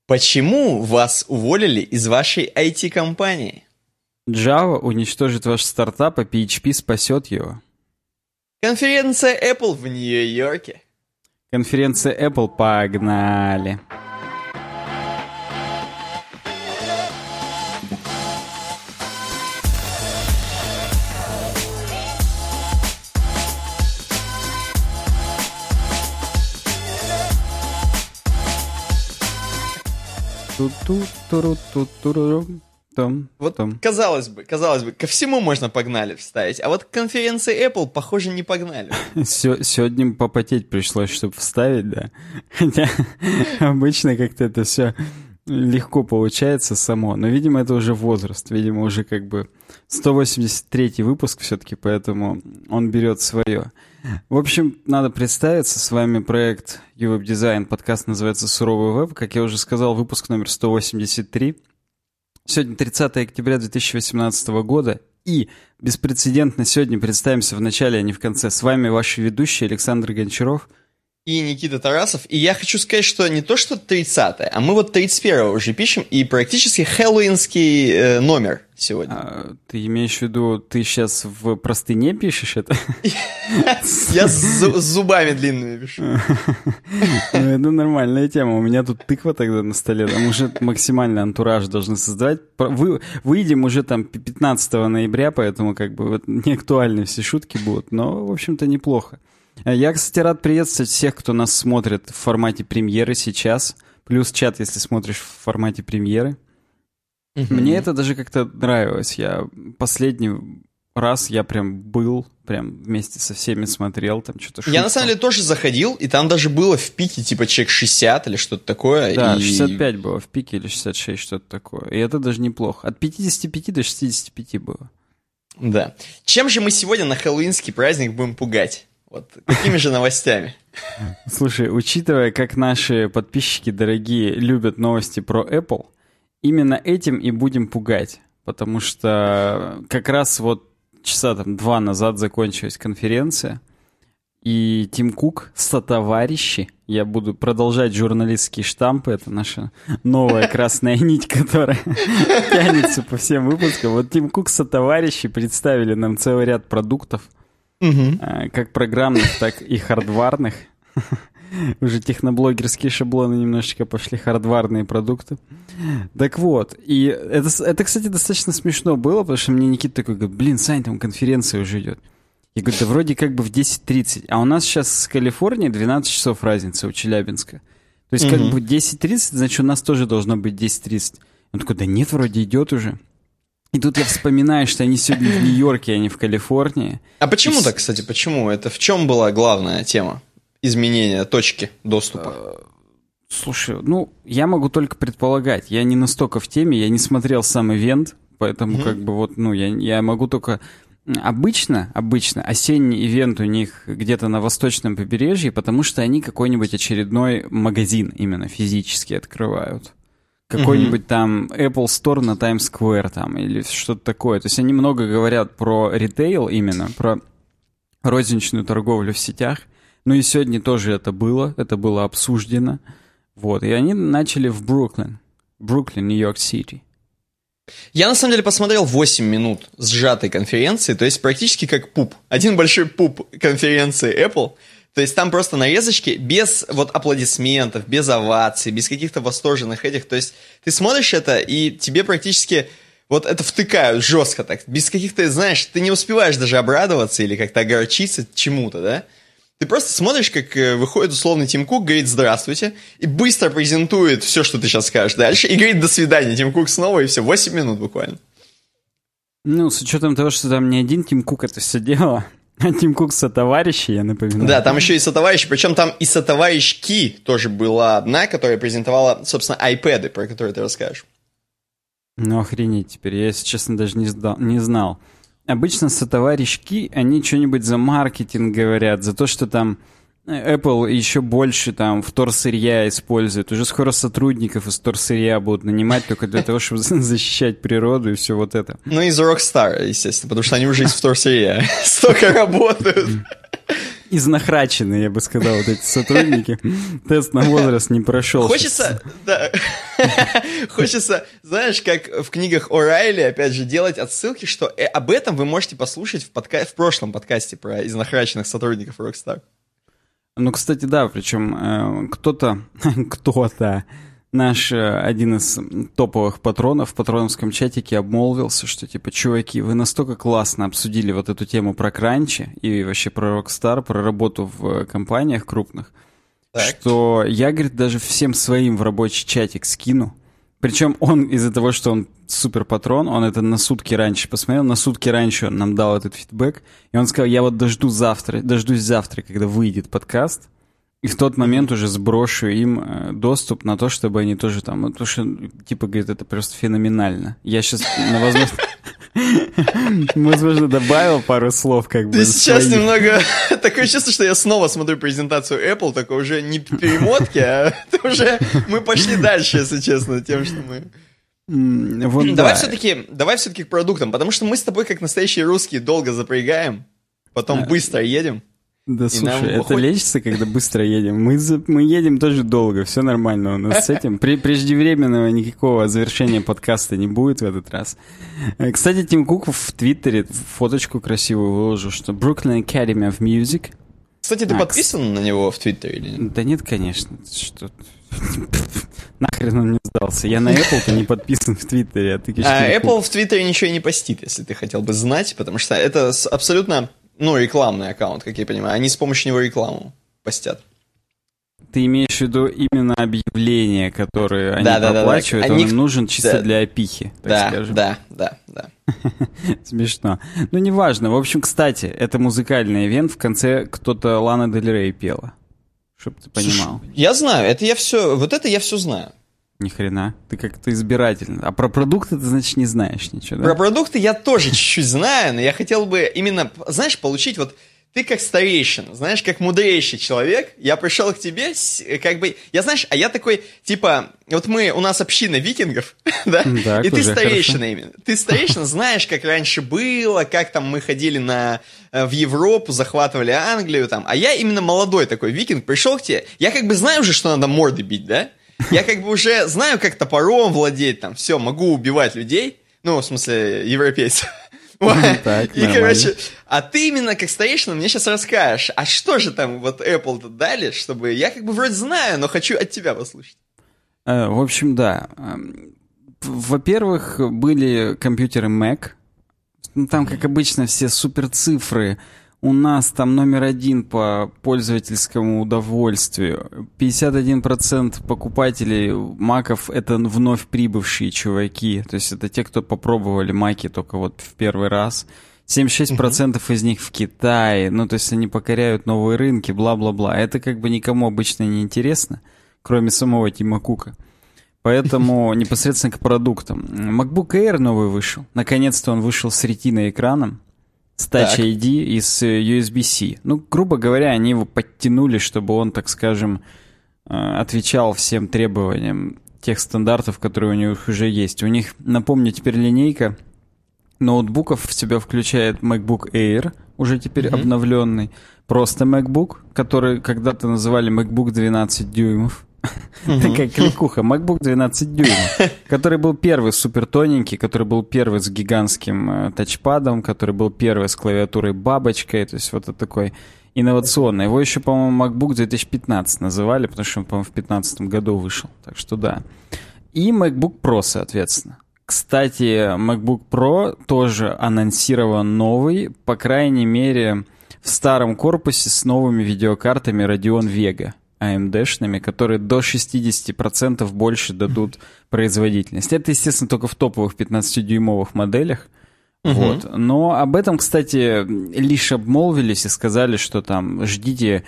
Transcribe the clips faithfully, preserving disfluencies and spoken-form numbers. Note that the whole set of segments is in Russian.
Почему вас уволили из вашей ай ти-компании? Java уничтожит ваш стартап, а пи эйч пи спасет его. Конференция Apple в Нью-Йорке. Конференция Apple, погнали. Там, вот там. казалось бы, казалось бы, ко всему можно погнали вставить, а вот к конференции Apple, похоже, не погнали. Сегодня попотеть пришлось, чтобы вставить, да. Хотя обычно как-то это все легко получается само, но, видимо, это уже возраст, видимо, уже как бы сто восемьдесят третий выпуск все-таки, поэтому он берет свое. В общем, надо представиться, с вами проект YouWeb Design, подкаст называется «Суровый веб», как я уже сказал, выпуск номер сто восемьдесят три. Сегодня тридцатое октября две тысячи восемнадцатого года, и беспрецедентно сегодня представимся в начале, а не в конце. С вами ваши ведущие Александр Гончаров и Никита Тарасов. И я хочу сказать, что не то, что тридцатое, а мы вот тридцать первое уже пишем, и практически хэллоуинский э, номер сегодня. А, ты имеешь в виду, ты сейчас в простыне пишешь это? Я с зубами длинными пишу. Ну, это нормальная тема. У меня тут тыква тогда на столе. Там уже максимальный антураж должны создавать. Выйдем уже там пятнадцатого ноября, поэтому как бы вот не актуальны все шутки будут. Но, в общем-то, неплохо. Я, кстати, рад приветствовать всех, кто нас смотрит в формате премьеры сейчас. Плюс чат, если смотришь в формате премьеры. Uh-huh. Мне это даже как-то нравилось. Я последний раз я прям был, прям вместе со всеми смотрел, там что-то шутил. Я на самом деле тоже заходил, и там даже было в пике типа человек шестьдесят или что-то такое. Да, и... шестьдесят пять было в пике или шестьдесят шесть, что-то такое. И это даже неплохо. От пятидесяти пяти до шестидесяти пяти было. Да. Чем же мы сегодня на хэллоуинский праздник будем пугать? Вот какими же новостями? Слушай, учитывая, как наши подписчики дорогие любят новости про Apple, именно этим и будем пугать. Потому что как раз вот часа там два назад закончилась конференция, и Тим Кук, сотоварищи, я буду продолжать журналистские штампы, это наша новая красная нить, которая тянется по всем выпускам. Вот Тим Кук, сотоварищи представили нам целый ряд продуктов, Uh-huh. как программных, так и хардварных. Уже техноблогерские шаблоны немножечко пошли, хардварные продукты. Так вот, и это, это, кстати, достаточно смешно было, потому что мне Никита такой говорит: блин, Сань, там конференция уже идет. Я говорю, да вроде как бы в десять тридцать, а у нас сейчас с Калифорнии двенадцать часов разница у Челябинска. То есть uh-huh. как бы десять тридцать, значит, у нас тоже должно быть десять тридцать. Он такой, да нет, вроде идет уже. И тут я вспоминаю, что они сегодня в Нью-Йорке, а не в Калифорнии. А почему и... так, кстати, почему? Это в чем была главная тема изменения точки доступа? Слушай, ну, я могу только предполагать. Я не настолько в теме, я не смотрел сам ивент, поэтому mm-hmm. как бы вот, ну, я, я могу только... Обычно, обычно осенний ивент у них где-то на восточном побережье, потому что они какой-нибудь очередной магазин именно физически открывают. Какой-нибудь mm-hmm. там Apple Store на Times Square там, или что-то такое. То есть они много говорят про ритейл именно, про розничную торговлю в сетях. Ну и сегодня тоже это было, это было обсуждено. Вот, и они начали в Бруклин. Бруклин, Нью-Йорк-Сити. Я на самом деле посмотрел восемь минут сжатой конференции, то есть практически как пуп. Один большой пуп конференции Apple. То есть там просто нарезочки без вот аплодисментов, без оваций, без каких-то восторженных этих. То есть ты смотришь это, и тебе практически вот это втыкают жестко так. Без каких-то, знаешь, ты не успеваешь даже обрадоваться или как-то огорчиться чему-то, да? Ты просто смотришь, как выходит условный Тим Кук, говорит «здравствуйте», и быстро презентует все, что ты сейчас скажешь дальше, и говорит «до свидания», Тим Кук снова, и все, восемь минут буквально. Ну, с учетом того, что там не один Тим Кук это все дело... А Тим Кук сотоварищи, я напоминаю. Да, там еще и сотоварищи, причем там и сотоварищки тоже была одна, которая презентовала, собственно, iPad'ы, про которые ты расскажешь. Ну, охренеть теперь, я, если честно, даже не, сдал, не знал. Обычно сотоварищки, они что-нибудь за маркетинг говорят, за то, что там Apple еще больше там вторсырья использует. Уже скоро сотрудников из вторсырья будут нанимать только для того, чтобы защищать природу и все вот это. Ну, из Rockstar, естественно, потому что они уже из вторсырья столько работают. изнахраченные, я бы сказал, вот эти сотрудники. Тест на возраст не прошел. Хочется, да, хочется, знаешь, как в книгах О'Райли, опять же, делать отсылки, что об этом вы можете послушать в, подка... в прошлом подкасте про изнахраченных сотрудников Rockstar. Ну, кстати, да, причем э, кто-то, кто-то, наш э, один из топовых патронов в патроновском чатике обмолвился, что, типа, чуваки, вы настолько классно обсудили вот эту тему про кранчи и вообще про Rockstar, про работу в компаниях крупных, так. что я, говорит, даже всем своим в рабочий чатик скину. Причем он из-за того, что он супер патрон, он это на сутки раньше посмотрел, на сутки раньше он нам дал этот фидбэк, и он сказал, я вот дожду завтра, дождусь завтра, когда выйдет подкаст, и в тот момент уже сброшу им доступ на то, чтобы они тоже там, ну, потому что, типа, говорит, это просто феноменально. Я сейчас, ну, возможно, возможно, добавил пару слов, как бы. Ты сейчас немного... Такое чувство, что я снова смотрю презентацию Apple, только уже не перемотки, а уже мы пошли дальше, если честно, тем, что мы... Вот давай да. все-таки, давай все-таки к продуктам, потому что мы с тобой, как настоящие русские, долго запрягаем, потом а... быстро едем. Да, слушай, это хоть... лечится, когда быстро едем. Мы, за... мы едем тоже долго, все нормально у нас с этим. При... Преждевременного никакого завершения подкаста не будет в этот раз. Кстати, Тим Кук в Твиттере фоточку красивую выложил, что Brooklyn Academy of Music. Кстати, ты а, подписан кс... на него в Твиттере или нет? Да нет, конечно. Что... Нахрен он мне сдался. Я на Apple-то не подписан в Твиттере. А, ты, а Apple в Твиттере ничего и не постит, если ты хотел бы знать, потому что это абсолютно... Ну, рекламный аккаунт, как я понимаю. Они с помощью него рекламу постят. Ты имеешь в виду именно объявления, которые они да, проплачивают, да, да, да. он Они... им нужен чисто да. для опихи, так да, скажем. Да, да, да, Смешно. Ну, неважно. В общем, кстати, это музыкальный ивент, в конце кто-то Лана Дель Рей пела. Чтоб ты понимал. Слушай, я знаю, это я все, вот это я все знаю. Ни хрена. Ты как-то избирательный. А про продукты ты, значит, не знаешь ничего, да? Про продукты я тоже чуть-чуть знаю, но я хотел бы именно, знаешь, получить вот... Ты как старейшина, знаешь, как мудрейший человек, я пришел к тебе, как бы... Я, знаешь, а я такой, типа... Вот мы, у нас община викингов, да? Так, и ты старейшина хорошо. именно. Ты старейшина, знаешь, как раньше было, как там мы ходили на, в Европу, захватывали Англию там. А я именно молодой такой викинг, пришел к тебе, я как бы знаю уже, что надо морды бить, да? Я как бы уже знаю, как топором владеть, там, все, могу убивать людей, ну, в смысле, европейцев. Так, и, короче, а ты именно как старейшина мне сейчас расскажешь, а что же там вот Apple-то дали, чтобы я как бы вроде знаю, но хочу от тебя послушать. В общем, да. Во-первых, были компьютеры Mac, там, как обычно, все суперцифры. У нас там номер один по пользовательскому удовольствию. пятьдесят один процент покупателей маков — это вновь прибывшие чуваки. То есть это те, кто попробовали маки только вот в первый раз. семьдесят шесть процентов mm-hmm. из них в Китае. Ну, то есть они покоряют новые рынки, бла-бла-бла. Это как бы никому обычно не интересно, кроме самого Тима Кука. Поэтому непосредственно к продуктам. MacBook Air новый вышел. Наконец-то он вышел с ретиной-экраном. С Touch ай ди и с ю эс би-C. Ну, грубо говоря, они его подтянули, чтобы он, так скажем, отвечал всем требованиям тех стандартов, которые у них уже есть. У них, напомню, теперь линейка ноутбуков в себя включает MacBook Air, уже теперь mm-hmm. обновленный. Просто MacBook, который когда-то называли MacBook двенадцать дюймов. Mm-hmm. Такая кликуха. MacBook двенадцать дюймов, который был первый супер тоненький, который был первый с гигантским э, тачпадом, который был первый с клавиатурой бабочкой, то есть вот это такой инновационный. Его еще, по-моему, MacBook две тысячи пятнадцать называли, потому что он, по-моему, в две тысячи пятнадцатом году вышел. Так что да. И MacBook Pro, соответственно. Кстати, MacBook Pro тоже анонсирован новый, по крайней мере, в старом корпусе с новыми видеокартами Radeon Vega. эй эм ди-шными, которые до шестьдесят процентов больше дадут производительность. Это, естественно, только в топовых пятнадцатидюймовых моделях. Uh-huh. Вот. Но об этом, кстати, лишь обмолвились и сказали, что там ждите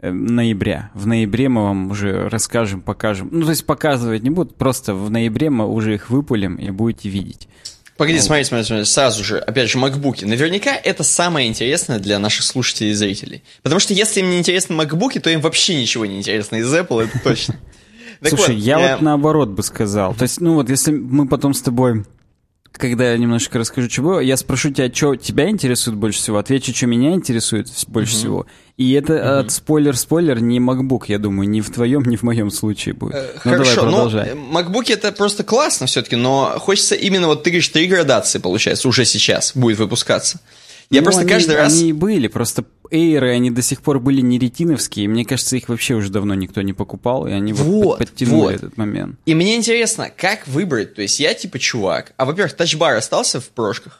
ноября. В ноябре мы вам уже расскажем, покажем. Ну, то есть показывать не будут, просто в ноябре мы уже их выпулим и будете видеть. Погоди, смотри, смотри, смотри, сразу же, опять же, макбуки. Наверняка это самое интересное для наших слушателей и зрителей. Потому что если им не интересны макбуки, то им вообще ничего не интересно из Apple, это точно. Слушай, я вот наоборот бы сказал. То есть, ну вот, если мы потом с тобой когда я немножко расскажу, чего, я спрошу тебя, что тебя интересует больше всего, отвечу, что меня интересует больше uh-huh. всего. И это uh-huh. от спойлер-спойлер не MacBook, я думаю, ни в твоем, ни в моем случае будет. Uh, ну, хорошо, давай, продолжай. Ну, MacBook это просто классно все-таки, но хочется именно, вот ты говоришь, три градации, получается, уже сейчас будет выпускаться. Я ну, просто они, каждый раз... Они и были, просто Air, они до сих пор были не ретиновские, и мне кажется, их вообще уже давно никто не покупал, и они вот, вот подтянули вот. этот момент. И мне интересно, как выбрать, то есть я типа чувак, а во-первых, тачбар остался в прошках?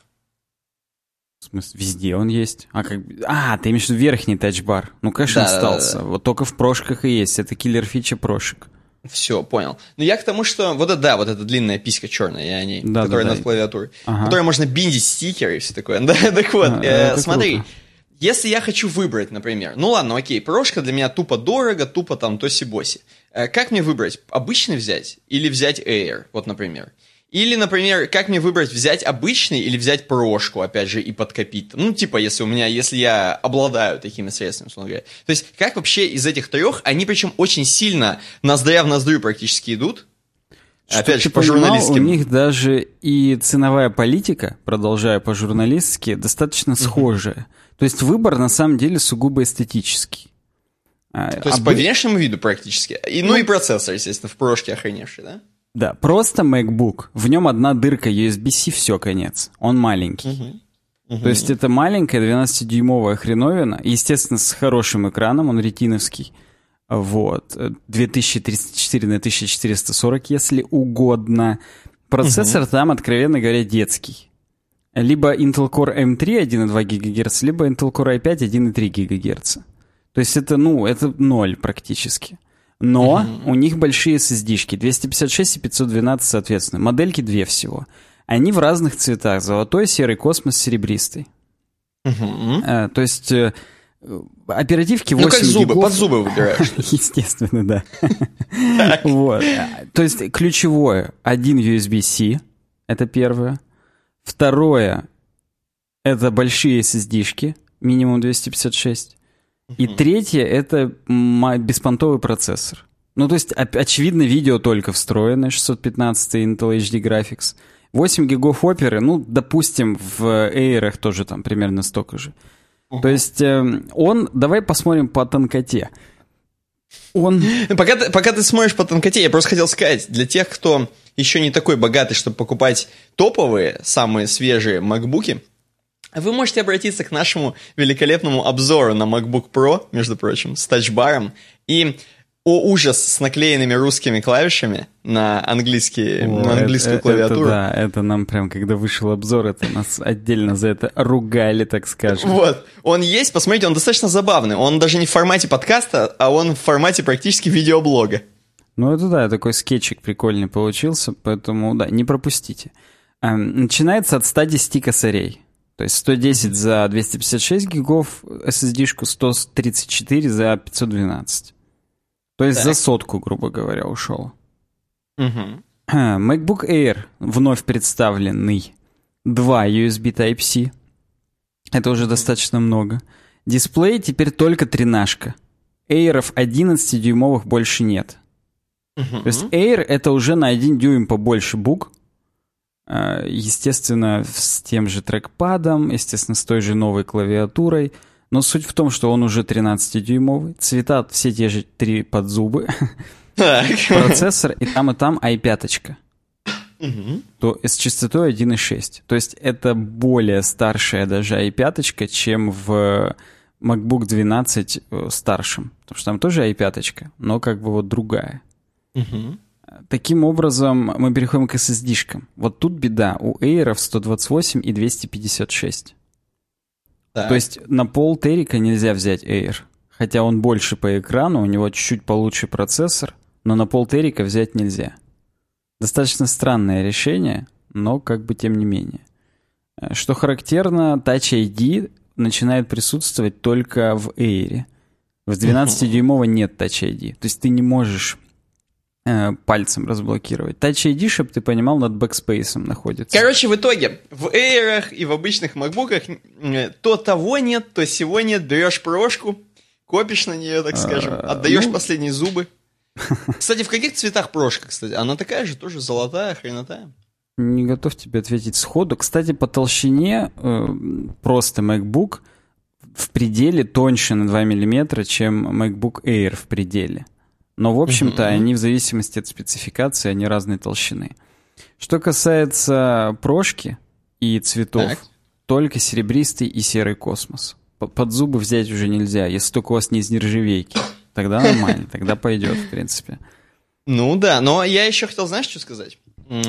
В смысле, везде он есть. А, как... а ты имеешь в виду верхний тачбар? Ну, конечно, да, остался. Да, да, да. Вот только в прошках и есть, это киллер-фича прошек. Все, понял. Но я к тому, что... Вот это, да, вот эта длинная писька черная, я о ней, да, которая да, над да. клавиатурой. Ага. Которой можно биндить стикеры и все такое. Да, так вот, а, э, смотри. Круто. Если я хочу выбрать, например... Ну ладно, окей, прошка для меня тупо дорого, тупо там тоси-боси. Э, как мне выбрать? Обычный взять или взять Air? Вот, например. Или, например, как мне выбрать, взять обычный или взять прошку, опять же, и подкопить? Ну, типа, если у меня, если я обладаю такими средствами, условно говоря. То есть, как вообще из этих трех, они причем очень сильно ноздря в ноздрю практически идут. Что опять же, по журналистским. У них даже и ценовая политика, продолжая по-журналистски, достаточно uh-huh. схожая. То есть, выбор, на самом деле, сугубо эстетический. То есть, а по вы... внешнему виду практически. И, ну, ну и процессор, естественно, в прошке охреневший, да? Да, просто MacBook, в нем одна дырка ю эс би-C, все, конец. Он маленький. Uh-huh. Uh-huh. То есть это маленькая двенадцатидюймовая хреновина, естественно, с хорошим экраном, он ретиновский. Вот. две тысячи тридцать четыре на тысяча четыреста сорок, если угодно. Процессор uh-huh. там, откровенно говоря, детский. Либо Intel Core эм три один и два гигагерца, либо Intel Core ай пять один и три гигагерца. То есть это, ну, это ноль практически. Но uh-huh. у них большие эс эс ди-шки, двести пятьдесят шесть и пятьсот двенадцать соответственно. Модельки две всего. Они в разных цветах. Золотой, серый, космос, серебристый. Uh-huh. А, то есть э, оперативки восемь Ну как зубы, гигов... под зубы выбираешь. Естественно, да. Вот. То есть ключевое, один ю эс би-C, это первое. Второе, это большие эс эс ди-шки, минимум двести пятьдесят шесть. И uh-huh. третье — это беспонтовый процессор. Ну, то есть, очевидно, видео только встроенное, шестьсот пятнадцать Intel эйч ди Graphics. восемь гигов оперы, ну, допустим, в Air тоже там примерно столько же. Uh-huh. То есть, э, он... Давай посмотрим по тонкоте. Он... Пока ты, пока ты смотришь по тонкоте, я просто хотел сказать, для тех, кто еще не такой богатый, чтобы покупать топовые, самые свежие MacBook'и, вы можете обратиться к нашему великолепному обзору на MacBook Pro, между прочим, с тачбаром. И, о ужас, с наклеенными русскими клавишами на, английские, о, на английскую это, клавиатуру. Это, да, это нам прям, когда вышел обзор, это нас отдельно за это ругали, так скажем. Вот, он есть, посмотрите, он достаточно забавный. Он даже не в формате подкаста, а он в формате практически видеоблога. Ну это да, такой скетчик прикольный получился, поэтому да, не пропустите. Начинается от ста десяти косарей. То есть сто десять за двести пятьдесят шесть гигов эс эс ди-шку, сто тридцать четыре за пятьсот двенадцать. То есть так. за сотку, грубо говоря, ушел. Угу. MacBook Air вновь представленный. Два ю эс би Type-C. Это уже достаточно много. Дисплей теперь только тринашка. Air'ов одиннадцатидюймовых больше нет. Угу. То есть Air это уже на один дюйм побольше бук. Естественно, с тем же трекпадом, естественно, с той же новой клавиатурой. Но суть в том, что он уже тринадцатидюймовый. Цвета все те же три под зубы. Процессор и там, и там ай пять. Угу. То с частотой один и шесть. То есть это более старшая даже ай пять, чем в MacBook двенадцать старшем. Потому что там тоже ай пять, но как бы вот другая. Угу. Таким образом, мы переходим к эс эс ди-шкам. Вот тут беда. У Air'ов сто двадцать восемь и двести пятьдесят шесть. Так. То есть на пол терика нельзя взять Air. Хотя он больше по экрану, у него чуть-чуть получше процессор, но на пол терика взять нельзя. Достаточно странное решение, но как бы тем не менее. Что характерно, Touch ай ди начинает присутствовать только в Air. В двенадцатидюймовой нет Touch ай ди. То есть ты не можешь пальцем разблокировать. Touch ай ди, чтобы ты понимал, над бэкспейсом находится. Короче, в итоге, в Air'ах и в обычных MacBook'ах то того нет, то сего нет. Берешь прошку, копишь на нее, так скажем, отдаешь ну... последние зубы. Кстати, в каких цветах прошка, кстати? Она такая же, тоже золотая, хренотая. Не готов тебе ответить сходу. Кстати, по толщине э, просто MacBook в пределе тоньше на два миллиметра, чем MacBook Air в пределе. Но, в общем-то, mm-hmm. они в зависимости от спецификации, они разной толщины. Что касается прошки и цветов, так. только серебристый и серый космос. Под зубы взять уже нельзя, если только у вас не из нержавейки. Тогда нормально, тогда пойдет, в принципе. Ну да, но я еще хотел, знаешь, что сказать?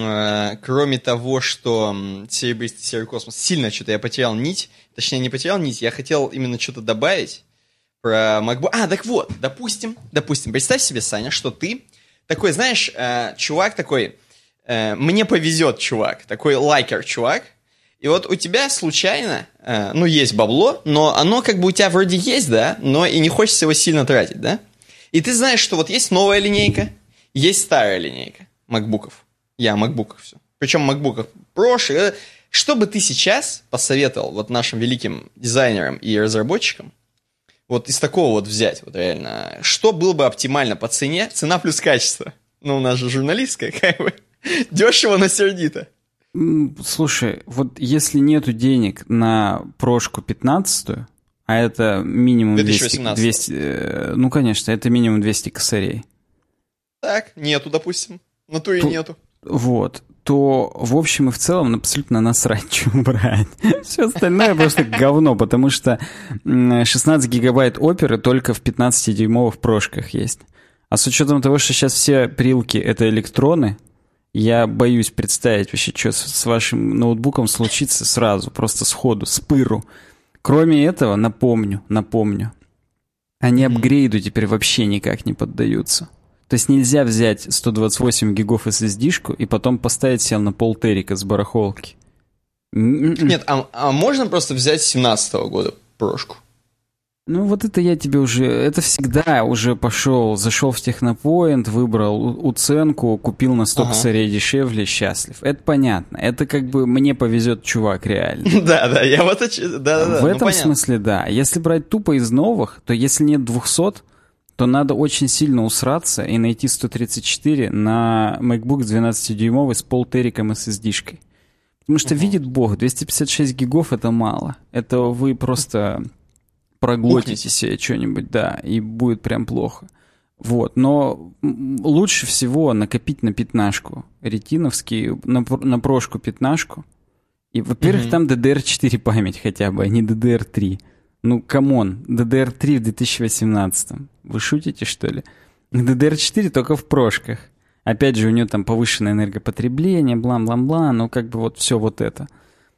Кроме того, что серебристый серый космос, сильно что-то я потерял нить, точнее не потерял нить, я хотел именно что-то добавить про MacBook. А, так вот, допустим, допустим, представь себе, Саня, что ты такой, знаешь, чувак такой, мне повезет чувак, такой лайкер чувак, и вот у тебя случайно, ну, есть бабло, но оно как бы у тебя вроде есть, да, но и не хочется его сильно тратить, да? И ты знаешь, что вот есть новая линейка, есть старая линейка макбуков. Я о макбуках все. Причем макбуках Pro. Что бы ты сейчас посоветовал вот нашим великим дизайнерам и разработчикам вот из такого вот взять, вот реально, что было бы оптимально по цене, цена плюс качество? Ну, у нас же журналистская, как бы, дешево, но сердито. Слушай, вот если нету денег на прошку пятнадцатую, а это минимум двести, двести, ну, конечно, это минимум двести косарей. Так, нету, допустим. На то и то, нету. Вот. То, в общем и в целом, абсолютно насрать, что брать. Все остальное просто говно, потому что шестнадцать гигабайт оперы только в пятнадцатидюймовых прошках есть. А с учетом того, что сейчас все прилки — это электроны, я боюсь представить вообще, что с вашим ноутбуком случится сразу, просто сходу, с пыру. Кроме этого, напомню, напомню, они апгрейду теперь вообще никак не поддаются. То есть нельзя взять сто двадцать восемь гигов эс эс ди-шку и потом поставить себе на полтерика с барахолки. Нет, а, а можно просто взять семнадцатого года прошку? Ну вот это я тебе уже... Это всегда уже пошел, зашел в Технопоинт, выбрал уценку, купил на сто косарей дешевле, счастлив. Это понятно. Это как бы мне повезет чувак реально. Да, да, я вот... В этом смысле, да. Если брать тупо из новых, то если нет двухсот, то надо очень сильно усраться и найти сто тридцать четыре на MacBook с двенадцатидюймовой с полтериком эс эс ди-шкой. Потому что, uh-huh. видит бог, двести пятьдесят шесть гигов — это мало. Это вы просто проглотите себе что-нибудь, да, и будет прям плохо. Вот, но лучше всего накопить на пятнашку ретиновский, на, на прошку пятнашку. И, во-первых, uh-huh. там ди ди ар четыре память хотя бы, а не ди ди ар три. Ну, камон, ди ди ар три в две тысячи восемнадцатом. Вы шутите, что ли? ди ди ар четыре только в прошках. Опять же, у нее там повышенное энергопотребление, бла-бла-бла, ну, как бы вот все вот это.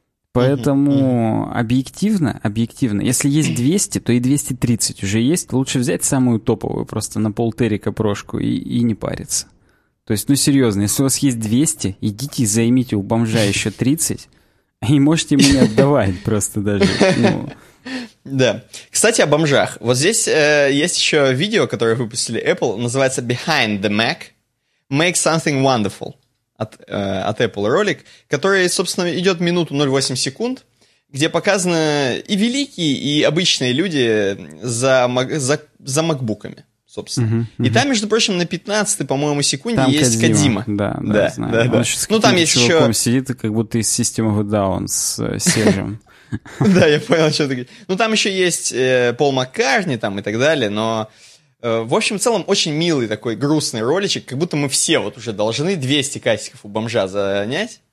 Поэтому uh-huh. объективно, объективно, если есть двести, то и двести тридцать уже есть. Лучше взять самую топовую, просто на полтерика прошку и, и не париться. То есть, ну, серьезно, если у вас есть двести, идите и займите у бомжа еще тридцать, и можете мне отдавать просто даже, ну... Да. Кстати, о бомжах. Вот здесь э, есть еще видео, которое выпустили Apple, называется Behind the Mac Make Something Wonderful от, э, от Apple ролик, который, собственно, идет минуту ноль целых восемь секунд, где показаны и великие, и обычные люди за, за, за макбуками, собственно. Uh-huh, uh-huh. И там, между прочим, на пятнадцатой, по-моему, секунде там есть Кодзима. Да, да, да, знаю. Да, да. Ну, там есть еще... сидит, как будто из System of a Down с Сержем. Да, я понял, что ты говоришь. Ну, там еще есть э, Пол Маккартни там и так далее, но, э, в общем, в целом, очень милый такой грустный роличек, как будто мы все вот уже должны двести кассиков у бомжа занять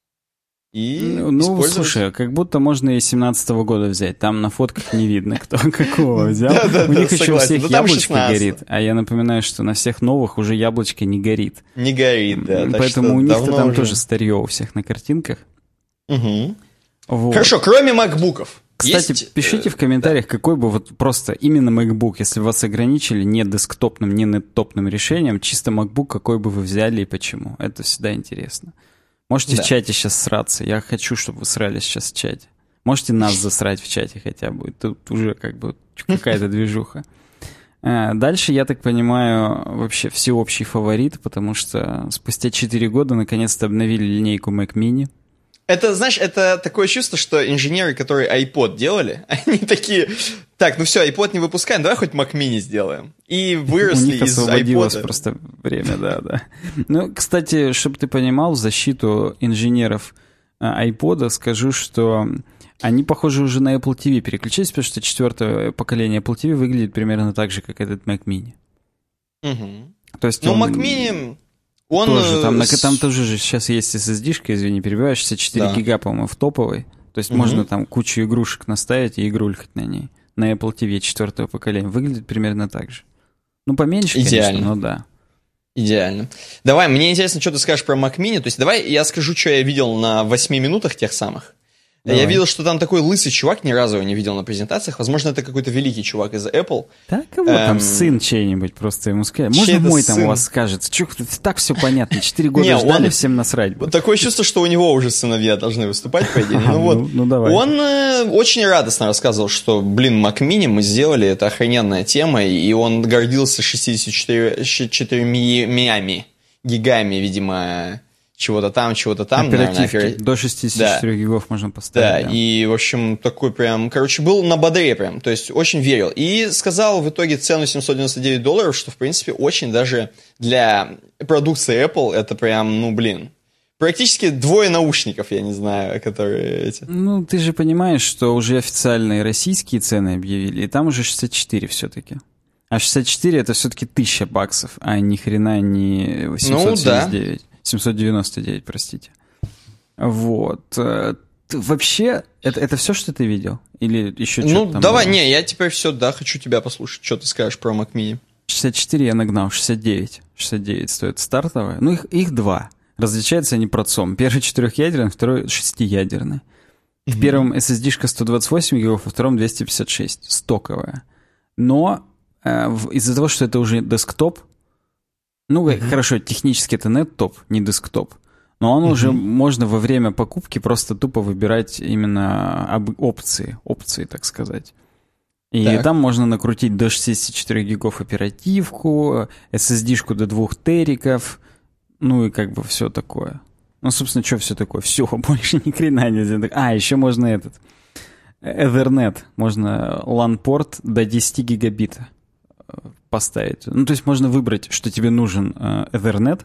и Ну, использовать. Слушай, как будто можно и семнадцатого года взять, там на фотках не видно, кто какого взял. У них еще у всех яблочко горит, а я напоминаю, что на всех новых уже яблочко не горит. Не горит, да. Поэтому у них-то там тоже старье у всех на картинках. Угу. Вот. Хорошо, кроме макбуков. Кстати, есть... пишите в комментариях, да. какой бы вот просто именно MacBook, если вас ограничили не десктопным, не неттопным решением, чисто MacBook, какой бы вы взяли и почему. Это всегда интересно. Можете да. в чате сейчас сраться. Я хочу, чтобы вы срались сейчас в чате. Можете нас засрать в чате хотя бы. Тут уже как бы какая-то движуха. Дальше, я так понимаю, вообще всеобщий фаворит, потому что спустя четыре года наконец-то обновили линейку Mac Mini. Это, знаешь, это такое чувство, что инженеры, которые iPod делали, они такие, так, ну все, iPod не выпускаем, давай хоть Mac Mini сделаем. И выросли У них из освободилось iPod. просто время, да, да. Ну, кстати, чтобы ты понимал, в защиту инженеров iPod скажу, что они, похоже, уже на Apple ти ви переключились, потому что четвертое поколение Apple ти ви выглядит примерно так же, как этот Mac Mini. Угу. То есть ну, он... Mac Mini... Он тоже, там, с... там тоже же сейчас есть эс эс ди-шка, извини, перебиваю, шестьдесят четыре да. гига, по-моему, в топовой. То есть угу. можно там кучу игрушек наставить и игрулькать на ней. На Apple ти ви четвертого поколения. Выглядит примерно так же. Ну, поменьше, идеально. Конечно, но да. Идеально. Давай, мне интересно, что ты скажешь про Mac Mini. То есть давай я скажу, что я видел на восьми минутах тех самых. Давай. Я видел, что там такой лысый чувак, ни разу его не видел на презентациях. Возможно, это какой-то великий чувак из Apple. Так, кого эм... там сын чей-нибудь просто ему сказать. Можно мой там сын? У вас скажет? Чё, так все понятно. Четыре года не, ждали, он... всем насрать будет. Такое чувство, что у него уже сыновья должны выступать, по идее. Ну вот, ну, давай. Он э, очень радостно рассказывал, что, блин, Mac Mini мы сделали, это охрененная тема, и он гордился шестьдесят четырьмя гигами, видимо, чего-то там, чего-то там. Оперативки. Наверное, до шестьдесят четыре да. гигов можно поставить. Да, да, и, в общем, такой прям... Короче, был на бодре прям, то есть очень верил. И сказал в итоге цену семьсот девяносто девять долларов, что, в принципе, очень даже для продукции Apple это прям, ну, блин... Практически двое наушников, я не знаю, которые эти... Ну, ты же понимаешь, что уже официальные российские цены объявили, и там уже шестьдесят четыре все-таки. А шестьдесят четыре это все-таки тысяча баксов, а ни хрена не семьсот семьдесят девять. Ну, да. семьсот девяносто девять, простите. Вот. Ты, вообще, это, это все, что ты видел? Или еще что-то ну, там? Ну, давай, было? Не, я теперь все, да, хочу тебя послушать. Что ты скажешь про Mac Mini? шестьдесят четыре я нагнал, шестьдесят девять. шестьдесят девять стоит стартовая. Ну, их, их два. Различаются они процом. Первый четырехъядерный, второй шестиядерный. Mm-hmm. В первом эс эс ди-шка сто двадцать восемь гигов, во втором двести пятьдесят шесть. Стоковая. Но э, в, из-за того, что это уже десктоп, ну, mm-hmm. хорошо, технически это нет-топ, не десктоп, но он mm-hmm. уже можно во время покупки просто тупо выбирать именно об, опции, опции, так сказать. И так. Там можно накрутить до шестьдесят четыре гигов оперативку, эс эс ди-шку до двух териков, ну и как бы все такое. Ну, собственно, что все такое? Все, больше ни хрена нельзя. А, еще можно этот Ethernet, можно лан-порт до десять гигабит поставить. Ну, то есть можно выбрать, что тебе нужен Ethernet,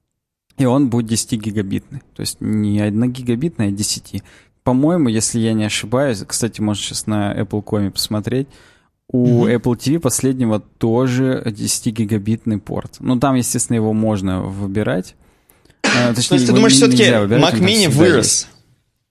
и он будет десятигигабитный. То есть не одногигабитный, а десять. По-моему, если я не ошибаюсь, кстати, можно сейчас на Apple точка ком посмотреть, у mm-hmm. Apple ти ви последнего тоже десятигигабитный порт. Ну, там, естественно, его можно выбирать. А, точнее, то есть ты думаешь, все-таки Mac Mini вырос? Есть.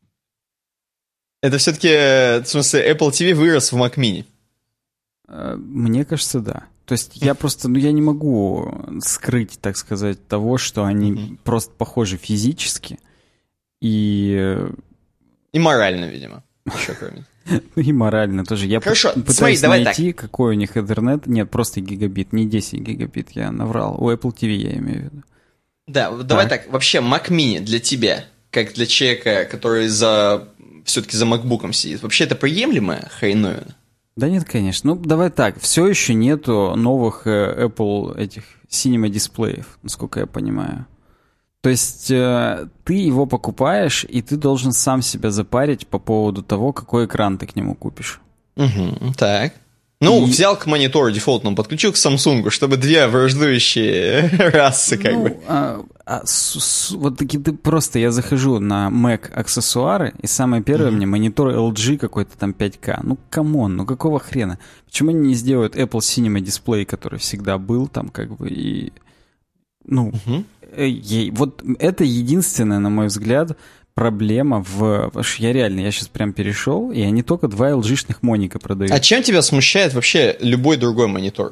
Это все-таки, в смысле, Apple ти ви вырос в Mac Mini? Мне кажется, да. То есть я просто, ну, я не могу скрыть, так сказать, того, что они mm-hmm. просто похожи физически и... И морально, видимо. Еще кроме. И морально тоже. Я Хорошо, пытаюсь смотри, давай найти, так. какой у них Ethernet. Нет, просто гигабит, не десять гигабит, я наврал. У Apple ти ви я имею в виду. Да, так. Давай так. Вообще, Mac Mini для тебя, как для человека, который за все-таки за MacBook'ом сидит, вообще это приемлемая хреновина? Да нет, конечно. Ну, давай так. Все еще нету новых Apple этих Cinema дисплеев, насколько я понимаю. То есть э, ты его покупаешь, и ты должен сам себя запарить по поводу того, какой экран ты к нему купишь. Угу, так. Ну, и... взял к монитору дефолтному, подключил к Samsung, чтобы две враждующие расы как ну, бы. А, а, с, с, вот такие ты просто, я захожу на Mac аксессуары, и самое первое mm-hmm. мне монитор эл джи какой-то там пять ка. Ну, камон, ну какого хрена? Почему они не сделают Apple Cinema Display, который всегда был там как бы и... Ну, mm-hmm. Ей, вот это единственная, на мой взгляд, проблема в... Я реально, я сейчас прям перешел, и они только два эл джи-шных моника продают. А чем тебя смущает вообще любой другой монитор?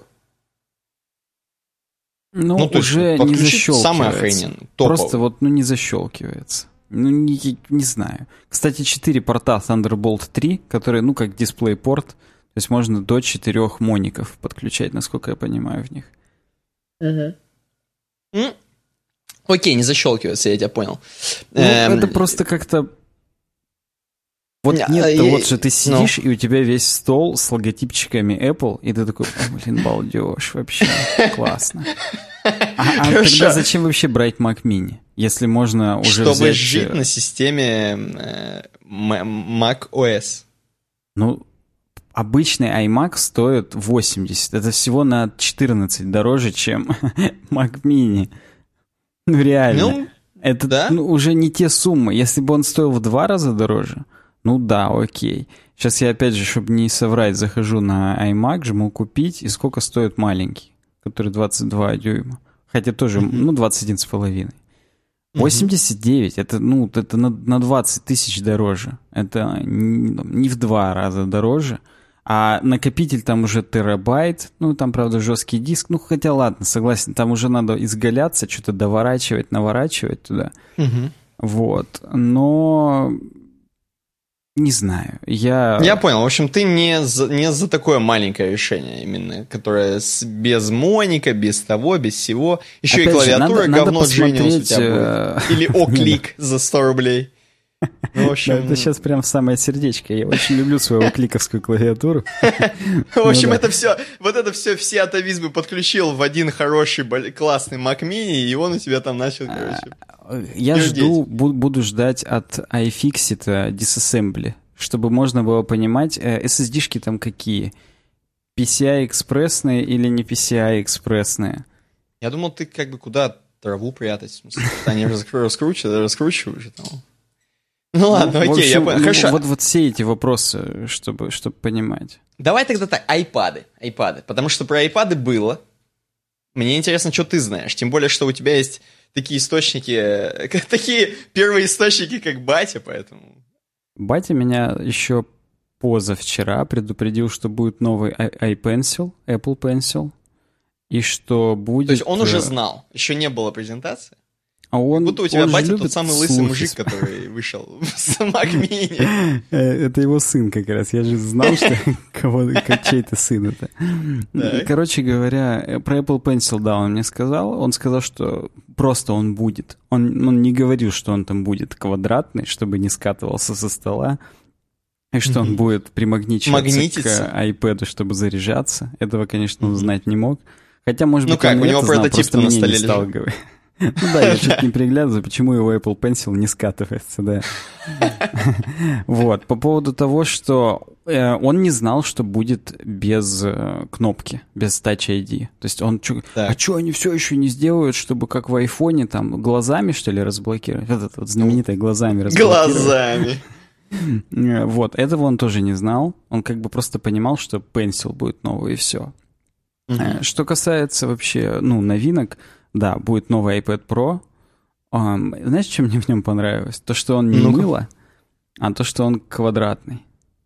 Ну, ну уже не защелкивается. Самый охрененный, топовый. Просто вот, ну, не защелкивается. Ну, не, не знаю. Кстати, четыре порта Thunderbolt три, которые, ну, как дисплей-порт, то есть можно до четырех моников подключать, насколько я понимаю, в них. Угу. Mm. Окей, не защелкивается, я тебя понял. Ну, эм... это просто как-то... Вот нет я... того, что ты сидишь, no. и у тебя весь стол с логотипчиками Apple, и ты такой, блин, балдеж, вообще классно. А, а тогда зачем вообще брать Mac Mini, если можно уже Чтобы взять... жить на системе э, macOS. Ну, обычный iMac стоит восемьдесят. Это всего на четырнадцать дороже, чем Mac Mini. Ну, реально. Ну, это да? ну, уже не те суммы. Если бы он стоил в два раза дороже, ну да, окей. Сейчас я опять же, чтобы не соврать, захожу на iMac, жму купить, и сколько стоит маленький, который двадцать два дюйма. Хотя тоже, uh-huh. ну, двадцать один с половиной. восемьдесят девять, uh-huh. это, ну, это на, на двадцать тысяч дороже. Это не, не в два раза дороже. А накопитель там уже терабайт, ну, там, правда, жесткий диск. Ну, хотя, ладно, согласен, там уже надо изгаляться, что-то доворачивать, наворачивать туда. Uh-huh. Вот. Но... Не знаю, я... Я понял, в общем, ты не за, не за такое маленькое решение именно, которое с, без моника, без того, без всего. Еще Опять и клавиатура же, надо, говно надо Genius у тебя будет. Или О-клик за сто рублей. Ну, в общем... Это сейчас прям в самое сердечко. Я очень люблю свою кликовскую клавиатуру. В общем, это все, вот это все, все атовизмы подключил в один хороший, классный Mac Mini, и он у тебя там начал, короче... Я жду, буду ждать от iFixit disassembly, чтобы можно было понимать, эс эс ди-шки там какие, пи си ай-экспрессные или не пи си ай-экспрессные. Я думал, ты как бы куда траву прятать, в смысле, они раскручивают, раскручивают там. Ну ладно, ну, окей, общем, я понял. Хорошо. Вот, вот все эти вопросы, чтобы, чтобы понимать. Давай тогда так, айпады, айпады, потому что про айпады было. Мне интересно, что ты знаешь, тем более, что у тебя есть такие источники, как, такие первые источники, как батя, поэтому... Батя меня еще позавчера предупредил, что будет новый iPencil, Apple Pencil, и что будет... То есть он уже знал, еще не было презентации? А он, будто у тебя батя тот самый лысый слухи. Мужик, который вышел с Mac Mini. Это его сын как раз. Я же знал, что кого, как чей-то сын это. Короче говоря, про Apple Pencil, да, он мне сказал. Он сказал, что просто он будет. Он, он не говорил, что он там будет квадратный, чтобы не скатывался со стола. И что он будет примагничиваться к iPad, чтобы заряжаться. Этого, конечно, он знать не мог. Хотя, может быть, ну как, он у него это знал, прототип-то на столе лежит. Ну да, я чуть не приглядываю, почему его Apple Pencil не скатывается, да. Вот, по поводу того, что э, он не знал, что будет без э, кнопки, без Touch ай ди. То есть он, чё, а что они все еще не сделают, чтобы как в айфоне там глазами, что ли, разблокировать? Вот это вот знаменитое глазами разблокировать. Глазами. Вот, этого он тоже не знал. Он как бы просто понимал, что Pencil будет новый, и все. Uh-huh. Что касается вообще, ну, новинок, да, будет новый iPad Pro. Um, знаешь, что мне в нем понравилось? То, что он не ну-ка. мыло, а то, что он квадратный.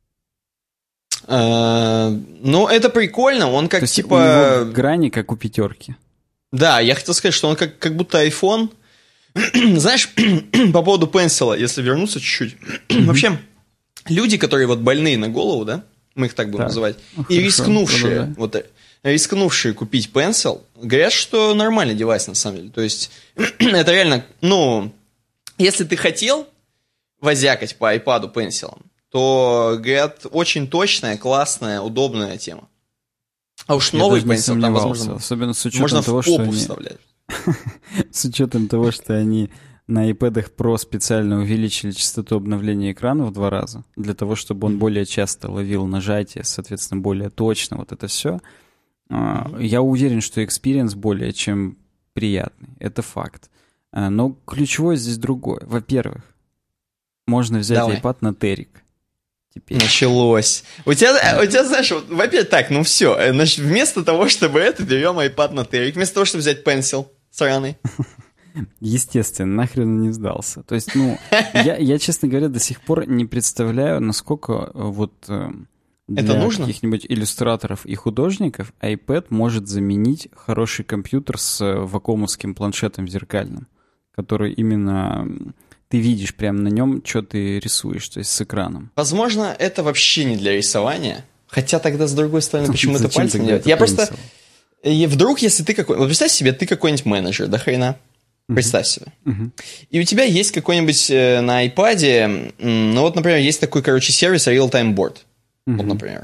Uh, ну, это прикольно. Он как то есть типа... у него грани, как у пятерки. Да, я хотел сказать, что он как, как будто iPhone. Знаешь, по поводу Pencil, если вернуться чуть-чуть. Вообще, люди, которые вот больные на голову, да? Мы их так будем так. называть. Ну, и хорошо, рискнувшие... Продолжай. Вот, рискнувшие купить Pencil, говорят, что нормальный девайс на самом деле. То есть, это реально, ну, если ты хотел возякать по iPad Pencil, то, говорят, очень точная, классная, удобная тема. А уж Я новый Pencil там, возможно, особенно с учетом можно того, в попу что они... вставлять. С учетом того, что они на iPad Pro специально увеличили частоту обновления экрана в два раза, для того, чтобы он более часто ловил нажатие, соответственно, более точно, вот это все. Uh, я уверен, что экспириенс более чем приятный. Это факт. Uh, но ключевое здесь другое. Во-первых, можно взять Давай. iPad на терик. Теперь. Началось. У тебя, у тебя, знаешь, вот, во-первых, так, ну все. Значит, вместо того, чтобы это, берем iPad на терик. Вместо того, чтобы взять Pencil сраный. Естественно, нахрен он не сдался. То есть, ну, я, я, честно говоря, до сих пор не представляю, насколько вот... Для это нужно? Каких-нибудь иллюстраторов и художников iPad может заменить хороший компьютер с вакуумовским планшетом зеркальным, который именно ты видишь прямо на нем, что ты рисуешь, то есть с экраном. Возможно, это вообще не для рисования. Хотя тогда, с другой стороны, почему это пальцем делать? Я просто... И вдруг, если ты какой... Вот представь себе, ты какой-нибудь менеджер, до хрена. Uh-huh. Представь себе. Uh-huh. И у тебя есть какой-нибудь э, на iPad, ну вот, например, есть такой, короче, сервис Real Time Board. Uh-huh. Вот, например.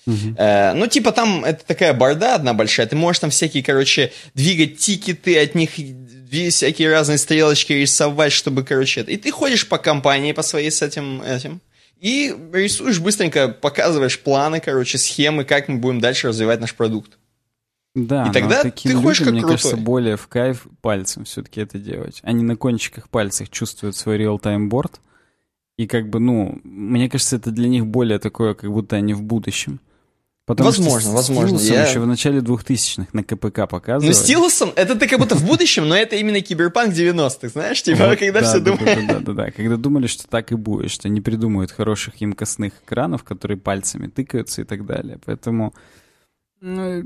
Uh-huh. Э, ну, типа там это такая борда одна большая, ты можешь там всякие, короче, двигать тикеты, от них всякие разные стрелочки рисовать, чтобы, короче, это. И ты ходишь по компании по своей с этим, этим, и рисуешь быстренько, показываешь планы, короче, схемы, как мы будем дальше развивать наш продукт. Да, и тогда но таким ты ходишь людям, как мне крутой. кажется, более в кайф пальцем все-таки это делать. Они на кончиках пальцев чувствуют свой real-time board, и как бы, ну, мне кажется, это для них более такое, как будто они в будущем. Потому возможно, что возможно. Я... Я... еще в начале двухтысячных на КПК показывали. Ну, стилусом, это ты как будто в будущем, но это именно киберпанк девяностых, знаешь? Типа, вот, когда да, все да, думают... Да, да, да, да, когда думали, что так и будет, что не придумают хороших емкостных экранов, которые пальцами тыкаются и так далее. Поэтому, ну,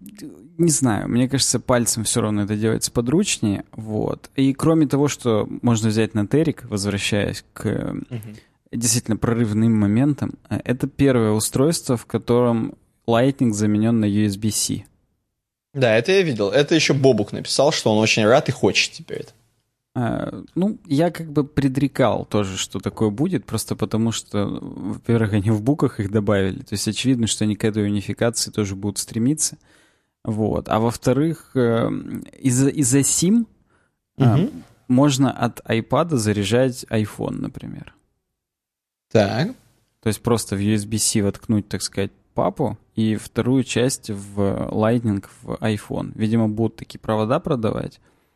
не знаю, мне кажется, пальцем все равно это делается подручнее. Вот. И кроме того, что можно взять на Терик, возвращаясь к uh-huh. действительно прорывным моментам, это первое устройство, в котором Lightning заменен на ю эс би-C. Да, это я видел. Это еще Бобук написал, что он очень рад и хочет теперь это. А, ну, я как бы предрекал тоже, что такое будет, просто потому что, во-первых, они в буках их добавили, то есть очевидно, что они к этой унификации тоже будут стремиться. Вот. А во-вторых, из-за, из-за сим угу. можно от iPad заряжать iPhone, например. Так. То есть просто в ю эс би-C воткнуть, так сказать, папу и вторую часть в Lightning в iPhone. Видимо, будут такие провода продавать.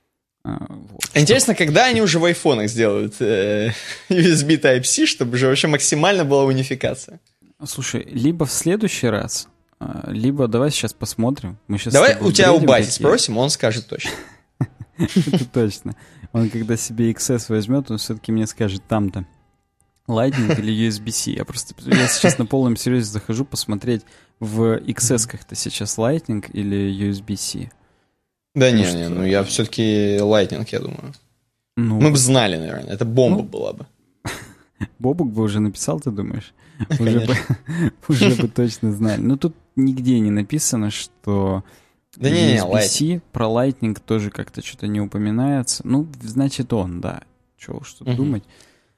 Вот. Интересно, когда они уже в айфонах сделают э, ю эс би Type-C, чтобы уже вообще максимально была унификация? Слушай, либо в следующий раз, либо давай сейчас посмотрим. Мы сейчас давай у тебя у Бази такие. Спросим, он скажет точно. Это точно. Он когда себе икс эс возьмет, он все-таки мне скажет там-то Lightning или ю эс би-C. Я просто я сейчас на полном серьезе захожу посмотреть в икс эс-ках-то сейчас Lightning или ю эс би-C. Да не, не, ну я все-таки Lightning, я думаю. Ну, мы бы знали, наверное, это бомба ну, была бы. Бобук бы уже написал, ты думаешь? Уже бы, уже бы точно знали. Но тут нигде не написано, что да не, не, ю эс би-C про Lightning тоже как-то что-то не упоминается. Ну, значит он, да. Чего уж тут uh-huh. думать.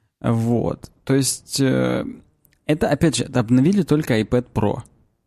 Вот. То есть, э, это, опять же, обновили только iPad Pro.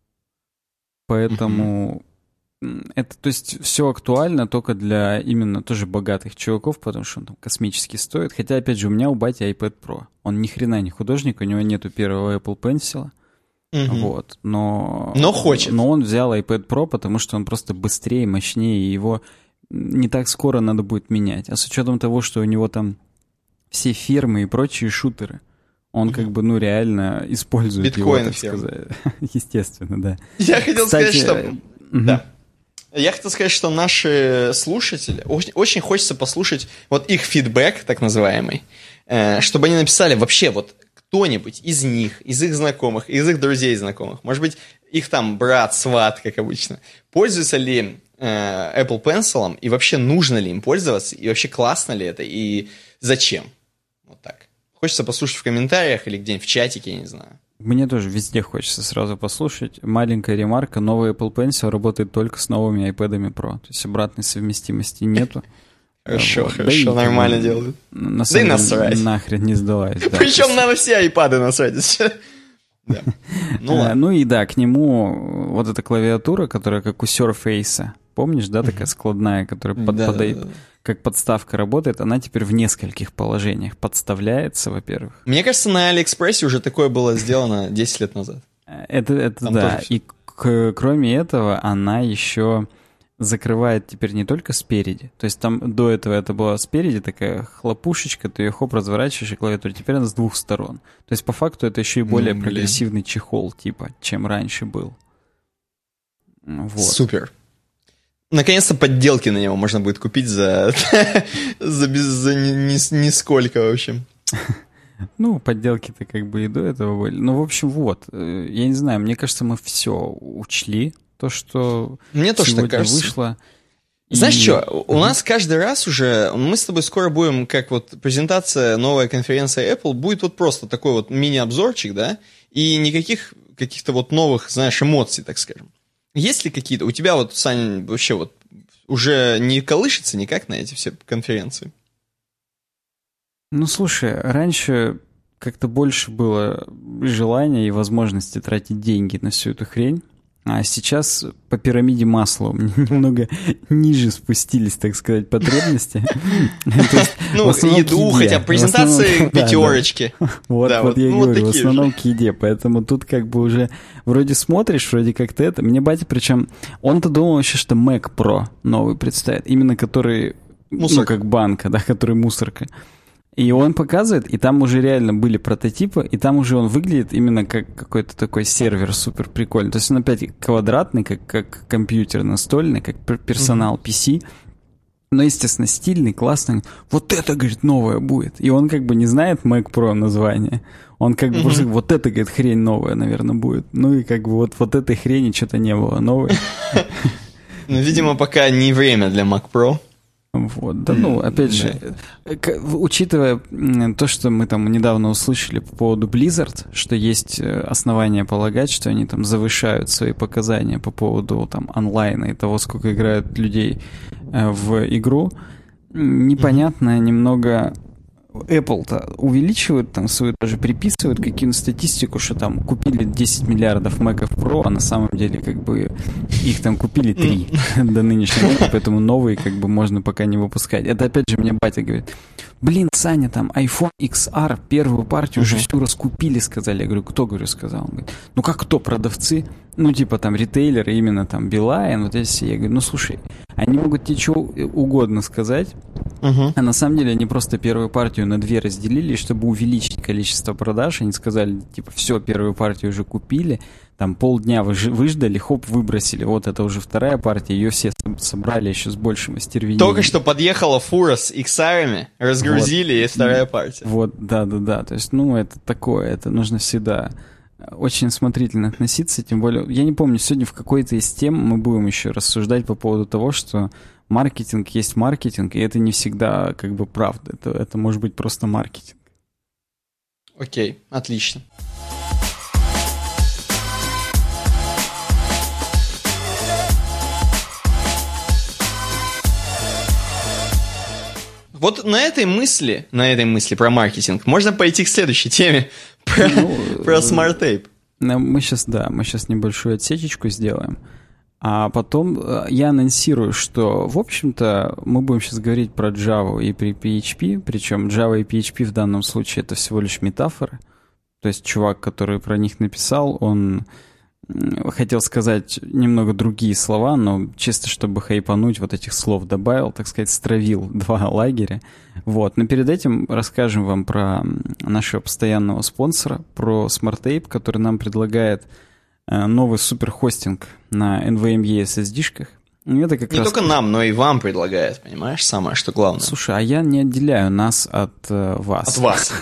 Поэтому... Uh-huh. Это, то есть, все актуально только для именно тоже богатых чуваков, потому что он там космически стоит. Хотя, опять же, у меня у бати iPad Pro. Он ни хрена не художник, у него нету первого Apple Pencil. Угу. Вот. Но, но хочет. Но он взял iPad Pro, потому что он просто быстрее, мощнее, и его не так скоро надо будет менять. А с учетом того, что у него там все фирмы и прочие шутеры, он угу. как бы, ну, реально использует биткоин его, так сказать. Естественно, да. Я хотел Кстати, сказать, что... Угу. Да. Я хотел сказать, что наши слушатели, очень, очень хочется послушать вот их фидбэк, так называемый, э, чтобы они написали вообще вот кто-нибудь из них, из их знакомых, из их друзей знакомых, может быть, их там брат, сват, как обычно, пользуется ли э, Apple Pencil, и вообще нужно ли им пользоваться, и вообще классно ли это, и зачем. Вот так. Хочется послушать в комментариях или где-нибудь в чатике, я не знаю. Мне тоже везде хочется сразу послушать. Маленькая ремарка. Новый Apple Pencil работает только с новыми iPad'ами Pro. То есть обратной совместимости нету. Хорошо, вот. хорошо, да нормально и, делают. На да и насрать. Нахрен не сдавайся. Да, причем на все iPad'ы насрать. Да. Ну, ладно. ну и да, к нему вот эта клавиатура, которая как у Surface. Помнишь, да, такая складная, которая под, да, подает, да, да. как подставка работает, она теперь в нескольких положениях подставляется, во-первых. Мне кажется, на Алиэкспрессе уже такое было сделано десять лет назад. Это, это да, и к, кроме этого она еще закрывает теперь не только спереди, то есть там до этого это была спереди такая хлопушечка, ты ее хоп разворачиваешь и клавиатуру, теперь она с двух сторон. То есть по факту это еще и более mm, прогрессивный чехол, типа, чем раньше был. Вот. Супер. Наконец-то подделки на него можно будет купить за, за, без, за нисколько, в общем. Ну, подделки-то как бы и до этого были. Ну, в общем, вот. Я не знаю, мне кажется, мы все учли. То, что мне тоже так кажется. Вышло. Знаешь и... что, у mm-hmm. нас каждый раз уже, мы с тобой скоро будем, как вот презентация, новая конференция Apple, будет вот просто такой вот мини-обзорчик, да, и никаких каких-то вот новых, знаешь, эмоций, так скажем. Есть ли какие-то, у тебя вот, Саня, вообще вот уже не колышется никак на эти все конференции? Ну, слушай, раньше как-то больше было желания и возможности тратить деньги на всю эту хрень. А сейчас по пирамиде Маслоу немного ниже спустились, так сказать, потребности. Ну, еду, хотя презентации пятерочки. Вот, вот я говорю, в основном к еде. Поэтому тут как бы уже вроде смотришь, вроде как-то это. Мне батя, причем, он-то думал вообще, что Mac Pro новый представит. Именно который, ну, как банка, да, который мусорка. И он показывает, и там уже реально были прототипы, и там уже он выглядит именно как какой-то такой сервер супер прикольный. То есть он опять квадратный, как, как компьютер настольный, как персонал пи си, но, естественно, стильный, классный. Вот это, говорит, новое будет. И он как бы не знает Mac Pro название. Он как бы просто, вот это, говорит, хрень новая, наверное, будет. Ну и как бы вот, вот этой хрени что-то не было новой. Ну, видимо, пока не время для Mac Pro. Вот, да, ну, опять же, учитывая то, что мы там недавно услышали по поводу Blizzard, что есть основания полагать, что они там завышают свои показания по поводу там онлайна и того, сколько играют людей в игру, непонятно немного... Apple-то увеличивают там свою, даже приписывают какую-нибудь статистику, что там купили десять миллиардов Mac'ов Pro, а на самом деле как бы их там купили три до нынешнего года, поэтому новые как бы можно пока не выпускать. Это опять же мне батя говорит, блин, Саня, там iPhone икс ар первую партию уже всю раскупили, сказали. Я говорю, кто, говорю, сказал? Он говорит, ну как кто, продавцы? Ну типа там ритейлеры, именно там Билайн, вот эти все. Я говорю, ну слушай, они могут тебе что угодно сказать, Uh-huh. а на самом деле они просто первую партию на две разделили, чтобы увеличить количество продаж. Они сказали, типа, все, первую партию уже купили, там полдня вы выждали, хоп, выбросили. Вот это уже вторая партия, ее все собрали еще с большим остервенением. Только что подъехала фура с икс ар-ами, разгрузили, вот. И вторая партия. Вот, да-да-да, то есть, ну, это такое, это нужно всегда очень осмотрительно относиться, тем более, я не помню, сегодня в какой-то из тем мы будем еще рассуждать по поводу того, что маркетинг есть маркетинг, и это не всегда как бы правда. Это, это может быть просто маркетинг. Окей, отлично. Вот на этой мысли, на этой мысли про маркетинг можно пойти к следующей теме, про, ну, про Smart Tape. Мы сейчас, да, мы сейчас небольшую отсечечку сделаем. А потом я анонсирую, что, в общем-то, мы будем сейчас говорить про Java и при пи эйч пи, причем Java и пи эйч пи в данном случае это всего лишь метафоры. То есть чувак, который про них написал, он хотел сказать немного другие слова, но чисто чтобы хайпануть, вот этих слов добавил, так сказать, стравил два лагеря. Вот. Но перед этим расскажем вам про нашего постоянного спонсора, про SmartTape, который нам предлагает новый суперхостинг на эн ви эм и эс эс ди-шках. Это как не раз только нам, но и вам предлагает, понимаешь, самое что главное. Слушай, а я не отделяю нас от э, вас. От вас.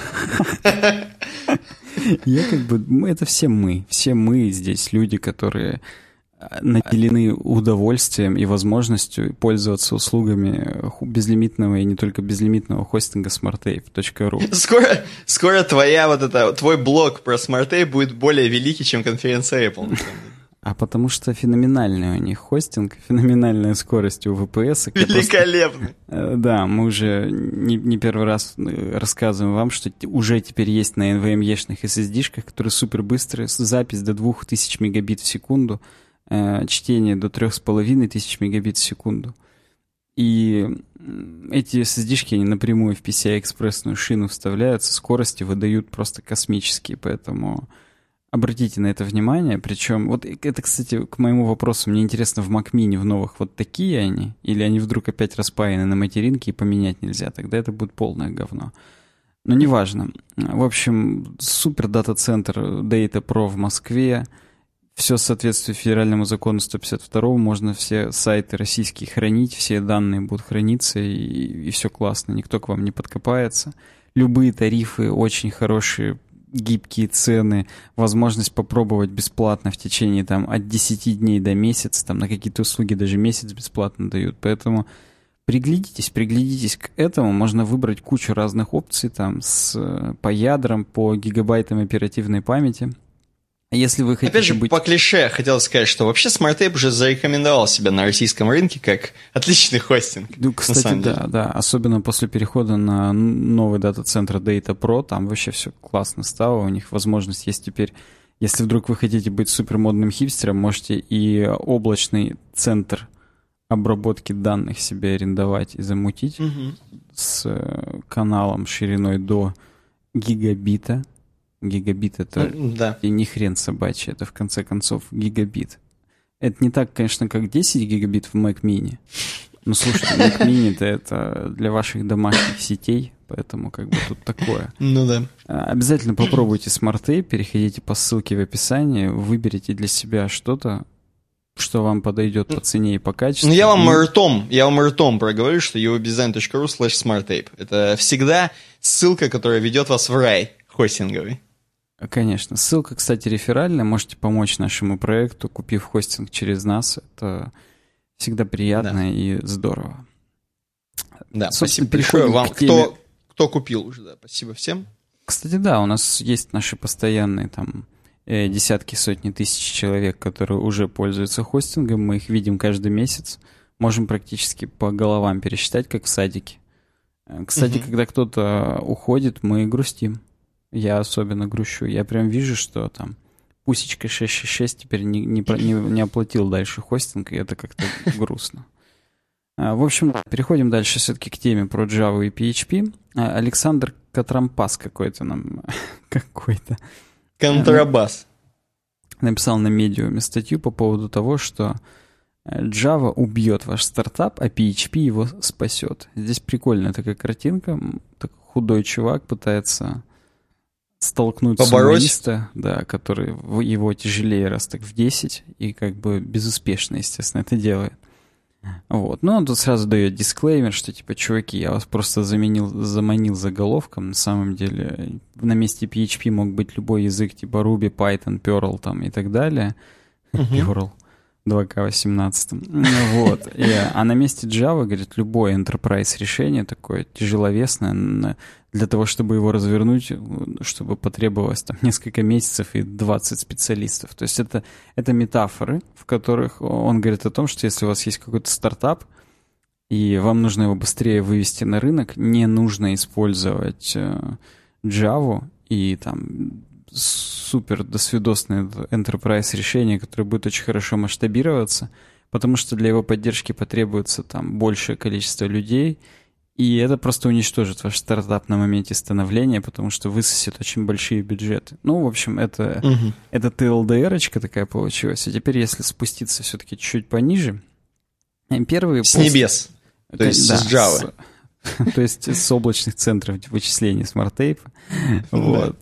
Я как бы... Это все мы. Все мы здесь люди, которые наделены удовольствием и возможностью пользоваться услугами безлимитного и не только безлимитного хостинга smarttape точка ру. Скоро, скоро твоя вот это, твой блог про SmartTape будет более великий, чем конференция Apple. А потому что феноменальный у них хостинг, феноменальная скорость у ви пи эс. Великолепно. Просто, да, мы уже не, не первый раз рассказываем вам, что уже теперь есть на эн ви эм и-шных эс эс ди-шках, которые супер быстрые, запись до двух тысяч мегабит в секунду, чтение до трех с половиной тысяч мегабит в секунду. И эти эс эс ди-шки, они напрямую в пи си ай-экспрессную шину вставляются, скорости выдают просто космические, поэтому обратите на это внимание. Причем, вот это, кстати, к моему вопросу, мне интересно, в Mac Mini в новых вот такие они, или они вдруг опять распаяны на материнке и поменять нельзя, тогда это будет полное говно. Но неважно. В общем, супер дата-центр Data Pro в Москве, все в соответствии федеральному закону сто пятьдесят второму, можно все сайты российские хранить, все данные будут храниться, и, и все классно, никто к вам не подкопается. Любые тарифы, очень хорошие, гибкие цены, возможность попробовать бесплатно в течение там, от десяти дней до месяца, там, на какие-то услуги даже месяц бесплатно дают, поэтому приглядитесь, приглядитесь к этому, можно выбрать кучу разных опций, там, с, по ядрам, по гигабайтам оперативной памяти. Если вы хотите Опять же, быть... по клише хотел сказать, что вообще SmartTape уже зарекомендовал себя на российском рынке как отличный хостинг. Ну, кстати, да, деле. да. Особенно после перехода на новый дата-центр DataPro, там вообще все классно стало. У них возможность есть теперь, если вдруг вы хотите быть супермодным хипстером, можете и облачный центр обработки данных себе арендовать и замутить угу. с каналом шириной до гигабита. Гигабит — это да. не хрен собачий, это в конце концов гигабит. Это не так, конечно, как десять гигабит в Mac Mini. Но слушайте, Mac Mini-то это для ваших домашних сетей, поэтому как бы тут такое. Ну да. Обязательно попробуйте SmartTape, переходите по ссылке в описании, выберите для себя что-то, что вам подойдет по цене и по качеству. Ну, я вам ртом, я вам ртом проговорю, что uwebdesign.ru slash smarttape. Это всегда ссылка, которая ведет вас в рай хостинговый. Конечно. Ссылка, кстати, реферальная. Можете помочь нашему проекту, купив хостинг через нас. Это всегда приятно да. и здорово. Да, собственно, спасибо большое вам, теме... кто, кто купил уже. Да, спасибо всем. Кстати, да, у нас есть наши постоянные там десятки, сотни тысяч человек, которые уже пользуются хостингом. Мы их видим каждый месяц. Можем практически по головам пересчитать, как в садике. Кстати, угу. когда кто-то уходит, мы грустим. Я особенно грущу. Я прям вижу, что там Пусечка шесть шесть шесть теперь не, не, не, не оплатил дальше хостинг, и это как-то грустно. В общем, переходим дальше все-таки к теме про Java и пи эйч пи. Александр Катрампас какой-то нам... какой-то... Контрабас. Написал на Medium статью по поводу того, что Java убьет ваш стартап, а пи эйч пи его спасет. Здесь прикольная такая картинка. Такой худой чувак пытается столкнуть сумоиста, да, который его тяжелее раз так в десять, и как бы безуспешно, естественно, это делает. Вот. Но он тут сразу дает дисклеймер, что типа, чуваки, я вас просто заменил, заманил заголовком. На самом деле на месте пи эйч пи мог быть любой язык, типа Ruby, Python, Perl там и так далее. Uh-huh. Perl два ка восемнадцать. Вот. И, а на месте Java, говорит, любое enterprise решение такое тяжеловесное, для того, чтобы его развернуть, чтобы потребовалось там несколько месяцев и двадцать специалистов. То есть это, это метафоры, в которых он говорит о том, что если у вас есть какой-то стартап, и вам нужно его быстрее вывести на рынок, не нужно использовать Java и там супер досвидосное enterprise решение, которое будет очень хорошо масштабироваться, потому что для его поддержки потребуется там большее количество людей, и это просто уничтожит ваш стартап на моменте становления, потому что высосет очень большие бюджеты. Ну, в общем, это, угу. это ти эл ди эр-очка такая получилась. А теперь, если спуститься все-таки чуть пониже, первые... С пост... небес, то есть да, с Java. С, то есть с облачных центров вычислений SmartTape. Вот.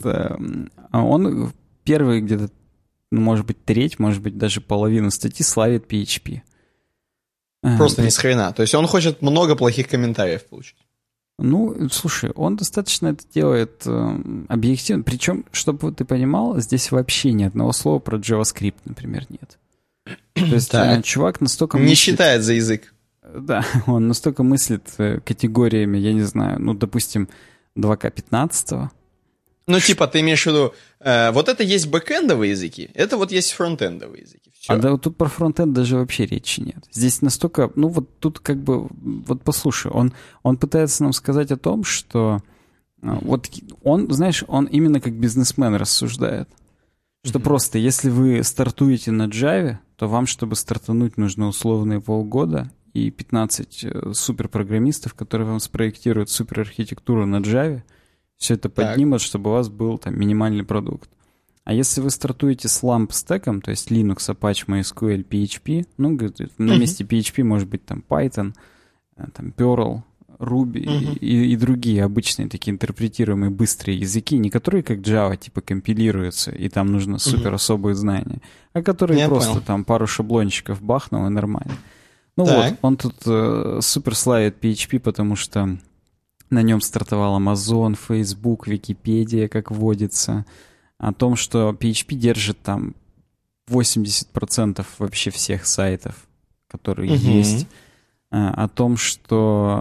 Он первый где-то, ну, может быть, треть, может быть, даже половину статьи славит пи эйч пи. Просто ни с хрена. То есть он хочет много плохих комментариев получить. Ну, слушай, он достаточно это делает э, объективно. Причем, чтобы ты понимал, здесь вообще ни одного слова про JavaScript, например, нет. То есть э, чувак настолько не мыслит... считает за язык. Да, он настолько мыслит э, категориями, я не знаю, ну, допустим, два ка пятнадцать. Ну, типа, ты имеешь в виду, э, вот это есть бэкэндовые языки, это вот есть фронтендовые языки. Все. А да, вот тут про фронтенд даже вообще речи нет. Здесь настолько, ну вот тут как бы, вот послушай, он, он пытается нам сказать о том, что э, вот он, знаешь, он именно как бизнесмен рассуждает. Что mm-hmm. просто, если вы стартуете на Java, то вам, чтобы стартануть, нужно условные полгода и пятнадцать э, суперпрограммистов, которые вам спроектируют суперархитектуру на Java. Все это поднимут, так. чтобы у вас был там минимальный продукт. А если вы стартуете с ламп стеком, то есть Linux, Apache, MySQL, пи эйч пи, ну, mm-hmm. на месте пи эйч пи может быть там Python, там Perl, Ruby mm-hmm. и, и другие обычные такие интерпретируемые быстрые языки, не которые как Java типа компилируются, и там нужно супер особые mm-hmm. знания, а которые Я просто понял. Там пару шаблончиков бахнул и нормально. Ну так. вот, он тут э, супер славит пи эйч пи, потому что на нем стартовал Amazon, Facebook, Википедия, как водится. О том, что пи эйч пи держит там восемьдесят процентов вообще всех сайтов, которые mm-hmm. есть. О том, что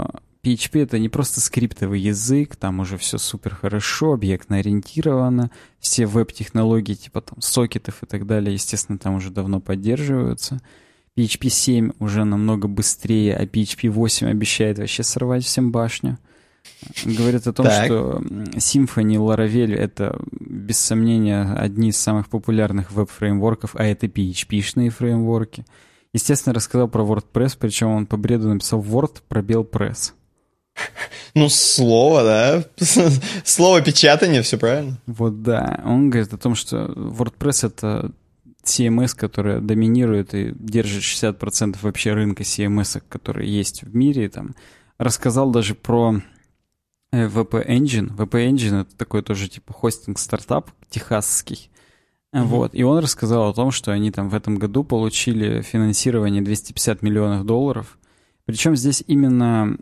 пи эйч пи — это не просто скриптовый язык, там уже все супер хорошо, объектно ориентировано, все веб-технологии типа там сокетов и так далее, естественно, там уже давно поддерживаются. пи эйч пи семь уже намного быстрее, а пи эйч пи восемь обещает вообще сорвать всем башню. Говорят о том, так. что Symfony и Laravel — это, без сомнения, одни из самых популярных веб-фреймворков, а это пи эйч пи-шные фреймворки. Естественно, рассказал про WordPress, причем он по бреду написал Word, пробел пресс. Ну, слово, да? Слово печатание, все правильно. Вот да. Он говорит о том, что WordPress — это си эм эс, которая доминирует и держит шестьдесят процентов вообще рынка си эм эс, которые есть в мире. Там рассказал даже про ви пи Engine. ви пи Engine — это такой тоже типа хостинг-стартап техасский. Mm-hmm. Вот. И он рассказал о том, что они там в этом году получили финансирование двести пятьдесят миллионов долларов. Причем здесь именно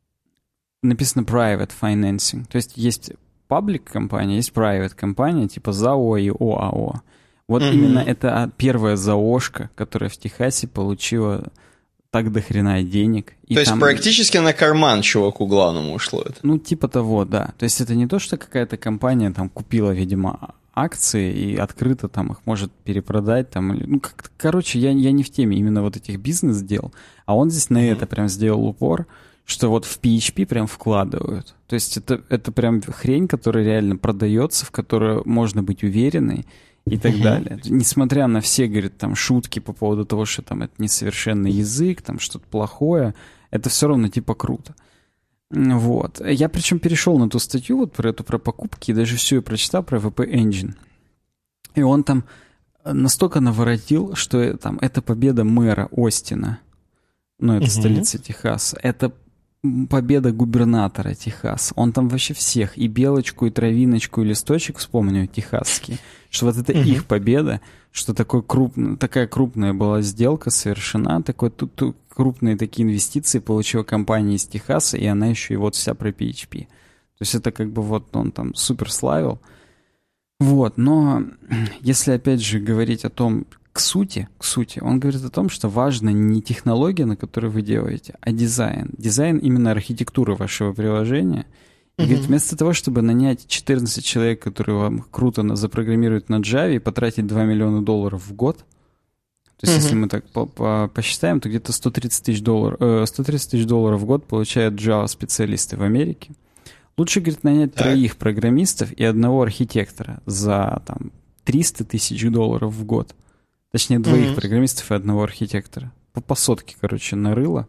написано private financing. То есть есть public компания, есть private компания, типа ЗАО и ОАО. Вот mm-hmm. именно это первая ЗАОшка, которая в Техасе получила так до хрена денег. И то там... есть практически на карман чуваку главному ушло это? Ну, типа того, да. То есть это не то, что какая-то компания там купила, видимо, акции и открыто там их может перепродать. Там, ну, как короче, я, я не в теме именно вот этих бизнес-дел, а он здесь на mm-hmm. это прям сделал упор, что вот в пи эйч пи прям вкладывают. То есть это, это прям хрень, которая реально продается, в которую можно быть уверенной и так uh-huh. далее. Несмотря на все, говорит, там шутки по поводу того, что там это несовершенный язык, там что-то плохое, это все равно типа круто. Вот. Я причем перешел на ту статью вот про эту, про покупки, и даже всю ее прочитал про ви пи Engine. И он там настолько наворотил, что там это победа мэра Остина, ну это uh-huh. столица Техаса, это победа губернатора Техаса. Он там вообще всех, и Белочку, и Травиночку, и Листочек, вспомню, техасские, что вот это uh-huh. их победа, что такой крупный, такая крупная была сделка совершена, такой, тут, тут крупные такие инвестиции получила компания из Техаса, и она еще и вот вся про пи эйч пи. То есть это как бы вот он там супер славил. Вот, но если опять же говорить о том, к сути, к сути, он говорит о том, что важна не технология, на которой вы делаете, а дизайн. Дизайн именно архитектуры вашего приложения. И mm-hmm. говорит, вместо того, чтобы нанять четырнадцать человек, которые вам круто запрограммируют на Java и потратить два миллиона долларов в год, то есть mm-hmm. если мы так по- по- посчитаем, то где-то сто тридцать тысяч долларов, э, сто тридцать тысяч долларов в год получают Java-специалисты в Америке. Лучше, говорит, нанять так. троих программистов и одного архитектора за там, триста тысяч долларов в год. Точнее, двоих mm-hmm. программистов и одного архитектора. По, по сотке, короче, нарыло.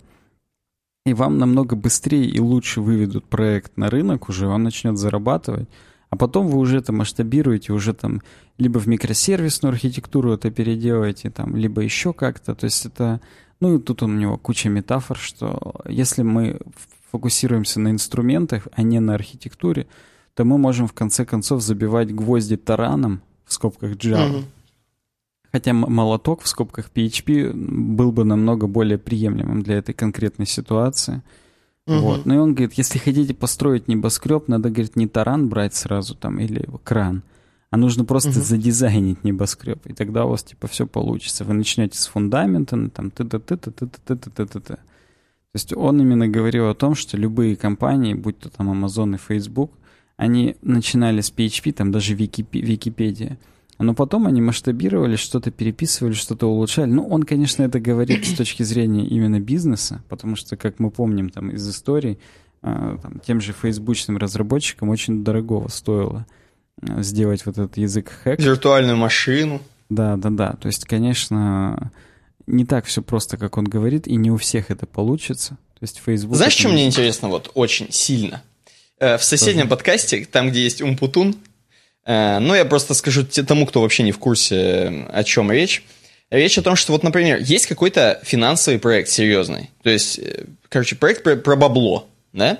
И вам намного быстрее и лучше выведут проект на рынок уже, он начнет зарабатывать. А потом вы уже это масштабируете, уже там либо в микросервисную архитектуру это переделаете, там, либо еще как-то. То есть это... Ну, и тут у него куча метафор, что если мы фокусируемся на инструментах, а не на архитектуре, то мы можем в конце концов забивать гвозди тараном, в скобках Java. Mm-hmm. Хотя молоток в скобках пи эйч пи был бы намного более приемлемым для этой конкретной ситуации. Uh-huh. Вот. Ну и он говорит, если хотите построить небоскреб, надо, говорит, не таран брать сразу там или кран, а нужно просто uh-huh. задизайнить небоскреб, и тогда у вас типа все получится. Вы начнете с фундамента, там ты-ты-ты-ты-ты-ты-ты-ты-ты. То есть он именно говорил о том, что любые компании, будь то там Amazon и Facebook, они начинали с пи эйч пи, там даже Википи- Википедия, но потом они масштабировали, что-то переписывали, что-то улучшали. Ну, он, конечно, это говорит с точки зрения именно бизнеса, потому что, как мы помним там из историй, э, там, тем же фейсбучным разработчикам очень дорогого стоило э, сделать вот этот язык хэк. Виртуальную машину. Да, да, да. То есть, конечно, не так все просто, как он говорит, и не у всех это получится. То есть Facebook... Знаешь, что мне интересно вот очень сильно? Э, в соседнем Тоже. подкасте, там, где есть Умпутун, ну, я просто скажу тому, кто вообще не в курсе, о чем речь. Речь о том, что вот, например, есть какой-то финансовый проект серьезный. То есть, короче, проект про, про бабло, да?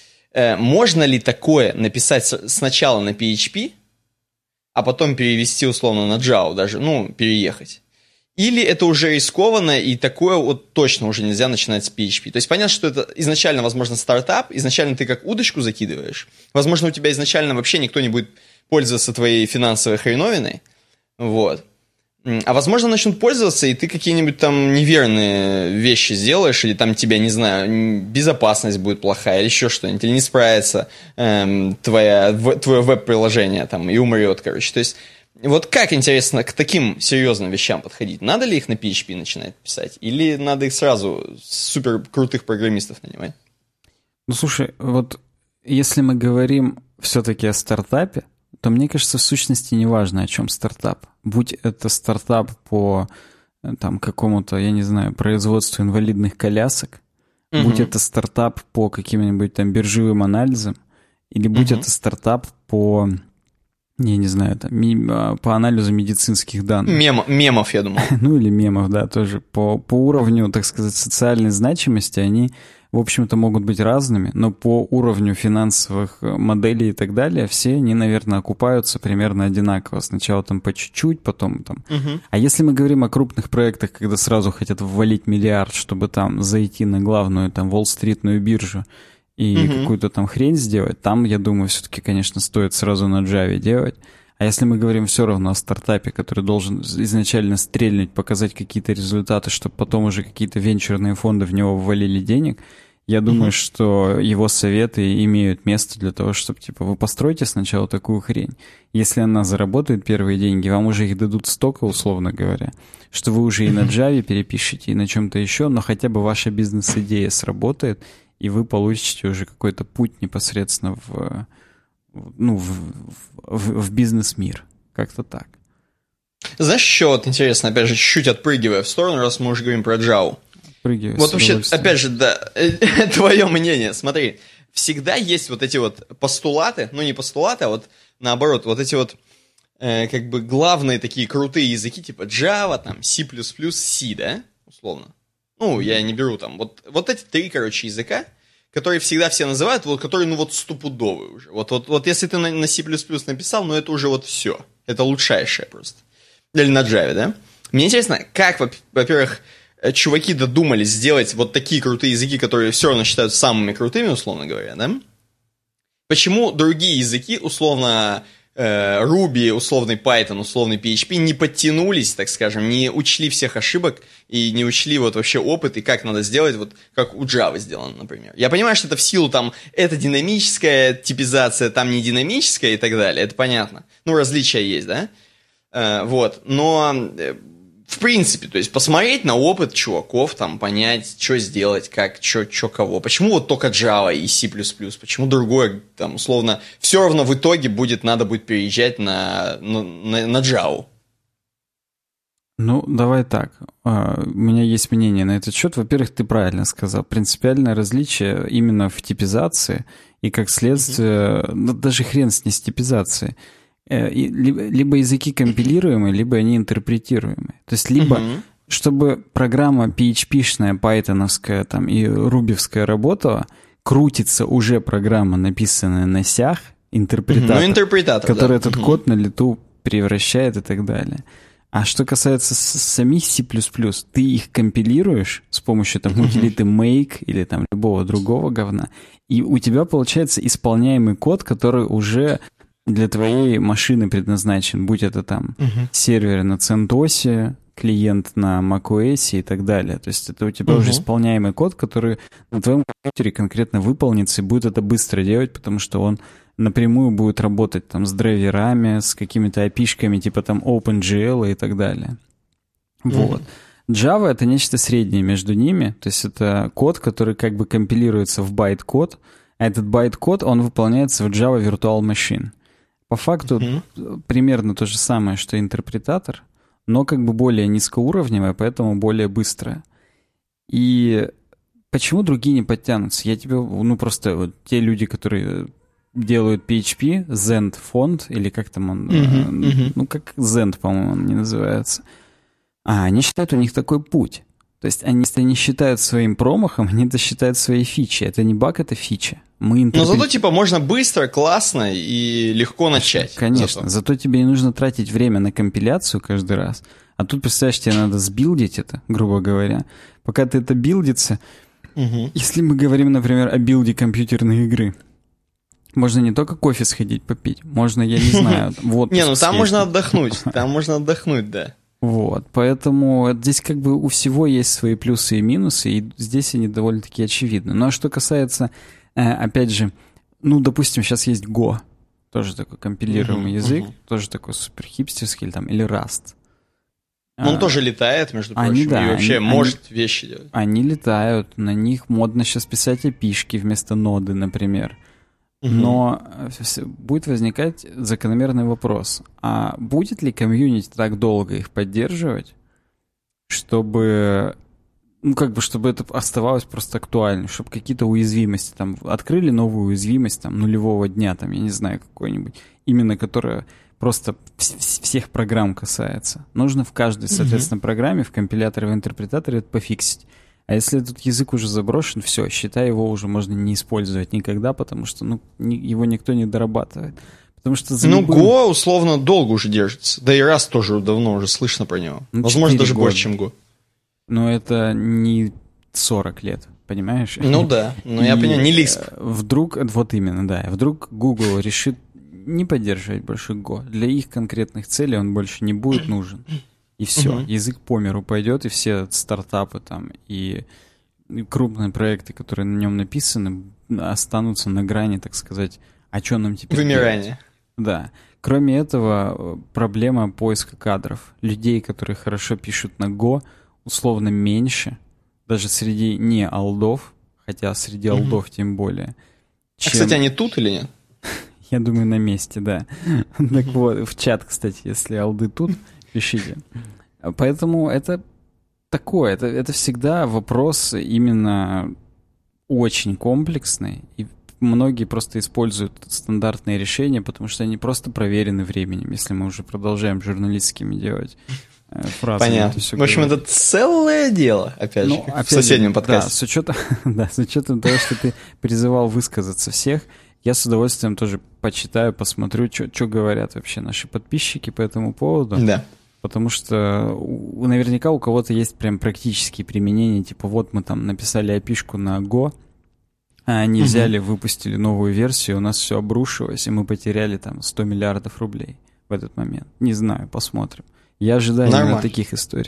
Можно ли такое написать сначала на пи эйч пи, а потом перевести условно на Java даже, ну, переехать? Или это уже рискованно, и такое вот точно уже нельзя начинать с пи эйч пи? То есть понятно, что это изначально, возможно, стартап, изначально ты как удочку закидываешь. Возможно, у тебя изначально вообще никто не будет пользоваться твоей финансовой хреновиной, вот. А возможно, начнут пользоваться, и ты какие-нибудь там неверные вещи сделаешь, или там тебя, не знаю, безопасность будет плохая, или еще что-нибудь, или не справится эм, твоя, в, твое веб-приложение там и умрет, короче. То есть, вот как, интересно, к таким серьезным вещам подходить? Надо ли их на пи эйч пи начинать писать? Или надо их сразу супер крутых программистов нанимать? Ну, слушай, вот если мы говорим все-таки о стартапе, то мне кажется, в сущности не важно, о чем стартап. Будь это стартап по там, какому-то, я не знаю, производству инвалидных колясок, uh-huh. будь это стартап по каким-нибудь там биржевым анализам, или будь uh-huh. это стартап по, я не знаю, там, ми- по анализу медицинских данных. Мем- мемов, я думал. Ну или мемов, да, тоже. По, по уровню, так сказать, социальной значимости они, в общем-то, могут быть разными, но по уровню финансовых моделей и так далее все они, наверное, окупаются примерно одинаково. Сначала там по чуть-чуть, потом там... Uh-huh. А если мы говорим о крупных проектах, когда сразу хотят ввалить миллиард, чтобы там зайти на главную там Уолл-стритную биржу и uh-huh. какую-то там хрень сделать, там, я думаю, все-таки, конечно, стоит сразу на Java делать. А если мы говорим все равно о стартапе, который должен изначально стрельнуть, показать какие-то результаты, чтобы потом уже какие-то венчурные фонды в него ввалили денег, я думаю, uh-huh. что его советы имеют место для того, чтобы, типа, вы постройте сначала такую хрень. Если она заработает первые деньги, вам уже их дадут столько, условно говоря, что вы уже и на Java перепишете, и на чем-то еще, но хотя бы ваша бизнес-идея сработает, и вы получите уже какой-то путь непосредственно в, ну, в, в, в бизнес-мир. Как-то так. Знаешь, еще вот интересно, опять же, чуть-чуть отпрыгивая в сторону, раз мы уже говорим про Java. Вот вообще, опять же, да, твое мнение, смотри, всегда есть вот эти вот постулаты, ну не постулаты, а вот наоборот, вот эти вот э, как бы главные такие крутые языки, типа Java, там, C++, C, да, условно. Ну, я не беру там, вот, вот эти три, короче, языка, которые всегда все называют, вот, которые, ну вот, стопудовые уже. Вот, вот, вот если ты на, на C++ написал, ну это уже вот все, это лучшайшее просто. Или на Java, да? Мне интересно, как, во-первых, чуваки додумались сделать вот такие крутые языки, которые все равно считают самыми крутыми, условно говоря, да? Почему другие языки, условно э, Ruby, условный Python, условный пи эйч пи, не подтянулись, так скажем, не учли всех ошибок и не учли вот вообще опыт и как надо сделать, вот как у Java сделано, например. Я понимаю, что это в силу там, это динамическая типизация, там не динамическая и так далее, это понятно. Ну, различия есть, да? Э, вот, но... В принципе, то есть посмотреть на опыт чуваков, там, понять, что сделать, как, что, что, кого. Почему вот только Java и C++, почему другое, там, условно, все равно в итоге будет, надо будет переезжать на, на, на Java. Ну, давай так. У меня есть мнение на этот счет. Во-первых, ты правильно сказал. Принципиальное различие именно в типизации и, как следствие, mm-hmm. ну, даже хрен с ней с типизацией. Либо языки компилируемые, либо они интерпретируемые. То есть либо, uh-huh. чтобы программа пи эйч пи-шная, пайтоновская там, и рубевская работала, крутится уже программа, написанная на сях, интерпретатор, uh-huh. ну, интерпретатор который да. этот uh-huh. код на лету превращает и так далее. А что касается самих C++, ты их компилируешь с помощью там, uh-huh. утилиты make или там, любого другого говна, и у тебя получается исполняемый код, который уже... для твоей машины предназначен, будь это там uh-huh. сервер на CentOS, клиент на macOS и так далее. То есть это у тебя uh-huh. уже исполняемый код, который на твоем компьютере конкретно выполнится, и будет это быстро делать, потому что он напрямую будет работать там с драйверами, с какими-то эй пи ай-шками типа там OpenGL и так далее. Uh-huh. Вот. Java — это нечто среднее между ними, то есть это код, который как бы компилируется в байт-код, а этот байт-код, он выполняется в Java Virtual Machine. По факту mm-hmm. примерно то же самое, что интерпретатор, но как бы более низкоуровневое, поэтому более быстрое. И почему другие не подтянутся? Я тебе, ну просто вот те люди, которые делают пи эйч пи, Zend фонд, или как там он, mm-hmm. Mm-hmm. ну как Zend, по-моему, он не называется, а они считают, у них такой путь. То есть они, если не считают своим промахом, они это считают своей фичей. Это не баг, это фича. Мы интерпрет... Но зато типа можно быстро, классно и легко начать. Конечно. Зато. зато тебе не нужно тратить время на компиляцию каждый раз. А тут, представляешь, тебе надо сбилдить это, грубо говоря. Пока ты это билдится, угу. если мы говорим, например, о билде компьютерной игры, можно не только кофе сходить попить, можно, я не знаю, вот. Не, ну там можно отдохнуть, там можно отдохнуть, да. Вот, поэтому здесь как бы у всего есть свои плюсы и минусы, и здесь они довольно-таки очевидны. Ну а что касается, опять же, ну, допустим, сейчас есть Go, тоже такой компилируемый uh-huh, язык, uh-huh. тоже такой супер хипстерский, там, или Rust. Он а, тоже летает, между прочим, они, да, и вообще они, может они, вещи делать. Они летают, на них модно сейчас писать эй пи ай-шки вместо ноды, например. Uh-huh. Но будет возникать закономерный вопрос, а будет ли комьюнити так долго их поддерживать, чтобы... Ну, как бы, чтобы это оставалось просто актуальным, чтобы какие-то уязвимости, там, открыли новую уязвимость, там, нулевого дня, там, я не знаю, какой-нибудь, именно которая просто вс- всех программ касается. Нужно в каждой, соответственно, mm-hmm. программе, в компиляторе, в интерпретаторе это пофиксить. А если этот язык уже заброшен, все, считай, его уже можно не использовать никогда, потому что, ну, ни, его никто не дорабатывает. Потому что за ну, любым... Go, условно, долго уже держится. Да и Rust тоже давно уже слышно про него. Ну, возможно, даже года. Больше, чем Go. Но это не сорок лет, понимаешь? Ну да, но я понимаю, не Lisp. Вдруг, вот именно, да, вдруг Google решит не поддерживать больше Go. Для их конкретных целей он больше не будет нужен. И все, uh-huh. язык по миру пойдет, и все стартапы там, и крупные проекты, которые на нем написаны, останутся на грани, так сказать, а что нам теперь вымирание. Делать? Да. Кроме этого, проблема поиска кадров. Людей, которые хорошо пишут на Go, условно меньше, даже среди не алдов, хотя среди угу. алдов тем более. Чем... А, кстати, они тут или нет? Я думаю, на месте, да. Так вот, в чат, кстати, если алды тут, пишите. Поэтому это такое, это, это всегда вопрос именно очень комплексный, и многие просто используют стандартные решения, потому что они просто проверены временем, если мы уже продолжаем журналистскими делать. Фразы. Понятно. В общем, говорит. Это целое дело, опять ну, же, опять в соседнем же, подкасте. Да с, учетом, да, с учетом того, что ты призывал высказаться всех, я с удовольствием тоже почитаю, посмотрю, что говорят вообще наши подписчики по этому поводу. Да. Потому что у, наверняка у кого-то есть прям практические применения, типа вот мы там написали эй пи ай-шку на Go, а они угу. взяли, выпустили новую версию, у нас все обрушилось, и мы потеряли там сто миллиардов рублей в этот момент. Не знаю, посмотрим. Я ожидаю именно таких историй.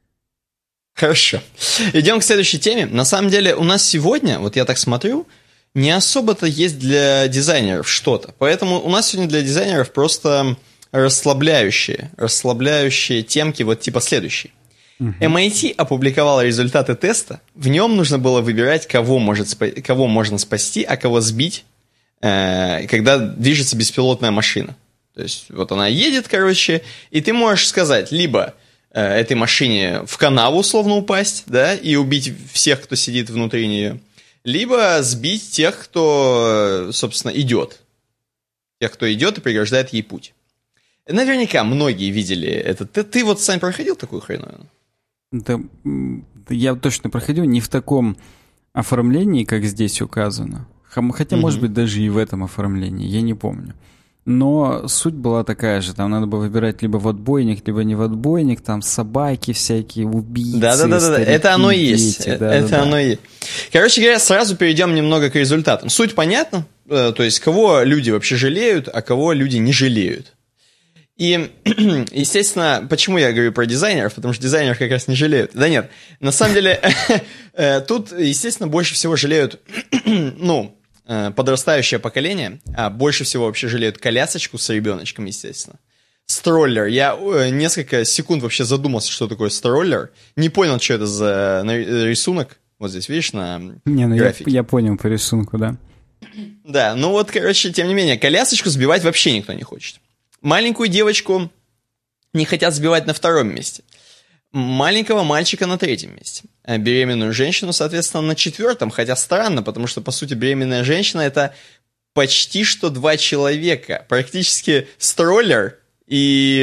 Хорошо. Идем к следующей теме. На самом деле у нас сегодня, вот я так смотрю, не особо-то есть для дизайнеров что-то. Поэтому у нас сегодня для дизайнеров просто расслабляющие, расслабляющие темки, вот типа следующие. Uh-huh. эм ай ти опубликовала результаты теста. В нем нужно было выбирать, кого, может спа- кого можно спасти, а кого сбить, э- когда движется беспилотная машина. То есть вот она едет, короче, и ты можешь сказать, либо э, этой машине в канаву условно упасть, да, и убить всех, кто сидит внутри нее, либо сбить тех, кто, собственно, идет. Тех, кто идет и преграждает ей путь. Наверняка многие видели это. Ты, ты вот сам проходил такую хреновину? Да, я точно проходил, не в таком оформлении, как здесь указано. Хотя, mm-hmm. может быть, даже и в этом оформлении, я не помню. Но суть была такая же, там надо было выбирать либо в отбойник, либо не в отбойник, там собаки всякие, убийцы, Да-да-да, старики, это оно и дети, есть, да, это да, оно да. и есть. Короче говоря, сразу перейдем немного к результатам. Суть понятна, то есть кого люди вообще жалеют, а кого люди не жалеют. И, естественно, почему я говорю про дизайнеров, потому что дизайнеров как раз не жалеют. Да нет, на самом деле, тут, естественно, больше всего жалеют, ну... подрастающее поколение, а больше всего вообще жалеют колясочку с ребеночком, естественно. Строллер. Я несколько секунд вообще задумался, что такое строллер. Не понял, что это за рисунок. Вот здесь, видишь, на не, ну графике. Я, я понял по рисунку, да. Да, ну вот, короче, тем не менее, колясочку сбивать вообще никто не хочет. Маленькую девочку не хотят сбивать на втором месте. Маленького мальчика на третьем месте. А беременную женщину, соответственно, на четвертом. Хотя странно, потому что, по сути, беременная женщина – это почти что два человека. Практически строллер и...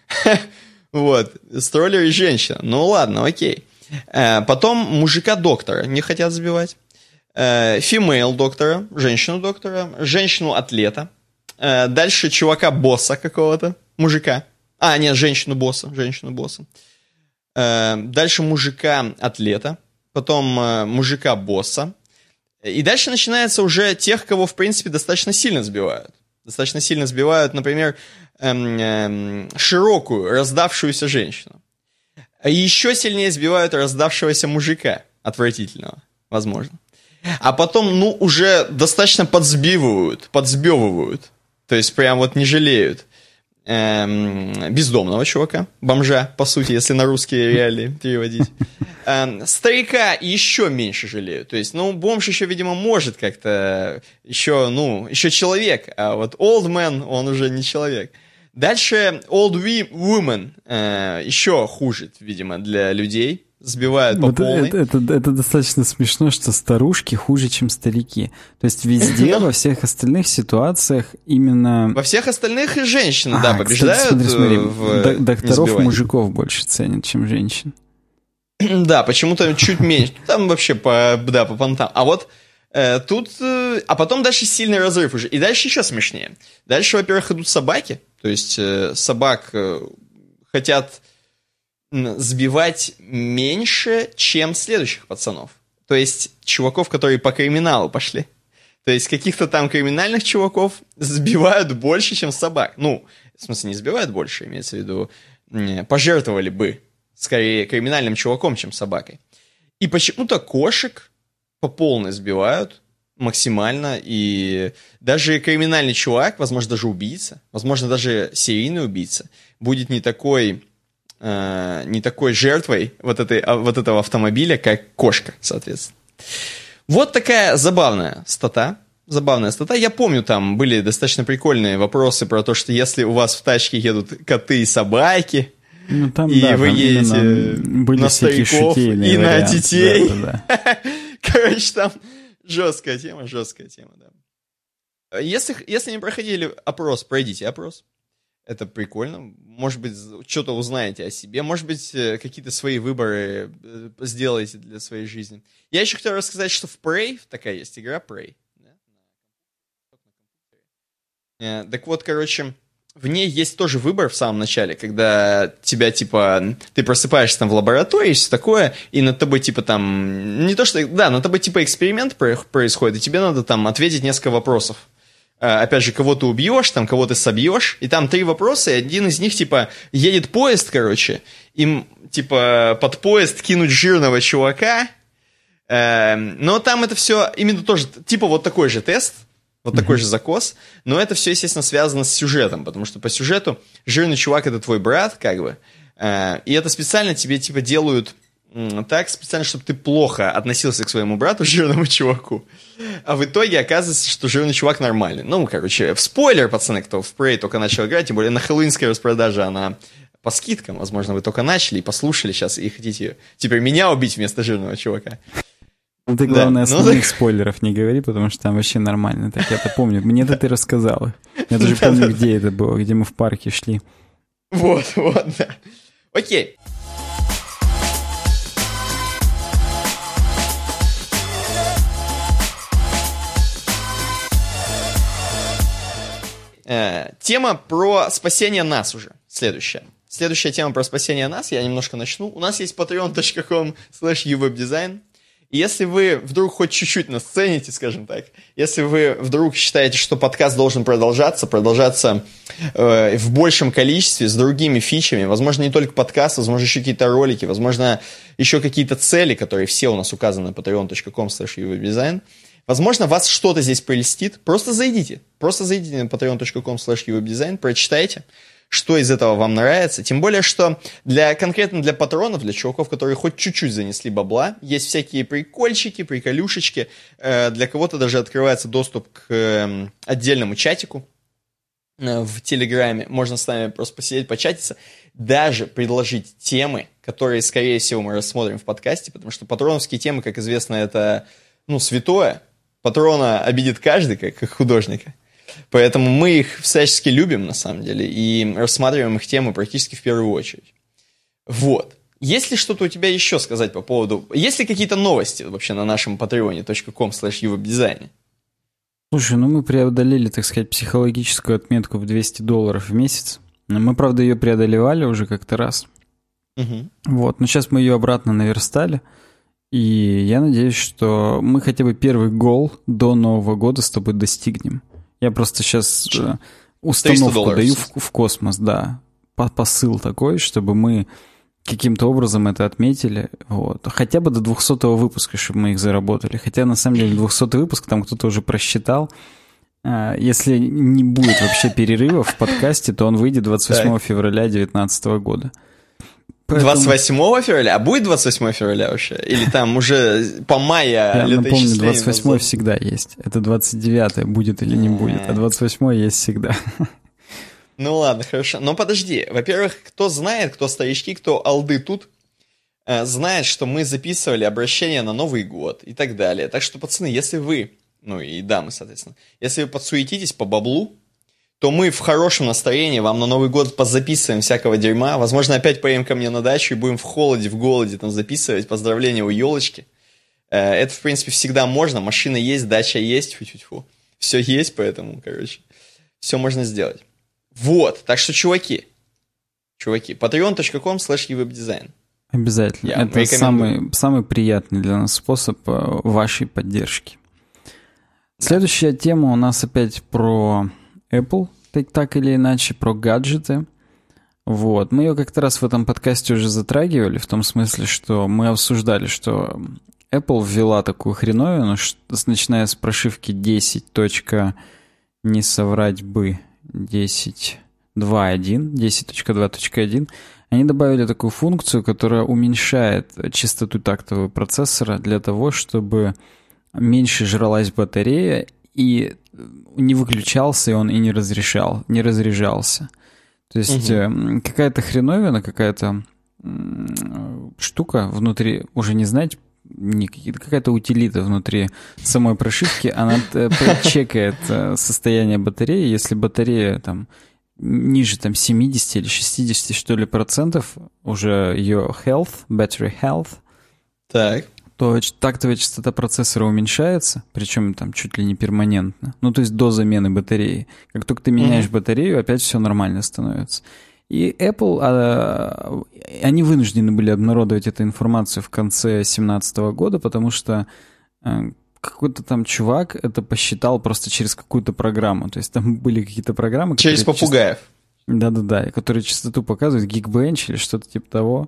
вот, строллер и женщина. Ну ладно, окей. Потом мужика-доктора не хотят сбивать. Фимейл-доктора, женщину-доктора. Женщину-атлета. Дальше чувака-босса какого-то. Мужика. А, нет, женщину-босса. Женщину-босса. Дальше мужика-атлета, потом мужика-босса. И дальше начинается уже тех, кого, в принципе, достаточно сильно сбивают. Достаточно сильно сбивают, например, эм, эм, широкую, раздавшуюся женщину. А еще сильнее сбивают раздавшегося мужика, отвратительного, возможно. А потом, ну, уже достаточно подсбивывают, подсбивывают, то есть прям вот не жалеют эм, бездомного чувака, бомжа, по сути, если на русские реалии переводить. Эм, старика еще меньше жалеют, то есть, ну, бомж еще, видимо, может как-то, еще, ну, еще человек, а вот old man, он уже не человек. Дальше old woman, э, еще хуже, видимо, для людей. Сбивают по вот полной. Это, это, это достаточно смешно, что старушки хуже, чем старики. То есть везде, во всех остальных ситуациях именно... Во всех остальных и женщины, а, да, побеждают. Кстати, смотри, смотри, в докторов мужиков больше ценят, чем женщин. Да, почему-то чуть меньше. Там вообще по, да, по понтам. А вот э, тут... Э, а потом дальше сильный разрыв уже. И дальше еще смешнее. Дальше, во-первых, идут собаки. То есть э, собак э, хотят... сбивать меньше, чем следующих пацанов. То есть чуваков, которые по криминалу пошли. То есть каких-то там криминальных чуваков сбивают больше, чем собак. Ну, в смысле, не сбивают больше, имеется в виду, пожертвовали бы скорее криминальным чуваком, чем собакой. И почему-то кошек по полной сбивают максимально. И даже криминальный чувак, возможно, даже убийца, возможно, даже серийный убийца, будет не такой... не такой жертвой вот, этой, вот этого автомобиля, как кошка, соответственно. Вот такая забавная стата. Забавная стата. Я помню, там были достаточно прикольные вопросы про то, что если у вас в тачке едут коты и собаки, ну, там, и да, вы едете на стариков и вариант, на детей. Да, да, да. Короче, там жесткая тема, жесткая тема, да. Если, если не проходили опрос, пройдите опрос. Это прикольно. Может быть, что-то узнаете о себе. Может быть, какие-то свои выборы сделаете для своей жизни. Я еще хотел рассказать, что в Prey, такая есть игра Prey. Да? Так вот, короче, в ней есть тоже выбор в самом начале, когда тебя, типа, ты просыпаешься там в лаборатории, все такое, и над тобой, типа, там, не то что, да, над тобой, типа, эксперимент происходит, и тебе надо там ответить несколько вопросов. Опять же, кого ты убьешь, там, кого ты собьешь, и там три вопроса, и один из них, типа, едет поезд, короче, им, типа, под поезд кинуть жирного чувака, э, но там это все именно тоже, типа, вот такой же тест, вот mm-hmm. такой же закос, но это все, естественно, связано с сюжетом, потому что по сюжету жирный чувак — это твой брат, как бы, э, и это специально тебе, типа, делают... так, специально, чтобы ты плохо относился к своему брату, жирному чуваку. А в итоге оказывается, что жирный чувак нормальный. Ну, короче, в спойлер, пацаны, кто в Prey только начал играть, тем более на хэллоуинской распродаже она по скидкам. Возможно, вы только начали и послушали сейчас, и хотите теперь меня убить вместо жирного чувака. Ну, ты, главное, да, основных ну, так... спойлеров не говори, потому что там вообще нормально. Так я-то помню. Мне-то ты рассказал. Я даже помню, где это было, где мы в парке шли. Вот, вот, да. Окей. Тема про спасение нас уже. Следующая. Следующая тема про спасение нас. Я немножко начну. У нас есть patreon точка com слэш uwebdesign. И если вы вдруг хоть чуть-чуть нас цените, скажем так, если вы вдруг считаете, что подкаст должен продолжаться, продолжаться э, в большем количестве, с другими фичами, возможно, не только подкаст, возможно, еще какие-то ролики, возможно, еще какие-то цели, которые все у нас указаны на patreon точка com слэш uwebdesign, возможно, вас что-то здесь прельстит, просто зайдите. Просто зайдите на patreon точка com слэш uwebdesign, прочитайте, что из этого вам нравится. Тем более, что для, конкретно для патронов, для чуваков, которые хоть чуть-чуть занесли бабла, есть всякие прикольчики, приколюшечки. Э, для кого-то даже открывается доступ к э, отдельному чатику э, в Телеграме. Можно с нами просто посидеть, початиться. Даже предложить темы, которые, скорее всего, мы рассмотрим в подкасте, потому что патроновские темы, как известно, это, ну, святое. Патрона обидит каждый, как художника. Поэтому мы их всячески любим, на самом деле, и рассматриваем их темы практически в первую очередь. Вот. Есть ли что-то у тебя еще сказать по поводу... Есть ли какие-то новости вообще на нашем patreon точка com слэш uwebdesign? Слушай, ну мы преодолели, так сказать, психологическую отметку в двести долларов в месяц. Мы, правда, ее преодолевали уже как-то раз. Угу. Вот, но сейчас мы ее обратно наверстали. И я надеюсь, что мы хотя бы первый гол до Нового года с тобой достигнем. Я просто сейчас установку даю в, в космос, да. Посыл такой, чтобы мы каким-то образом это отметили. Вот. Хотя бы до двухсотого выпуска, чтобы мы их заработали. Хотя, на самом деле, двухсотый выпуск там кто-то уже просчитал. Если не будет вообще перерыва в подкасте, то он выйдет двадцать восьмого февраля две тысячи девятнадцатого года. Поэтому... двадцать восьмого февраля? А будет двадцать восьмого февраля вообще? Или там уже по мая летоисчисления? Я напомню, двадцать восьмое всегда есть. Это двадцать девятое будет или не будет, а двадцать восьмое есть всегда. Ну ладно, хорошо. Но подожди. Во-первых, кто знает, кто старички, кто алды тут, знает, что мы записывали обращение на Новый год и так далее. Так что, пацаны, если вы, ну и дамы, соответственно, если вы подсуетитесь по баблу, то мы в хорошем настроении вам на Новый год позаписываем всякого дерьма. Возможно, опять поедем ко мне на дачу и будем в холоде, в голоде там записывать поздравления у елочки. Это, в принципе, всегда можно. Машина есть, дача есть, фу-фу-фу. Все есть, поэтому, короче, все можно сделать. Вот, так что, чуваки, чуваки, patreon точка ком слэш e-webdesign. Обязательно. Я Это самый, самый приятный для нас способ вашей поддержки. Да. Следующая тема у нас опять про Apple, так, так или иначе, про гаджеты. Вот. Мы ее как-то раз в этом подкасте уже затрагивали, в том смысле, что мы обсуждали, что Apple ввела такую хреновину, что, начиная с прошивки десять. Не соврать бы... десять точка два точка один, десять точка два точка один, они добавили такую функцию, которая уменьшает частоту тактового процессора для того, чтобы меньше жралась батарея и не выключался, и он и не разрешал, не разряжался. То есть угу. какая-то хреновина, какая-то штука внутри, уже не знаете, не какая-то утилита внутри самой прошивки, она чекает состояние батареи. Если батарея там ниже там семьдесят или шестьдесят что ли процентов, уже ее health, battery health, так. то тактовая частота процессора уменьшается, причем там чуть ли не перманентно. Ну, то есть до замены батареи. Как только ты меняешь mm-hmm. батарею, опять все нормально становится. И Apple, а, они вынуждены были обнародовать эту информацию в конце две тысячи семнадцатого года, потому что а, какой-то там чувак это посчитал просто через какую-то программу. То есть там были какие-то программы... Через попугаев. Часто... Да-да-да, которые частоту показывают, Geekbench или что-то типа того.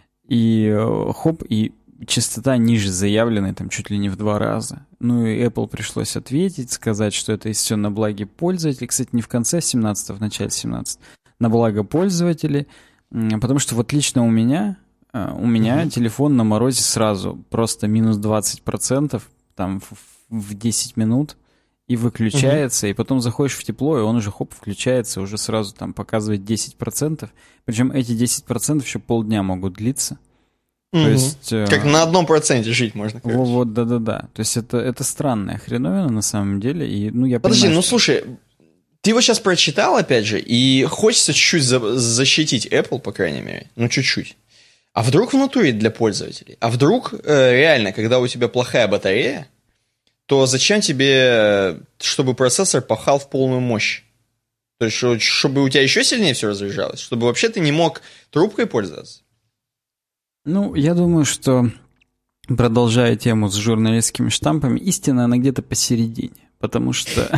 И хоп, и частота ниже заявленной, там чуть ли не в два раза. Ну и Apple пришлось ответить, сказать, что это все на благе пользователей. Кстати, не в конце семнадцатого, в начале семнадцатого. На благо пользователей, потому что вот лично у меня, у меня mm-hmm. телефон на морозе сразу просто минус двадцать процентов там в, в десять минут и выключается, mm-hmm. и потом заходишь в тепло, и он уже хоп, включается, уже сразу там показывает десять процентов, причем эти десять процентов еще полдня могут длиться. Mm-hmm. То есть, как э, на одном проценте жить можно, короче. Вот, вот, да-да-да. То есть это, это странная хреновина на самом деле, и ну я Подожди, понимаю, ну что... слушай... Ты его сейчас прочитал, опять же, и хочется чуть-чуть за- защитить Apple, по крайней мере. Ну, чуть-чуть. А вдруг в натуре для пользователей? А вдруг э, реально, когда у тебя плохая батарея, то зачем тебе, чтобы процессор пахал в полную мощь? То есть, чтобы у тебя еще сильнее все разряжалось? Чтобы вообще ты не мог трубкой пользоваться? Ну, я думаю, что, продолжая тему с журналистскими штампами, истина, она где-то посередине. Потому что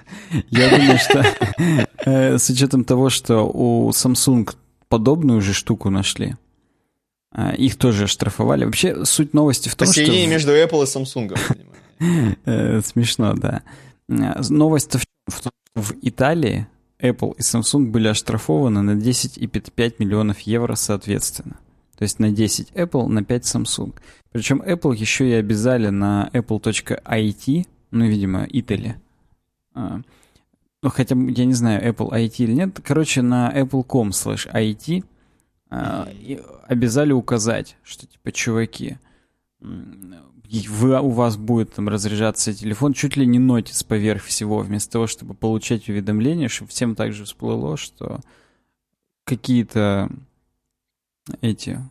я думаю, что э, с учетом того, что у Samsung подобную же штуку нашли, э, их тоже оштрафовали. Вообще суть новости в том, что... Посередине между Apple и Samsung. э, смешно, да. Новость в, в том, что в Италии Apple и Samsung были оштрафованы на десять и пять миллионов евро соответственно. То есть на десять Apple, на пять Samsung. Причем Apple еще и обязали на apple точка ай ти, ну, видимо, Italy. А, ну, хотя, я не знаю, Apple ай ти или нет. Короче, на apple точка ком слэш ай ти а, обязали указать, что, типа, чуваки, вы, у вас будет там разряжаться телефон, чуть ли не нотис поверх всего, вместо того, чтобы получать уведомления, чтобы всем также всплыло, что какие-то эти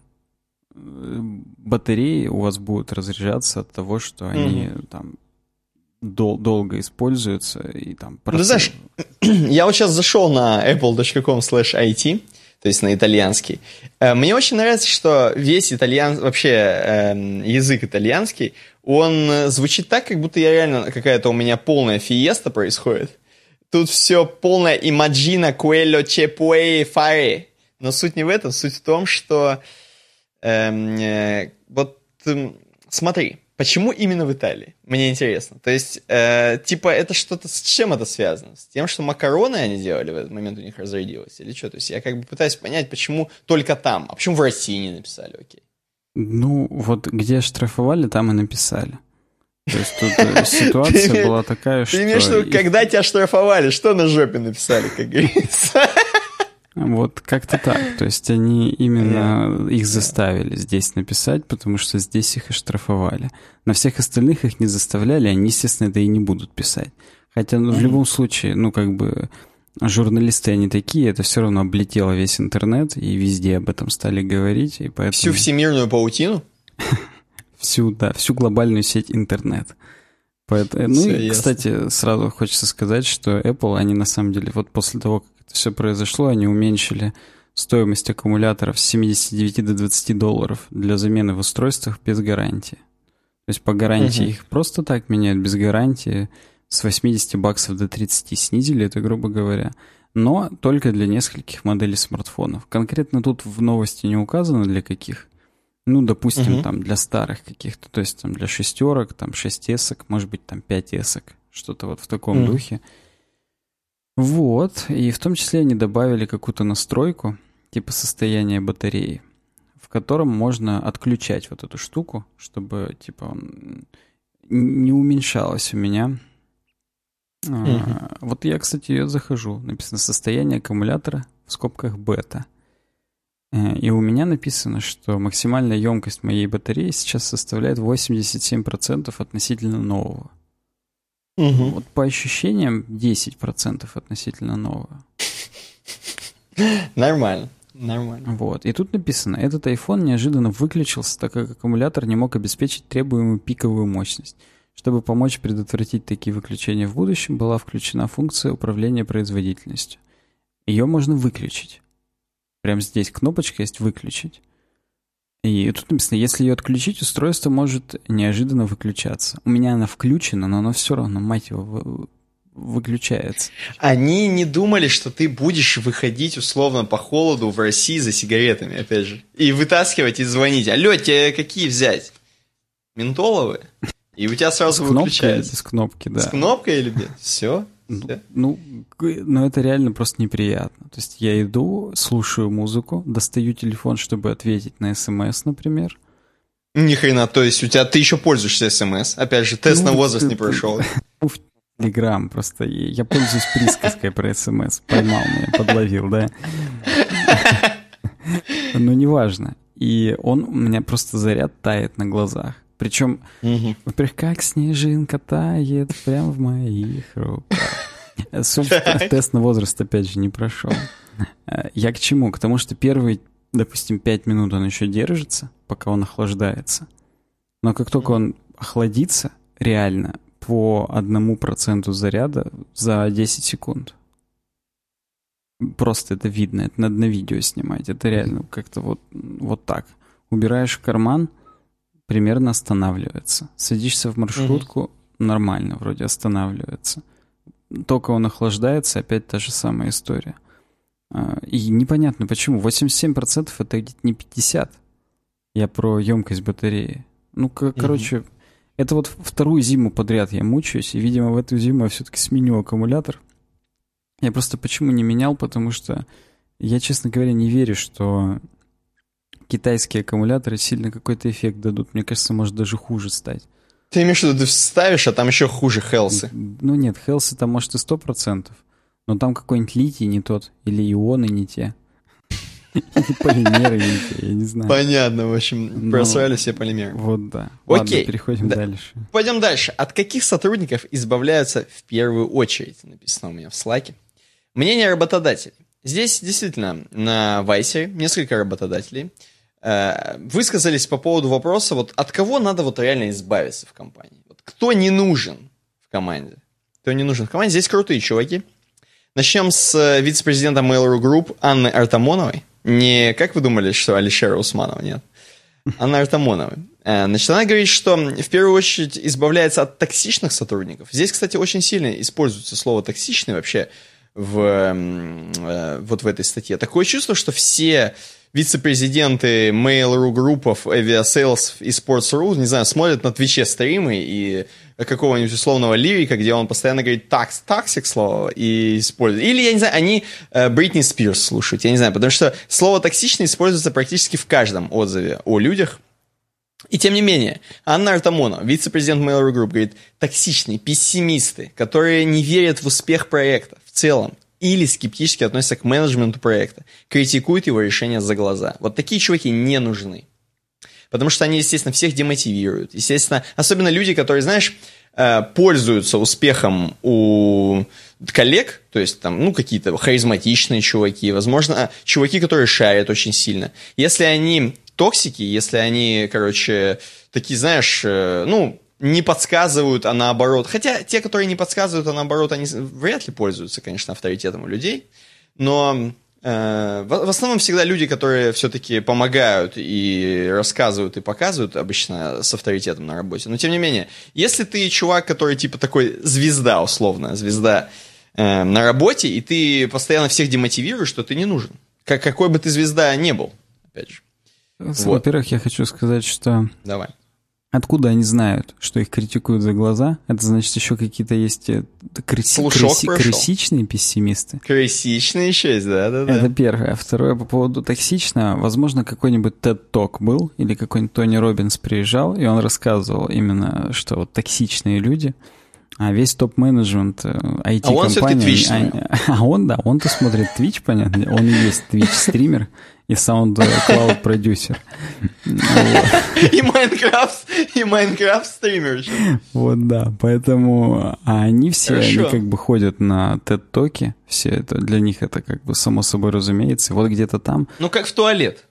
батареи у вас будут разряжаться от того, что они mm-hmm. там дол- долго используются и там... Просто... Ну, знаешь, я вот сейчас зашел на apple точка ком слэш ай ти, то есть на итальянский. Мне очень нравится, что весь итальян... вообще э, язык итальянский, он звучит так, как будто я реально какая-то у меня полная фиеста происходит. Тут все полное «immagina quello che puoi fare». Но суть не в этом, суть в том, что Эм, э, вот э, смотри, почему именно в Италии? Мне интересно. То есть, э, типа, это что-то, с чем это связано? С тем, что макароны они делали в этот момент, у них разрядилось? Или что? То есть я как бы пытаюсь понять, почему только там, а почему в России не написали, окей? Ну, вот где штрафовали, там и написали. То есть тут ситуация была такая, что... Ты имеешь в виду, когда тебя штрафовали, что на жопе написали, как говорится? Вот как-то так. То есть они именно их заставили здесь написать, потому что здесь их и штрафовали. На всех остальных их не заставляли, они, естественно, это и не будут писать. Хотя ну, в любом случае, ну как бы журналисты они такие, это все равно облетело весь интернет, и везде об этом стали говорить. И поэтому... Всю всемирную паутину? Всю, да, всю глобальную сеть интернет. Поэтому, ну и, ясно. Кстати, сразу хочется сказать, что Apple, они на самом деле, вот после того, как это все произошло, они уменьшили стоимость аккумуляторов с семидесяти девяти до двадцати долларов для замены в устройствах без гарантии. То есть по гарантии угу. их просто так меняют, без гарантии, с восьмидесяти баксов до тридцати снизили это, грубо говоря. Но только для нескольких моделей смартфонов. Конкретно тут в новости не указано, для каких. Ну, допустим, угу. там для старых каких-то, то есть там для шестерок, там шесть эсок, может быть, там пять эсок, что-то вот в таком угу. духе. Вот, и в том числе они добавили какую-то настройку, типа состояния батареи, в котором можно отключать вот эту штуку, чтобы, типа, он не уменьшалось у меня. Угу. А, вот я, кстати, ее захожу. Написано «Состояние аккумулятора» в скобках «бета». И у меня написано, что максимальная емкость моей батареи сейчас составляет восемьдесят семь процентов относительно нового. Угу. Вот по ощущениям десять процентов относительно нового. Нормально, нормально. Вот. И тут написано, этот iPhone неожиданно выключился, так как аккумулятор не мог обеспечить требуемую пиковую мощность. Чтобы помочь предотвратить такие выключения в будущем, была включена функция управления производительностью. Ее можно выключить. Прямо здесь кнопочка есть «Выключить». И тут написано, если ее отключить, устройство может неожиданно выключаться. У меня она включена, но она все равно, мать его, выключается. Они не думали, что ты будешь выходить условно по холоду в России за сигаретами, опять же, и вытаскивать и звонить. Алло, тебе какие взять? Ментоловые? И у тебя сразу с выключается. С кнопки, да. С кнопкой или без? Все. Ну, ну, ну, это реально просто неприятно. То есть я иду, слушаю музыку, достаю телефон, чтобы ответить на смс, например. Ни хрена, то есть у тебя ты еще пользуешься смс. Опять же, тест ну, на возраст ты, не прошел. В Телеграм просто. Я пользуюсь присказкой про смс. Поймал меня, подловил, да? Но неважно. И он у меня просто заряд тает на глазах. Причем, угу. во-первых, как снежинка тает прямо в моих руках. Суть, тест на возраст, опять же, не прошел. Я к чему? К тому, что первые, допустим, пять минут он еще держится, пока он охлаждается. Но как только он охладится, реально, по одному проценту заряда за десять секунд. Просто это видно, это надо на видео снимать. Это реально как-то вот, вот так. Убираешь в карман, примерно останавливается. Садишься в маршрутку, угу. нормально вроде останавливается. Только он охлаждается, опять та же самая история. И непонятно почему. восемьдесят семь процентов это где-то не пятьдесят процентов. Я про емкость батареи. Ну, к- короче, угу. это вот вторую зиму подряд я мучаюсь, и, видимо, в эту зиму я все-таки сменю аккумулятор. Я просто почему не менял, потому что я, честно говоря, не верю, что китайские аккумуляторы сильно какой-то эффект дадут. Мне кажется, может даже хуже стать. Ты имеешь в виду, ты вставишь, а там еще хуже хелсы? Ну нет, хелсы там может и сто процентов. Но там какой-нибудь литий не тот, или ионы не те. Или полимеры не те, я не знаю. Понятно, в общем, просрали все полимеры. Вот да. Окей. Ладно, переходим дальше. Пойдем дальше. От каких сотрудников избавляются в первую очередь? Написано у меня в слайке. Мнение работодателей. Здесь действительно на Вайсе несколько работодателей высказались по поводу вопроса, вот от кого надо вот реально избавиться в компании. Вот кто не нужен в команде? Кто не нужен в команде? Здесь крутые чуваки. Начнем с вице-президента Mail.ru Group Анны Артамоновой. Не, как вы думали, что Алишера Усманова? Нет. Анна Артамонова. Значит, она говорит, что в первую очередь избавляется от токсичных сотрудников. Здесь, кстати, очень сильно используется слово «токсичный» вообще в, вот в этой статье. Такое чувство, что все вице-президенты Mail.ru группов, Aviasales и Sports.ru, не знаю, смотрят на Твиче стримы и какого-нибудь условного лирика, где он постоянно говорит «такс», «токсик» слово и использует. Или, я не знаю, они Бритни Спирс слушают, я не знаю, потому что слово «токсичный» используется практически в каждом отзыве о людях. И тем не менее, Анна Артамонова, вице-президент Mail.ru Group, говорит, токсичные пессимисты, которые не верят в успех проекта в целом или скептически относятся к менеджменту проекта, критикуют его решения за глаза. Вот такие чуваки не нужны. Потому что они, естественно, всех демотивируют. Естественно, особенно люди, которые, знаешь, пользуются успехом у коллег, то есть там, ну, какие-то харизматичные чуваки, возможно, чуваки, которые шарят очень сильно. Если они токсики, если они, короче, такие, знаешь, ну, не подсказывают, а наоборот. Хотя те, которые не подсказывают, а наоборот, они вряд ли пользуются, конечно, авторитетом у людей. Но э, в, в основном всегда люди, которые все-таки помогают и рассказывают, и показывают, обычно с авторитетом на работе. Но тем не менее, если ты чувак, который типа такой звезда, условно, звезда э, на работе, и ты постоянно всех демотивируешь, то ты не нужен. Как, какой бы ты звезда ни был, опять же. Во-первых, вот. Я хочу сказать, что... Давай. Откуда они знают, что их критикуют за глаза? Это значит, еще какие-то есть крыси, крыси, крысичные пессимисты. Крысичные еще есть, да-да-да. Это первое. А второе, по поводу токсичного. Возможно, какой-нибудь TED-Talk был, или какой-нибудь Тони Роббинс приезжал, и он рассказывал именно, что вот токсичные люди, а весь топ-менеджмент ай ти-компании... А он все-таки Twitch. А, а он, да, он-то смотрит Twitch, понятно. Он и есть Twitch-стример. И SoundCloud продюсер. И Майнкрафт, и Майнкрафт стример. Вот, да. Поэтому они все, они как бы ходят на TED-токи. Все это, для них это как бы само собой разумеется. И вот где-то там... Ну, как в туалет.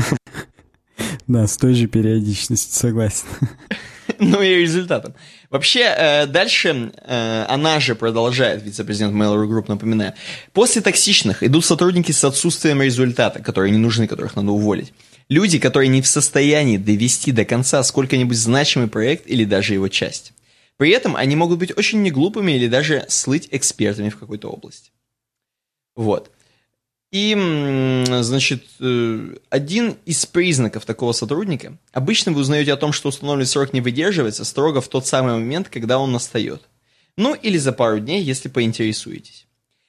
Да, с той же периодичностью, согласен. Ну и результатом. Вообще, дальше она же продолжает, вице-президент Mail.ru Group, напоминаю. После токсичных идут сотрудники с отсутствием результата, которые не нужны, которых надо уволить. Люди, которые не в состоянии довести до конца сколько-нибудь значимый проект или даже его часть. При этом они могут быть очень неглупыми или даже слыть экспертами в какой-то области. Вот. И, значит, один из признаков такого сотрудника, обычно вы узнаете о том, что установленный срок не выдерживается строго в тот самый момент, когда он настает. Ну, или за пару дней, если поинтересуетесь.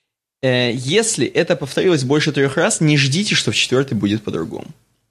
Если это повторилось больше трех раз, не ждите, что в четвертый будет по-другому.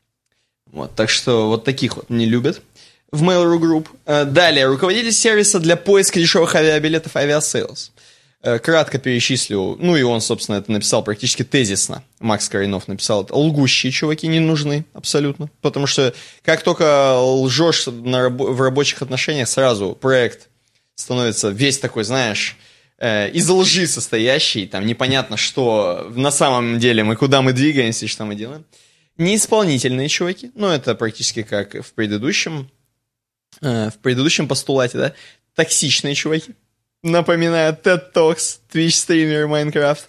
Вот, так что вот таких вот не любят в Mail.ru Group. Далее, руководитель сервиса для поиска дешевых авиабилетов Aviasales. Кратко перечислю, ну и он, собственно, это написал практически тезисно. Макс Коренов написал это. Лгущие чуваки не нужны абсолютно. Потому что как только лжешь на раб- в рабочих отношениях, сразу проект становится весь такой, знаешь, э, из лжи состоящий. Там непонятно, что на самом деле мы, куда мы двигаемся и что мы делаем. Неисполнительные чуваки. Ну, это практически как в предыдущем, э, в предыдущем постулате, да. Токсичные чуваки. Напоминаю, TED Talks, Twitch стример, Minecraft.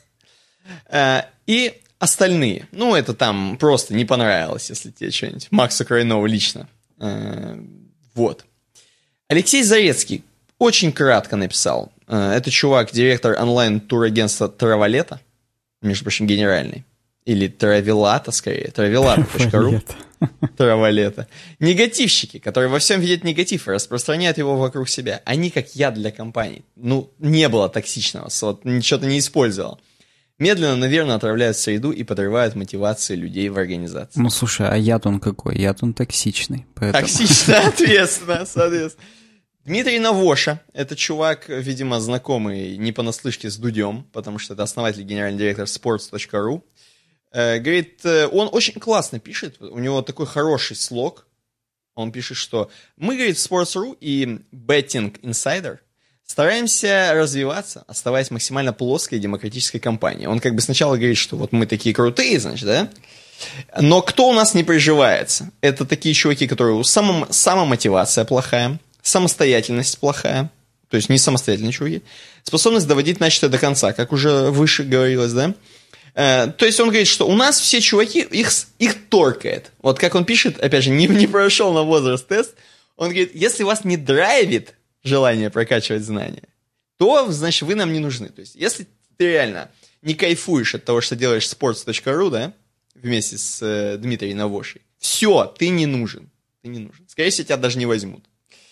А, и остальные. Ну, это там просто не понравилось, если тебе что-нибудь. Максу Крайнову лично. А, вот. Алексей Зарецкий очень кратко написал. А, это чувак, директор онлайн-турагентства Траволета. Между прочим, генеральный. Или Травелата, скорее. Травелата точка ру. Траволета. Негативщики, которые во всем видят негатив и распространяют его вокруг себя. Они как яд для компаний. Ну, не было токсичного, вот, ничего-то не использовал. Медленно, наверное, отравляют среду и подрывают мотивации людей в организации. Ну, слушай, а яд он какой? Яд он токсичный. Поэтому... Токсичный, ответственно, соответственно. Дмитрий Навоша, это чувак, видимо, знакомый не понаслышке с Дудем, потому что это основатель, генеральный директор sports точка ру. Говорит, он очень классно пишет, у него такой хороший слог. Он пишет, что мы, говорит, в sports точка ру и Betting Insider стараемся развиваться, оставаясь максимально плоской и демократической компанией. Он как бы сначала говорит, что вот мы такие крутые, значит, да? Но кто у нас не приживается? Это такие чуваки, которые у само, самомотивация плохая, самостоятельность плохая, то есть не самостоятельные чуваки, способность доводить начатое до конца, как уже выше говорилось, да? Uh, то есть он говорит, что у нас все чуваки, их, их торкает. Вот как он пишет, опять же, не, не прошел на возраст тест, он говорит, если вас не драйвит желание прокачивать знания, то, значит, вы нам не нужны. То есть если ты реально не кайфуешь от того, что делаешь sports точка ру, да, вместе с э, Дмитрием Навошей. Все, ты не нужен. Ты не нужен. Скорее всего, тебя даже не возьмут.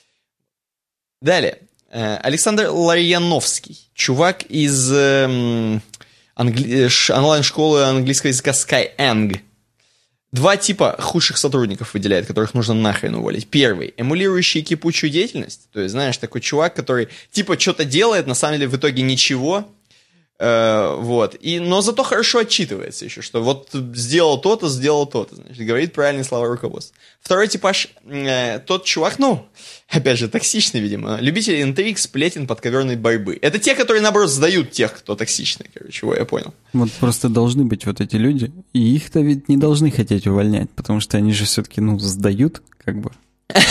Далее. Э, Александр Ларьяновский. Чувак из э, англи... онлайн-школы английского языка Skyeng. Два типа худших сотрудников выделяет, которых нужно нахрен уволить. Первый. Эмулирующий кипучую деятельность. То есть, знаешь, такой чувак, который типа что-то делает, на самом деле в итоге ничего. Э, вот. И, но зато хорошо отчитывается еще, что вот сделал то-то, сделал то-то. Значит, говорит правильные слова руководства. Второй типаж, э, тот чувак, ну, опять же, токсичный, видимо. Любители интриг, сплетен, подковерной борьбы. Это те, которые, наоборот, сдают тех, кто токсичный, короче, чего я понял. Вот просто должны быть вот эти люди, и их-то ведь не должны хотеть увольнять, потому что они же все-таки, ну, сдают, как бы.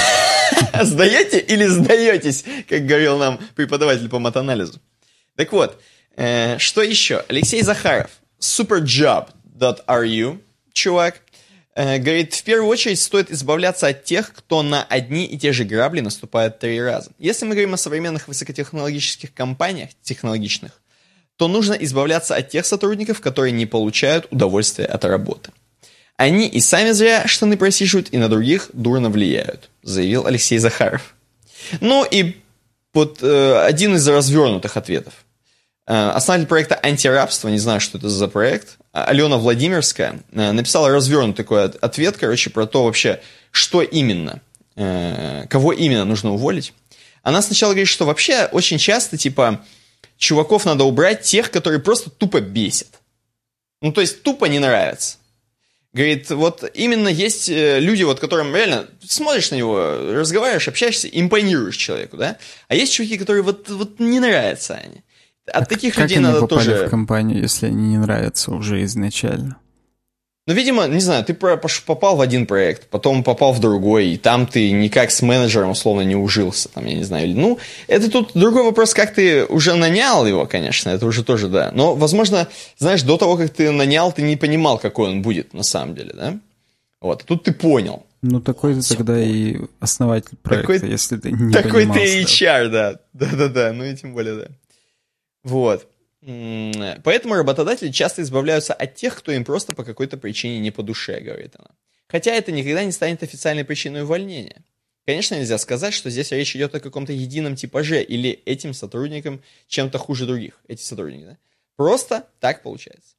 Сдаете или сдаетесь, как говорил нам преподаватель по матанализу. Так вот, э, что еще? Алексей Захаров, superjob точка ар ю, чувак, э, говорит, в первую очередь стоит избавляться от тех, кто на одни и те же грабли наступает три раза. Если мы говорим о современных высокотехнологических компаниях, технологичных, то нужно избавляться от тех сотрудников, которые не получают удовольствия от работы. Они и сами зря штаны просиживают, и на других дурно влияют, заявил Алексей Захаров. Ну и вот э, один из развернутых ответов. Э, основатель проекта «Антирабство», не знаю, что это за проект, Алена Владимирская, э, написала развернутый такой ответ, короче, про то вообще, что именно, э, кого именно нужно уволить. Она сначала говорит, что вообще очень часто, типа, чуваков надо убрать тех, которые просто тупо бесят. Ну, то есть, тупо не нравятся. Говорит, вот именно есть люди, вот, которым реально смотришь на него, разговариваешь, общаешься, импонируешь человеку, да? А есть чуваки, которые вот, вот не нравятся они. От а таких как людей они надо попали тоже... в компанию, если они не нравятся уже изначально? Ну, видимо, не знаю, ты попал в один проект, потом попал в другой, и там ты никак с менеджером, условно, не ужился, там, я не знаю. Ну, это тут другой вопрос, как ты уже нанял его, конечно, это уже тоже, да. Но, возможно, знаешь, до того, как ты нанял, ты не понимал, какой он будет на самом деле, да? Вот, тут ты понял. Ну, такой ты тогда понял. И основатель проекта, такой, если ты не такой понимал. Такой ты эйч ар, да. Да-да-да, ну и тем более, да. Вот. Поэтому работодатели часто избавляются от тех, кто им просто по какой-то причине не по душе, говорит она. Хотя это никогда не станет официальной причиной увольнения. Конечно, нельзя сказать, что здесь речь идет о каком-то едином типаже или этим сотрудникам чем-то хуже других. Эти сотрудники, да? Просто так получается.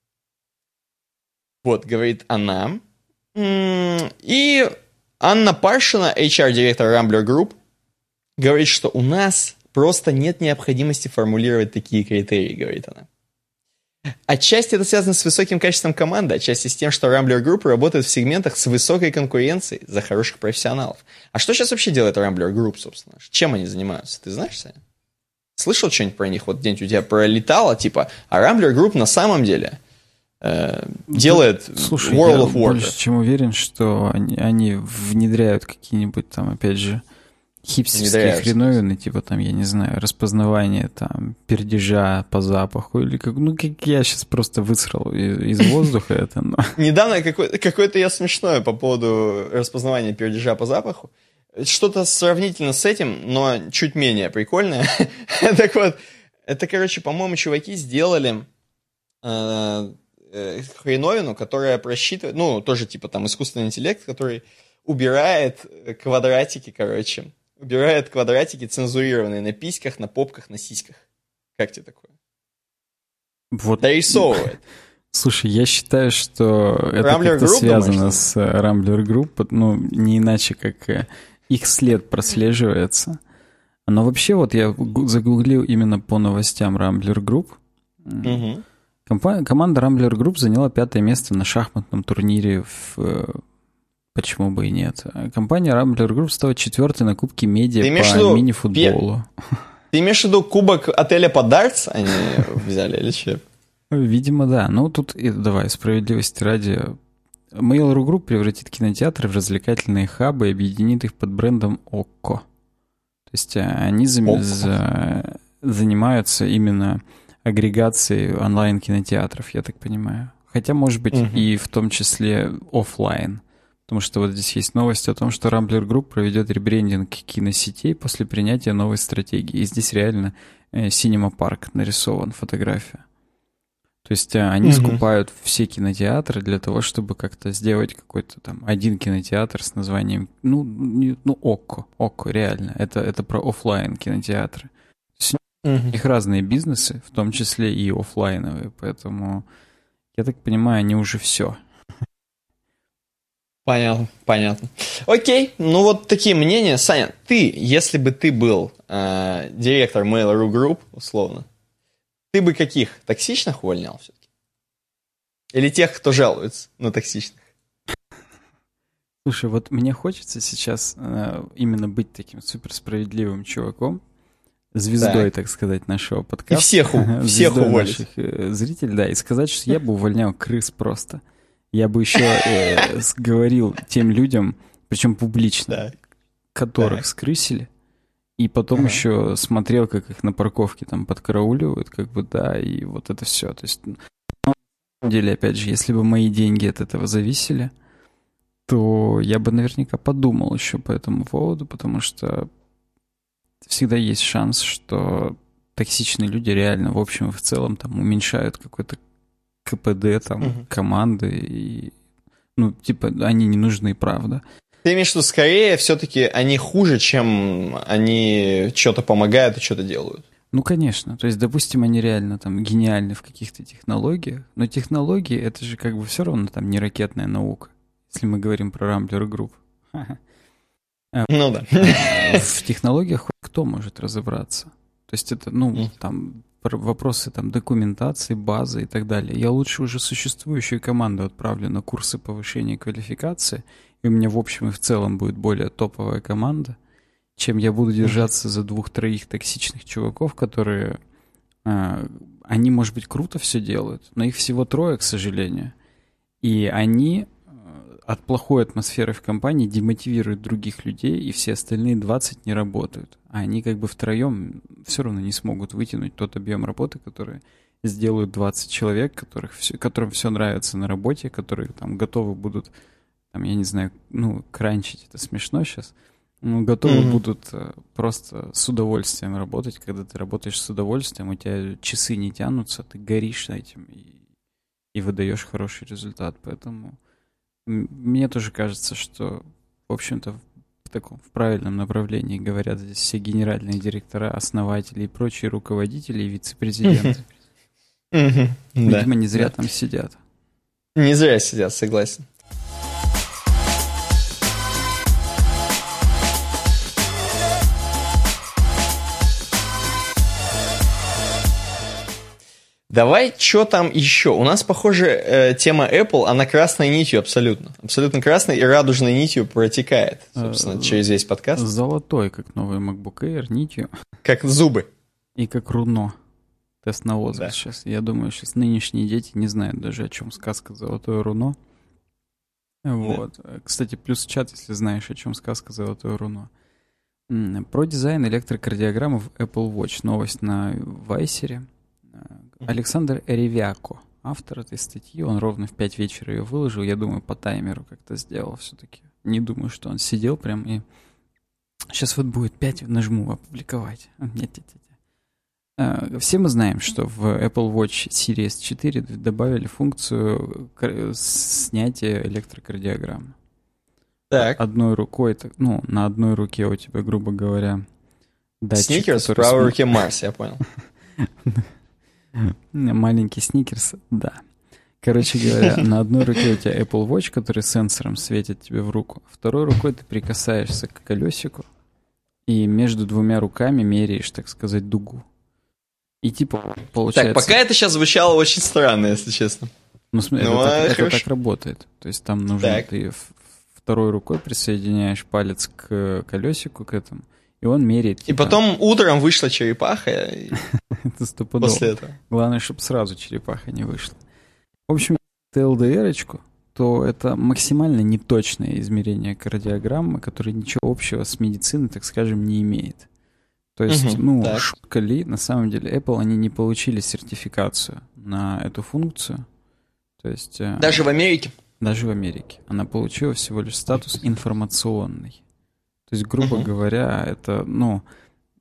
Вот, говорит она. И Анна Паршина, эйч ар-директор Rambler Group, говорит, что у нас... Просто нет необходимости формулировать такие критерии, говорит она. Отчасти это связано с высоким качеством команды, отчасти с тем, что Rambler Group работает в сегментах с высокой конкуренцией за хороших профессионалов. А что сейчас вообще делает Rambler Group, собственно? Чем они занимаются? Ты знаешь, Саня? Слышал что-нибудь про них? Вот где-нибудь у тебя пролетало, типа, а Rambler Group на самом деле э, делает да, слушай, World of Warcraft. Я больше чем уверен, что они, они внедряют какие-нибудь там, опять же, хипстерские хреновины, типа там, я не знаю, распознавание там пердежа по запаху, или как, ну, как я сейчас просто высрал из, из воздуха это, но... Недавно какой- какое-то я смешное по поводу распознавания пердежа по запаху. Что-то сравнительно с этим, но чуть менее прикольное. Так вот, это, короче, по-моему, чуваки сделали э, э, хреновину, которая просчитывает, ну, тоже типа там искусственный интеллект, который убирает квадратики, короче, убирает квадратики, цензурированные на письках, на попках, на сиськах. Как тебе такое? Вот. Дорисовывает. Слушай, я считаю, что это Rambler как-то Group, связано думаешь, с Rambler Group, ну, не иначе, как их след прослеживается. Но вообще, вот я загуглил именно по новостям Rambler Group. Угу. Компания, команда Rambler Group заняла пятое место на шахматном турнире в... Почему бы и нет? Компания Rambler Group стала четвертой на Кубке Медиа по мини-футболу. Ты имеешь в виду кубок отеля по дартс они взяли или что? Видимо, да. Ну, тут, и, давай, справедливости ради, Mail.ru Group превратит кинотеатры в развлекательные хабы и объединит их под брендом ОККО. То есть они за... За... занимаются именно агрегацией онлайн-кинотеатров, я так понимаю. Хотя, может быть, угу. и в том числе офлайн. Потому что вот здесь есть новость о том, что Rambler Group проведет ребрендинг киносетей после принятия новой стратегии. И здесь реально э, Cinema Park нарисован, фотография. То То есть они Мгм. скупают все кинотеатры для того, чтобы как-то сделать какой-то там один кинотеатр с названием, ну, не- ну ОККО, ОККО, реально. Это, это про оффлайн кинотеатры. То есть у Мгм. них разные бизнесы, в том числе и оффлайновые, поэтому, я так понимаю, они уже все. Понятно, понятно. Окей, ну вот такие мнения. Саня, ты, если бы ты был э, директор Mail.ru Group, условно, ты бы каких? Токсичных увольнял все-таки? Или тех, кто жалуется на токсичных? Слушай, вот мне хочется сейчас э, именно быть таким суперсправедливым чуваком, звездой, так, Так. сказать, нашего И подкаста. всех, у- всех Звездой уволить. наших э, зрителей, да, и сказать, что я бы увольнял крыс просто. Я бы еще э, с- говорил тем людям, причем публично, Так. которых Так. скрысили, и потом Ага. еще смотрел, как их на парковке там подкарауливают, как бы, да, и вот это все. То есть, ну, на самом деле, опять же, если бы мои деньги от этого зависели, то я бы наверняка подумал еще по этому поводу, потому что всегда есть шанс, что токсичные люди реально, в общем и в целом, там, уменьшают какой-то КПД, там, Мгм. команды, и, ну, типа, они не нужны, правда. Ты имеешь в виду, скорее, все-таки они хуже, чем они что-то помогают и что-то делают. Ну, конечно. То есть, допустим, они реально там гениальны в каких-то технологиях, но технологии — это же как бы все равно там не ракетная наука, если мы говорим про Рамблер Групп. Ну да. В технологиях хоть кто может разобраться? То есть это, ну, там пр- вопросы там документации, базы и так далее. Я лучше уже существующую команду отправлю на курсы повышения квалификации, и у меня в общем и в целом будет более топовая команда, чем я буду держаться за двух-троих токсичных чуваков, которые, а, они, может быть, круто все делают, но их всего трое, к сожалению. И они э, от плохой атмосферы в компании демотивируют других людей, и все остальные двадцать не работают. А они как бы втроем все равно не смогут вытянуть тот объем работы, который сделают двадцать человек, которых все, которым все нравится на работе, которые там готовы будут, там, я не знаю, ну, кранчить, это смешно сейчас, ну, готовы Мгм. будут э, просто с удовольствием работать. Когда ты работаешь с удовольствием, у тебя часы не тянутся, ты горишь этим и, и выдаешь хороший результат. Поэтому м, мне тоже кажется, что, в общем-то, в таком в правильном направлении говорят здесь все генеральные директора, основатели и прочие руководители и вице-президенты. Мгм. Да. Видимо, не зря Да. там сидят. Не зря сидят, согласен. Давай, что там еще? У нас, похоже, э, тема Apple, она красной нитью абсолютно. Абсолютно красной и радужной нитью протекает, собственно, Э, через весь подкаст. Золотой, как новый MacBook Air, нитью. Как зубы. И как руно. Тест на возраст Да. сейчас. Я думаю, сейчас нынешние дети не знают даже, о чем сказка «Золотое руно». Вот. Кстати, плюс в чат, если знаешь, о чем сказка «Золотое руно». М, Про дизайн электрокардиограммы в Apple Watch. Новость на Вайсере. Александр Ревяко, автор этой статьи, он ровно в пять вечера ее выложил. Я думаю, по таймеру как-то сделал все-таки. Не думаю, что он сидел прям и... Сейчас вот будет пять, нажму опубликовать. Нет, нет, нет. А, Все мы знаем, что в Apple Watch Series четыре добавили функцию кар- снятия электрокардиограммы. Так. Одной рукой, так, ну, на одной руке у тебя, грубо говоря, датчик, Сникерс в который правой см- руке Марс, я понял. Маленький сникерс, да. Короче говоря, на одной руке у тебя Apple Watch, который сенсором светит тебе в руку. Второй рукой ты прикасаешься к колесику и между двумя руками меряешь, так сказать, дугу. И типа получается... Так, пока это сейчас звучало очень странно, если честно. Ну, смотри, Ну, это, а, так, это хорошо. так работает. То есть там нужно... Так. Ты в- второй рукой присоединяешь палец к колесику, к этому, и он меряет. И типа, потом утром вышла черепаха и это стопудово. после этого. Главное, чтобы сразу черепаха не вышла. В общем, если эл дэ эр-очку, то это максимально неточное измерение кардиограммы, которое ничего общего с медициной, так скажем, не имеет. То есть, Мгм, ну, так. шутка ли, на самом деле, Apple, они не получили сертификацию на эту функцию. То есть... э, Даже в Америке. Даже в Америке. Она получила всего лишь статус информационный. То есть, грубо Мгм. говоря, это, ну,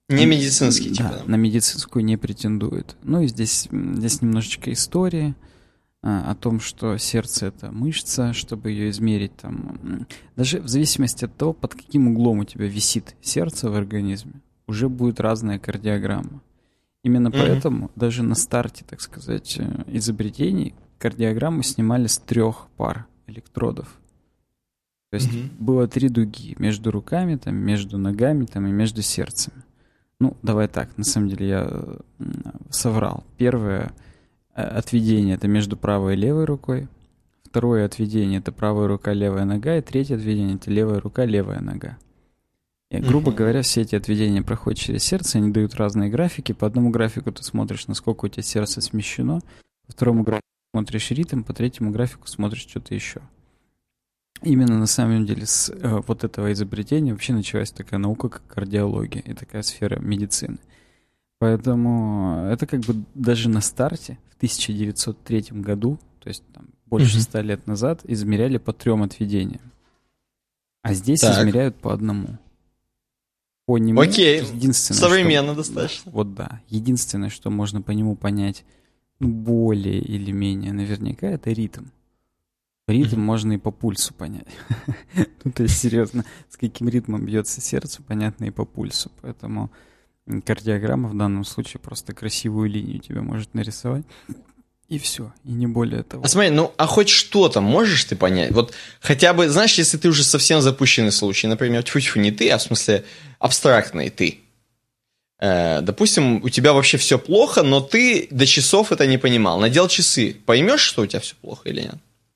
Не медицинский, типа. Да, на медицинскую не претендует. Ну и здесь, здесь немножечко истории а, о том, что сердце — это мышца, чтобы ее измерить там. Даже в зависимости от того, под каким углом у тебя висит сердце в организме, уже будет разная кардиограмма. Именно mm-hmm. поэтому даже на старте, так сказать, изобретений кардиограмму снимали с трех пар электродов. То есть mm-hmm. было три дуги между руками, там, между ногами там, и между сердцем. Ну, давай так, на самом деле я соврал. Первое отведение — это между правой и левой рукой. Второе отведение — это правая рука, левая нога. И третье отведение — это левая рука, левая нога. И, грубо mm-hmm. говоря, все эти отведения проходят через сердце, они дают разные графики. По одному графику ты смотришь, насколько у тебя сердце смещено. По второму графику смотришь ритм, по третьему графику смотришь что-то еще. Именно на самом деле с э, вот этого изобретения вообще началась такая наука, как кардиология, и такая сфера медицины. Поэтому это как бы даже на старте, в тысяча девятьсот третьем году, то есть там, больше ста лет назад, измеряли по трем отведениям. А здесь так. измеряют по одному. По нему. Окей, единственное, современно что, достаточно. Вот да. Единственное, что можно по нему понять, ну, более или менее наверняка, это ритм. Ритм mm-hmm. можно и по пульсу понять. Ну, то есть, серьезно, с каким ритмом бьется сердце, понятно и по пульсу. Поэтому кардиограмма в данном случае просто красивую линию тебе может нарисовать. И все, и не более того. А смотри, ну, а хоть что-то можешь ты понять? Вот хотя бы, знаешь, если ты уже совсем запущенный случай, например, тьфу-тьфу, не ты, а в смысле абстрактный ты. Э, допустим, у тебя вообще все плохо, но ты до часов это не понимал. Надел часы, поймешь, что у тебя все плохо или нет?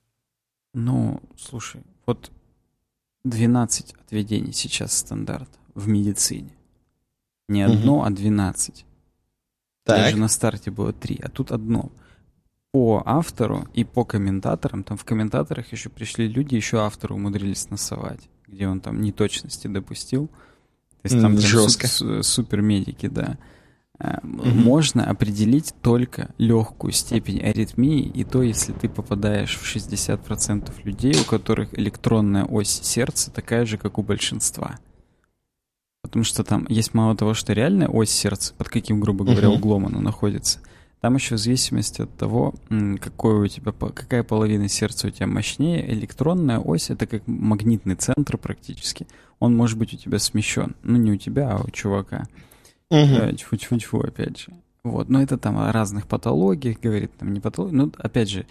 Ну, слушай, вот двенадцать отведений сейчас стандарт в медицине. Не одно, угу. а двенадцать. Так. Даже на старте было три, а тут одно. По автору и по комментаторам, там в комментаторах еще пришли люди, еще автору умудрились насовать, где он там неточности допустил. То есть там жестко. Суп, супермедики, да. Угу. Можно определить только легкую степень аритмии, и то, если ты попадаешь в шестьдесят процентов людей, у которых электронная ось сердца такая же, как у большинства. Потому что там есть мало того, что реальная ось сердца, под каким, грубо говоря, угу. углом она находится, там еще в зависимости от того, какой у тебя, какая половина сердца у тебя мощнее, электронная ось — это как магнитный центр практически. Он может быть у тебя смещен. Ну, не у тебя, а у чувака. Uh-huh. Тьфу-тьфу-тьфу, опять же. Вот. Но это там о разных патологиях, говорит, там не патология. Ну, опять же,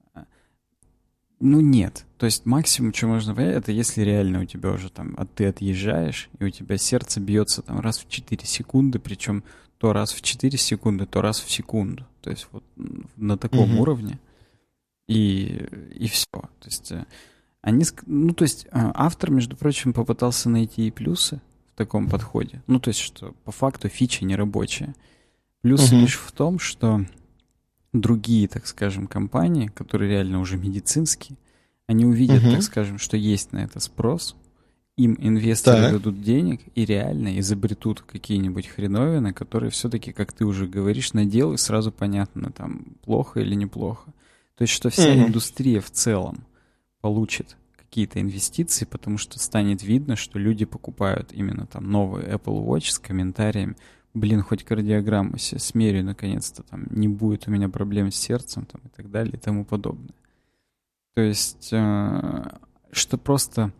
ну нет. То есть максимум, что можно понять, это если реально у тебя уже там, а ты отъезжаешь, и у тебя сердце бьется там раз в четыре секунды, причем то раз в четыре секунды, то раз в секунду. То есть вот на таком uh-huh. уровне. И, и все. То есть они, ну, то есть автор, между прочим, попытался найти и плюсы в таком подходе. Ну, то есть, что по факту фича не рабочая. Плюс uh-huh. лишь в том, что другие, так скажем, компании, которые реально уже медицинские, они увидят, uh-huh. так скажем, что есть на это спрос, им инвесторы так. дадут денег и реально изобретут какие-нибудь хреновины, которые все-таки, как ты уже говоришь, надел, и сразу понятно, там, плохо или неплохо. То есть, что вся uh-huh. индустрия в целом получит какие-то инвестиции, потому что станет видно, что люди покупают именно там новый Apple Watch с комментариями: блин, хоть кардиограмму себе смерю, наконец-то, там, не будет у меня проблем с сердцем, там, и так далее, и тому подобное. То есть, э, что просто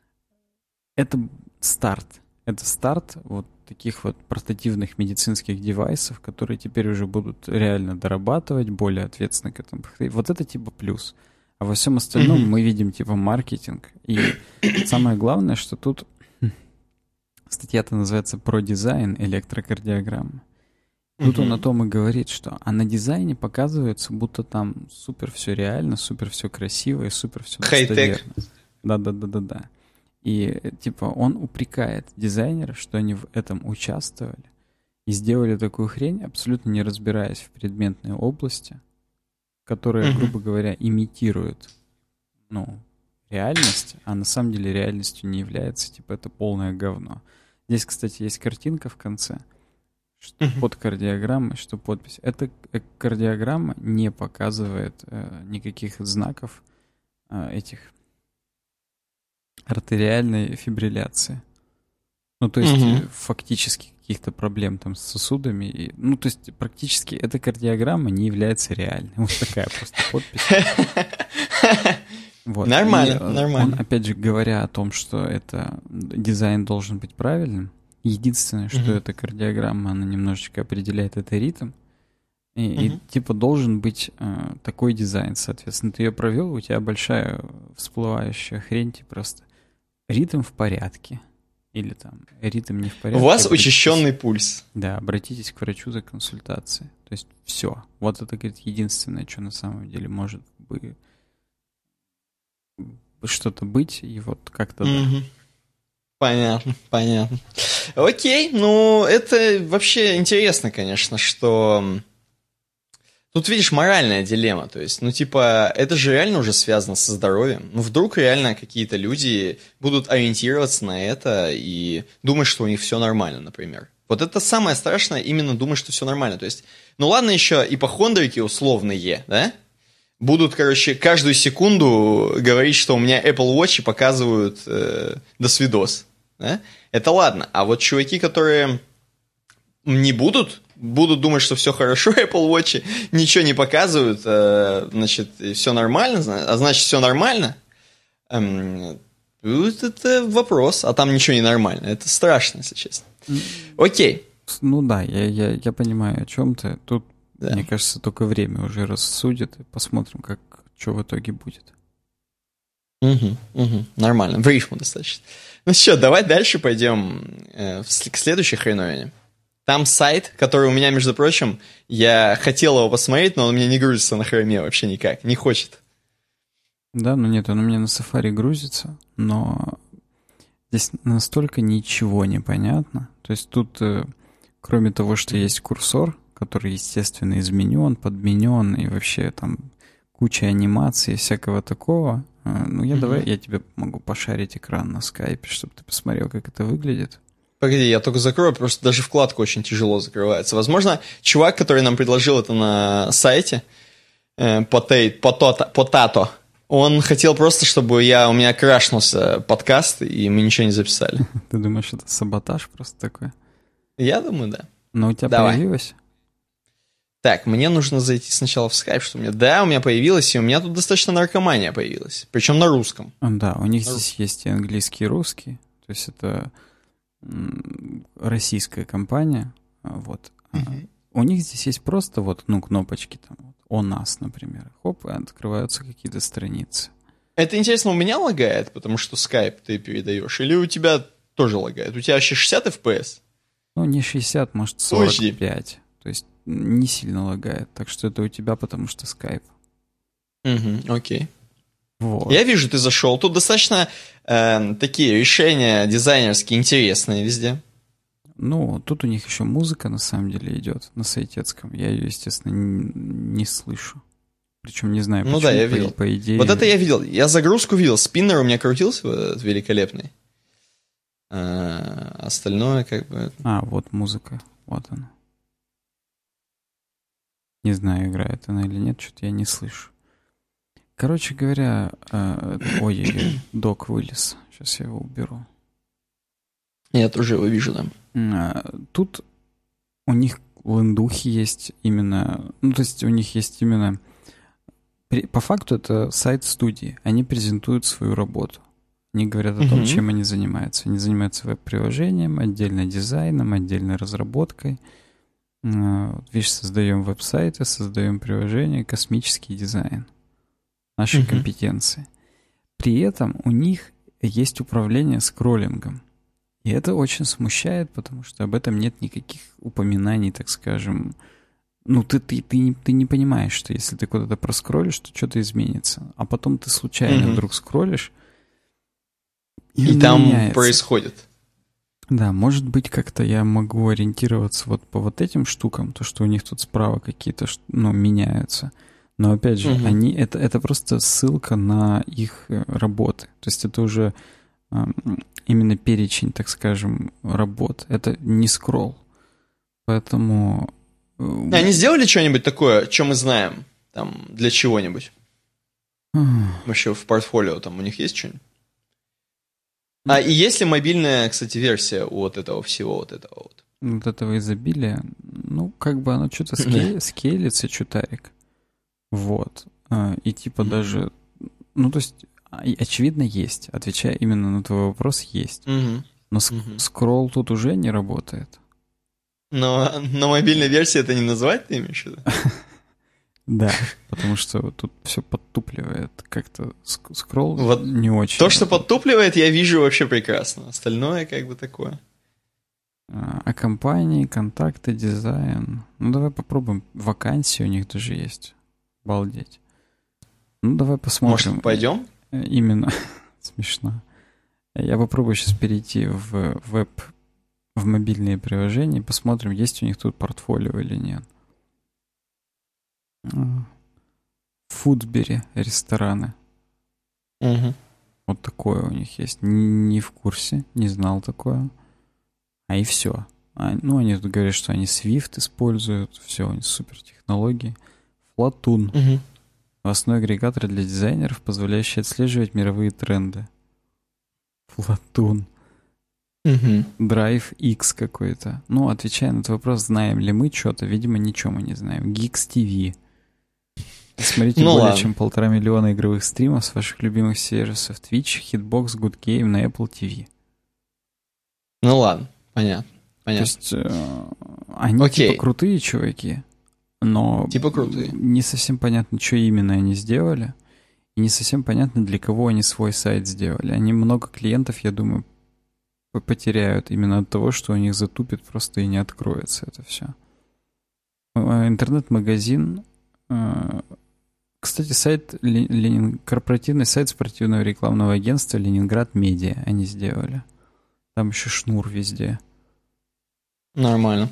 это старт. Это старт вот таких вот портативных медицинских девайсов, которые теперь уже будут реально дорабатывать, более ответственно к этому подходить. Вот это типа плюс. А во всем остальном mm-hmm. мы видим типа маркетинг. И самое главное, что тут статья-то называется «Про дизайн электрокардиограммы». Тут mm-hmm. он о том и говорит, что а на дизайне показывается, будто там супер все реально, супер все красиво и супер все достоверно. Да-да-да-да-да. И типа он упрекает дизайнеров, что они в этом участвовали и сделали такую хрень, абсолютно не разбираясь в предметной области, которая, mm-hmm. грубо говоря, имитирует, ну, реальность, а на самом деле реальностью не является. Типа это полное говно. Здесь, кстати, есть картинка в конце, что mm-hmm. под кардиограммой, что подпись. Эта кардиограмма не показывает э, никаких знаков э, этих артериальной фибрилляции. Ну, то есть, Мгм. фактически каких-то проблем там с сосудами. И, ну, то есть, практически эта кардиограмма не является реальной. Вот такая просто подпись. Вот. И Нормально, э, он, нормально. опять же, говоря о том, что это дизайн должен быть правильным, единственное, что Мгм. эта кардиограмма, она немножечко определяет, это ритм. И, и, Мгм. типа должен быть э, такой дизайн, соответственно. Ты ее провел, у тебя большая всплывающая хрень, типа просто ритм в порядке. Или там ритм не в У порядке. вас обратитесь- учащенный пульс. Да, обратитесь к врачу за консультацией. То есть все. Вот это, говорит, единственное, что на самом деле может бы что-то быть, и вот как-то да. Мгм. Понятно, понятно. Окей, ну это вообще интересно, конечно, что м, тут, видишь, моральная дилемма. То есть, ну типа, это же реально уже связано со здоровьем. Ну вдруг реально какие-то люди будут ориентироваться на это и думать, что у них все нормально, например. Вот это самое страшное, именно думать, что все нормально. То есть, ну ладно еще ипохондрики условные, да? Будут, короче, каждую секунду говорить, что у меня Apple Watch показывают э, до свидос. Да? Это ладно. А вот чуваки, которые не будут, будут думать, что все хорошо, Apple Watch ничего не показывают, э, значит, все нормально, а значит, все нормально. Эм, вот это вопрос, а там ничего не нормально. Это страшно, если честно. Окей. Ну да, я, я, я понимаю, о чем ты. Тут, Да. мне кажется, только время уже рассудит, и посмотрим, как что в итоге будет. Угу, угу, нормально, в рифму достаточно. Ну что, давай дальше пойдем э, в с- к следующей хреновине. Там сайт, который у меня, между прочим, я хотел его посмотреть, но он у меня не грузится на хроме вообще никак, не хочет. Да, ну нет, он у меня на Safari грузится, но здесь настолько ничего не понятно. То есть тут, э, кроме того, что есть курсор, который, естественно, изменен, подменен, и вообще там куча анимаций и всякого такого. э, Ну, я Мгм. давай, я тебе могу пошарить экран на скайпе, чтобы ты посмотрел, как это выглядит. Погоди, я только закрою, просто даже вкладка очень тяжело закрывается. Возможно, чувак, который нам предложил это на сайте, э, Potato, Potato, Potato, он хотел просто, чтобы я, у меня крашнулся подкаст, и мы ничего не записали. Ты думаешь, это саботаж просто такой? Я думаю, да. Но у тебя Давай. появилось? Так, мне нужно зайти сначала в Skype, что у меня... Да, у меня появилось, и у меня тут достаточно наркомания появилась. Причем на русском. А, Да, у них Ну. здесь есть и английский, и русский. То есть это м, российская компания. а, Вот. А У них здесь есть просто вот, ну, кнопочки там. Вот, о нас, например. Хоп, и открываются какие-то страницы. Это интересно, у меня лагает, потому что Skype ты передаешь, или у тебя тоже лагает? У тебя вообще шестьдесят эф пи эс? Ну, не шестьдесят, может, Ой, сорок пять. То есть не сильно лагает. Так что это у тебя, потому что скайп. Угу, окей. Вот. Я вижу, ты зашел. Тут достаточно э, такие решения дизайнерские интересные везде. Ну, тут у них еще музыка, на самом деле, идет на сайтецком. Я ее, естественно, н- не слышу. Причем не знаю, Ну почему. да, я по, видел. по идее... Вот это я видел. Я загрузку видел. Спиннер у меня крутился вот этот великолепный. А, остальное как бы... А, вот музыка. Вот она. Не знаю, играет она или нет, что-то я не слышу. Короче говоря, э, ой-ой-ой, док вылез. Сейчас я его уберу. Я тоже его вижу, да. А, Тут у них лендухи есть именно... Ну, то есть у них есть именно... при- По факту это сайт студии. Они презентуют свою работу. Они говорят о том, Мгм. чем они занимаются. Они занимаются веб-приложением, отдельно дизайном, отдельно разработкой. А, вот, видишь, создаем веб-сайты, создаем приложения, космический дизайн. Наши Мгм. компетенции. При этом у них есть управление скроллингом. И это очень смущает, потому что об этом нет никаких упоминаний, так скажем. Ну, ты, ты, ты, не, ты не понимаешь, что если ты куда-то проскроллишь, то что-то изменится. А потом ты случайно Мгм. вдруг скроллишь, и, И он там меняется. происходит. Да, может быть, как-то я могу ориентироваться вот по вот этим штукам, то, что у них тут справа какие-то, ш- ну, меняются. Но опять же, Мгм. они, это, это просто ссылка на их э, работы. То есть это уже эм, именно перечень, так скажем, работ. Это не скролл. Поэтому... э, Они сделали что-нибудь такое, что мы знаем? Там, для чего-нибудь? ах, Вообще в портфолио там у них есть что-нибудь? А и есть ли мобильная, кстати, версия вот этого всего, вот этого вот? Вот этого изобилия, ну, как бы оно что-то скей... скейлится, чутарик. Вот. И типа mm-hmm. даже, ну, то есть, очевидно, есть. Отвечая именно на твой вопрос, есть. Mm-hmm. Но mm-hmm. скролл тут уже не работает. Но на мобильной версии это не назвать, ты имеешь в виду? Да, потому что тут все подтупливает. Как-то скролл вот не очень. То, что подтупливает, я вижу вообще прекрасно. Остальное как бы такое. А компании, контакты, дизайн. Ну, давай попробуем. Вакансии у них даже есть. Обалдеть. Ну, давай посмотрим. Может, пойдем? Именно. Смешно. Я попробую сейчас перейти в веб, в мобильные приложения, посмотрим, есть у них тут портфолио или нет. Фудбери рестораны. Угу. Вот такое у них есть. Не, не в курсе, не знал такое. А и все. А, ну, они тут говорят, что они Swift используют. Все, они супер технологии. Flatun. Угу. Новостной агрегатор для дизайнеров, позволяющий отслеживать мировые тренды. Flatun. Угу. Drive X какой-то. Ну, отвечая на этот вопрос, знаем ли мы что-то, видимо, ничего мы не знаем. Geeks ти ви. Смотрите ну, более ладно. чем полтора миллиона игровых стримов с ваших любимых сервисов Twitch, Hitbox, Good Game на Apple ти ви. Ну ладно, понятно. понятно. То есть э, они Окей. типа крутые чуваки, но типа крутые. Не совсем понятно, что именно они сделали, и не совсем понятно, для кого они свой сайт сделали. Они много клиентов, я думаю, потеряют именно от того, что у них затупит просто и не откроется это все. Интернет-магазин. Кстати, сайт Ленин... корпоративный сайт спортивного рекламного агентства Ленинград Медиа они сделали. Там еще шнур везде. Нормально.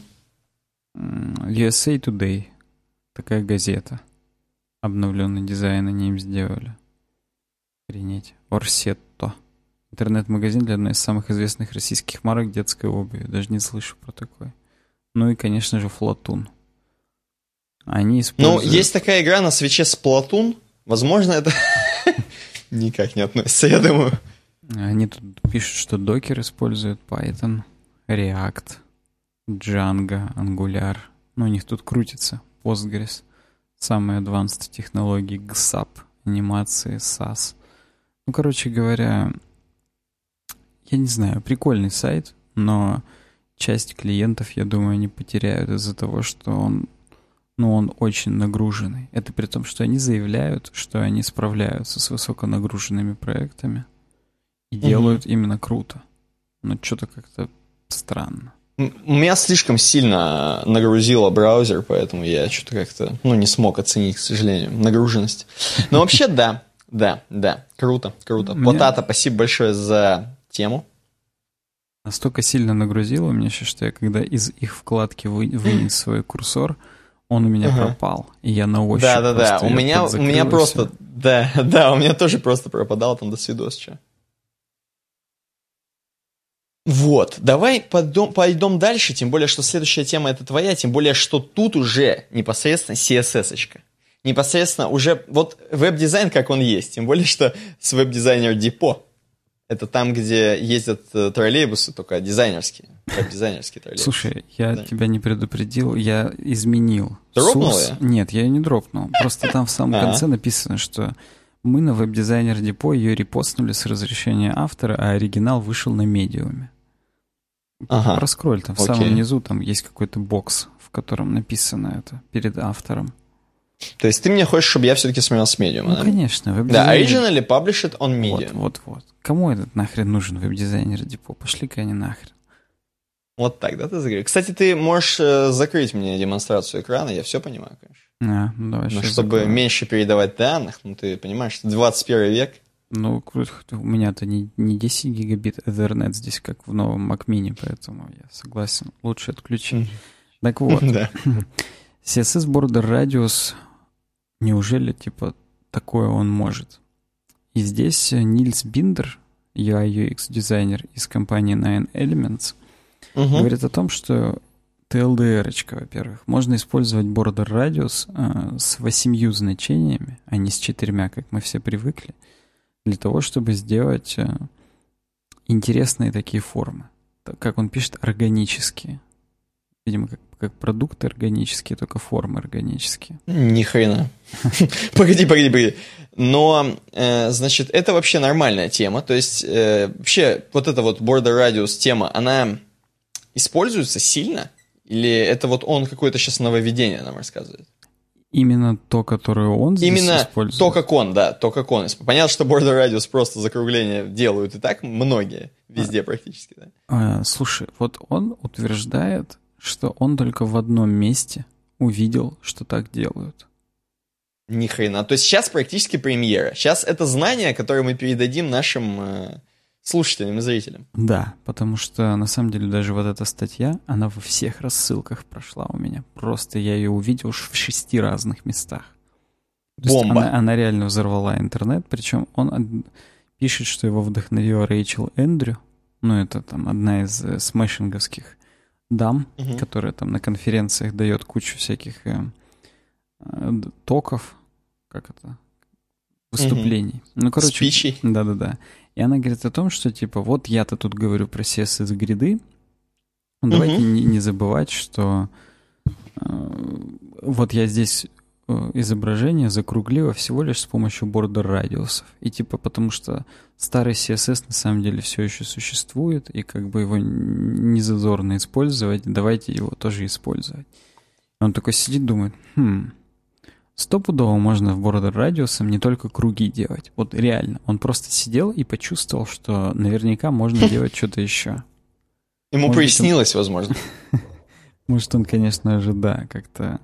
ю эс эй Today. Такая газета. Обновленный дизайн они им сделали. Охренеть. Орсетто. Интернет-магазин для одной из самых известных российских марок детской обуви. Даже не слышу про такой. Ну и, конечно же, Flatun. Они используют... Ну, есть такая игра на свече Splatoon. Возможно, это никак не относится, я думаю. Они тут пишут, что докер использует Python, React, Django, Angular. Ну, у них тут крутится Postgres. Самые advanced технологии джи эс эй пи, анимации, сас. Ну, короче говоря, я не знаю, прикольный сайт, но часть клиентов, я думаю, они потеряют из-за того, что он ну, он очень нагруженный. Это при том, что они заявляют, что они справляются с высоконагруженными проектами и угу. делают именно круто. Но что-то как-то странно. Меня слишком сильно нагрузило браузер, поэтому я что-то как-то, ну, не смог оценить, к сожалению, нагруженность. Но вообще, да, да, да, круто, круто. Потата, спасибо большое за тему. Настолько сильно нагрузило меня сейчас, что я когда из их вкладки вынес свой курсор, он у меня uh-huh. пропал, и я на ощупь. Да, да, да. У меня, у меня просто, да, да, у меня тоже просто пропадал там до свидос, что. Вот, давай пойдем, пойдем дальше, тем более, что следующая тема это твоя, тем более, что тут уже непосредственно си эс эс-очка. Непосредственно уже, вот веб-дизайн, как он есть, тем более, что с веб-дизайнер Депо. Это там, где ездят троллейбусы, только дизайнерские. Веб-дизайнерские троллейбусы. Слушай, я да. тебя не предупредил, я изменил. Дропнул я? Нет, я ее не дропнул. Просто там в самом конце написано, что мы на веб-дизайнер Депо ее репостнули с разрешения автора, а оригинал вышел на медиуме. Ага. Проскроль, там в Окей. самом низу там есть какой-то бокс, в котором написано это перед автором. То есть ты мне хочешь, чтобы я все-таки смотрел с медиума, ну, да? конечно. Да, originally published on medium. Вот, вот, вот. Кому этот нахрен нужен веб-дизайнер Депо? Пошли-ка они нахрен. Вот так, да, ты заговорил? Кстати, ты можешь э, закрыть мне демонстрацию экрана, я все понимаю, конечно. А, ну давай. Но чтобы закрою. Меньше передавать данных, ну ты понимаешь, что двадцать первый век. Ну, у меня-то не, не десять гигабит Ethernet здесь, как в новом Mac Mini, поэтому я согласен, лучше отключить. Mm-hmm. Так вот, си эс эс Border Radius, неужели, типа, такое он может? И здесь Нильс Биндер, ю ай ю экс дизайнер из компании Nine Elements, uh-huh. говорит о том, что ти эл ди эр-очка, во-первых, можно использовать Border Radius э, с восемью значениями, а не с четырьмя, как мы все привыкли, для того, чтобы сделать э, интересные такие формы. Как он пишет, органические. Видимо, как, как продукты органические, только формы органические. Ни хрена. Погоди, погоди, погоди. Но, э, значит, это вообще нормальная тема. То есть, э, вообще, вот эта вот border radius тема, она используется сильно? Или это вот он какое-то сейчас нововведение нам рассказывает? Именно то, которое он здесь Именно использует? то, как он, да, то, как он. Понятно, что border radius просто закругление делают и так многие, везде а, практически, да. А, слушай, вот он утверждает, что он только в одном месте увидел, что так делают. Ни хрена. То есть сейчас практически премьера. Сейчас это знание, которое мы передадим нашим э, слушателям и зрителям. Да, потому что на самом деле даже вот эта статья, она во всех рассылках прошла у меня. Просто я ее увидел в шести разных местах. То Бомба. Она, она реально взорвала интернет. Причем он пишет, что его вдохновила Рэйчел Эндрю. Ну, это там одна из э, смешинговских дам, угу. которая там на конференциях дает кучу всяких э, э, токов, как это, выступлений. Угу. Ну, короче, спичей. Да-да-да. И она говорит о том, что типа вот я-то тут говорю про си эс эс-гриды, но угу. давайте не, не забывать, что э, вот я здесь э, изображение закруглила всего лишь с помощью бордер радиусов. И типа потому что старый си эс эс на самом деле все еще существует, и как бы его не зазорно использовать, давайте его тоже использовать. И он такой сидит, думает, хм, стопудово можно в бордер радиусом не только круги делать. Вот реально. Он просто сидел и почувствовал, что наверняка можно делать что-то еще. Ему может, приснилось, он... возможно. Может, он, конечно же, да, как-то...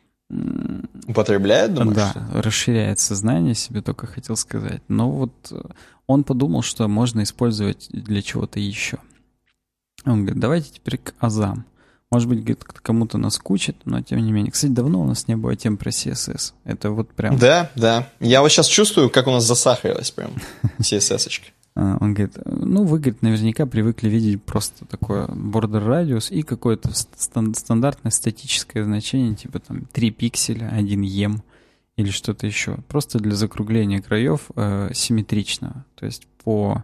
Употребляет, думаешь? Да, что? Расширяет сознание, себе только хотел сказать. Но вот он подумал, что можно использовать для чего-то еще. Он говорит, давайте теперь к азам. Может быть, говорит, кому-то наскучит, но тем не менее. Кстати, давно у нас не было тем про си эс эс. Это вот прям... Да, да. Я вот сейчас чувствую, как у нас засахарилась прям си эс эс-очка. Он говорит, ну, вы, говорит, наверняка привыкли видеть просто такое border radius и какое-то стан- стандартное статическое значение, типа там три пикселя, один ем или что-то еще. Просто для закругления краев э, симметричного. То есть по...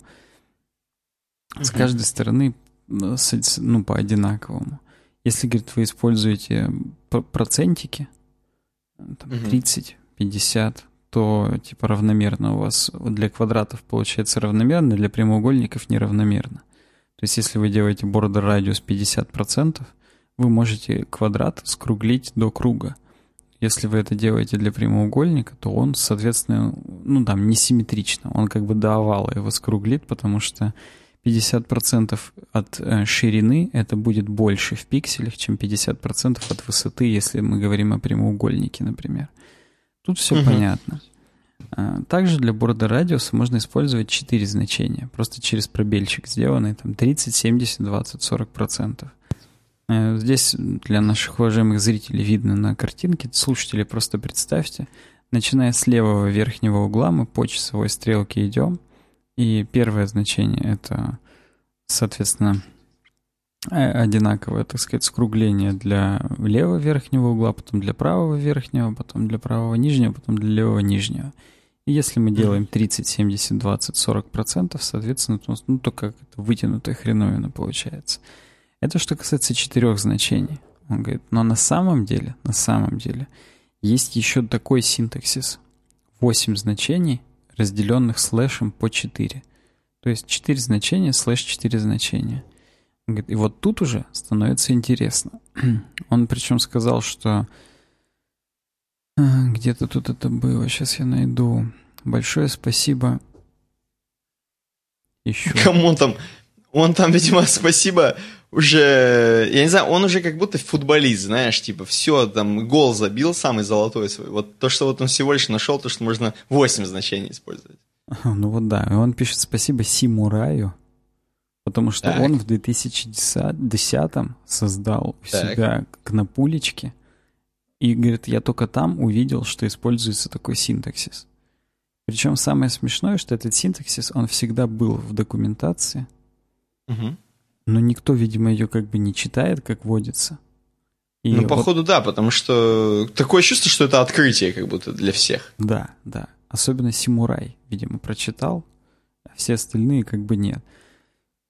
Uh-huh. С каждой стороны, с, ну, по одинаковому. Если, говорит, вы используете процентики, там, uh-huh. тридцать, пятьдесят, то типа равномерно у вас для квадратов получается равномерно, для прямоугольников неравномерно. То есть если вы делаете border радиус пятьдесят процентов, вы можете квадрат скруглить до круга. Если вы это делаете для прямоугольника, то он, соответственно, ну там несимметрично. Он как бы до овала его скруглит, потому что пятьдесят процентов от э, ширины это будет больше в пикселях, чем пятьдесят процентов от высоты, если мы говорим о прямоугольнике, например. Тут все uh-huh. понятно. А, также для бордер радиуса можно использовать четыре значения. Просто через пробельчик сделанный, там тридцать, семьдесят, двадцать, сорок процентов. А, здесь для наших уважаемых зрителей видно на картинке. Слушатели, просто представьте. Начиная с левого верхнего угла мы по часовой стрелке идем. И первое значение это, соответственно, одинаковое, так сказать, скругление для левого верхнего угла, потом для правого верхнего, потом для правого нижнего, потом для левого нижнего. И если мы делаем тридцать, семьдесят, двадцать, сорок процентов, соответственно, то, ну, то как это вытянутая хреновина получается. Это что касается четырех значений. Он говорит, но на самом деле, на самом деле, есть еще такой синтаксис. восемь значений, разделенных слэшем по четыре. То есть четыре значения слэш четыре значения. И вот тут уже становится интересно. Он причем сказал, что где-то тут это было, сейчас я найду. Большое спасибо. Еще. Кому там? Он там, видимо, спасибо уже, я не знаю, он уже как будто футболист, знаешь, типа, все, там, гол забил, самый золотой свой. Вот то, что вот он всего лишь нашел, то, что можно восемь значений использовать. Ну вот да, и он пишет спасибо Симураю. Потому что так. он в две тысячи десятом создал у так. себя кнопулечки. И, говорит, я только там увидел, что используется такой синтаксис. Причем самое смешное, что этот синтаксис, он всегда был в документации. Угу. Но никто, видимо, ее как бы не читает, как водится. И ну, вот... походу, да, потому что такое чувство, что это открытие как будто для всех. Да, да. Особенно Симурай, видимо, прочитал, а все остальные как бы нет.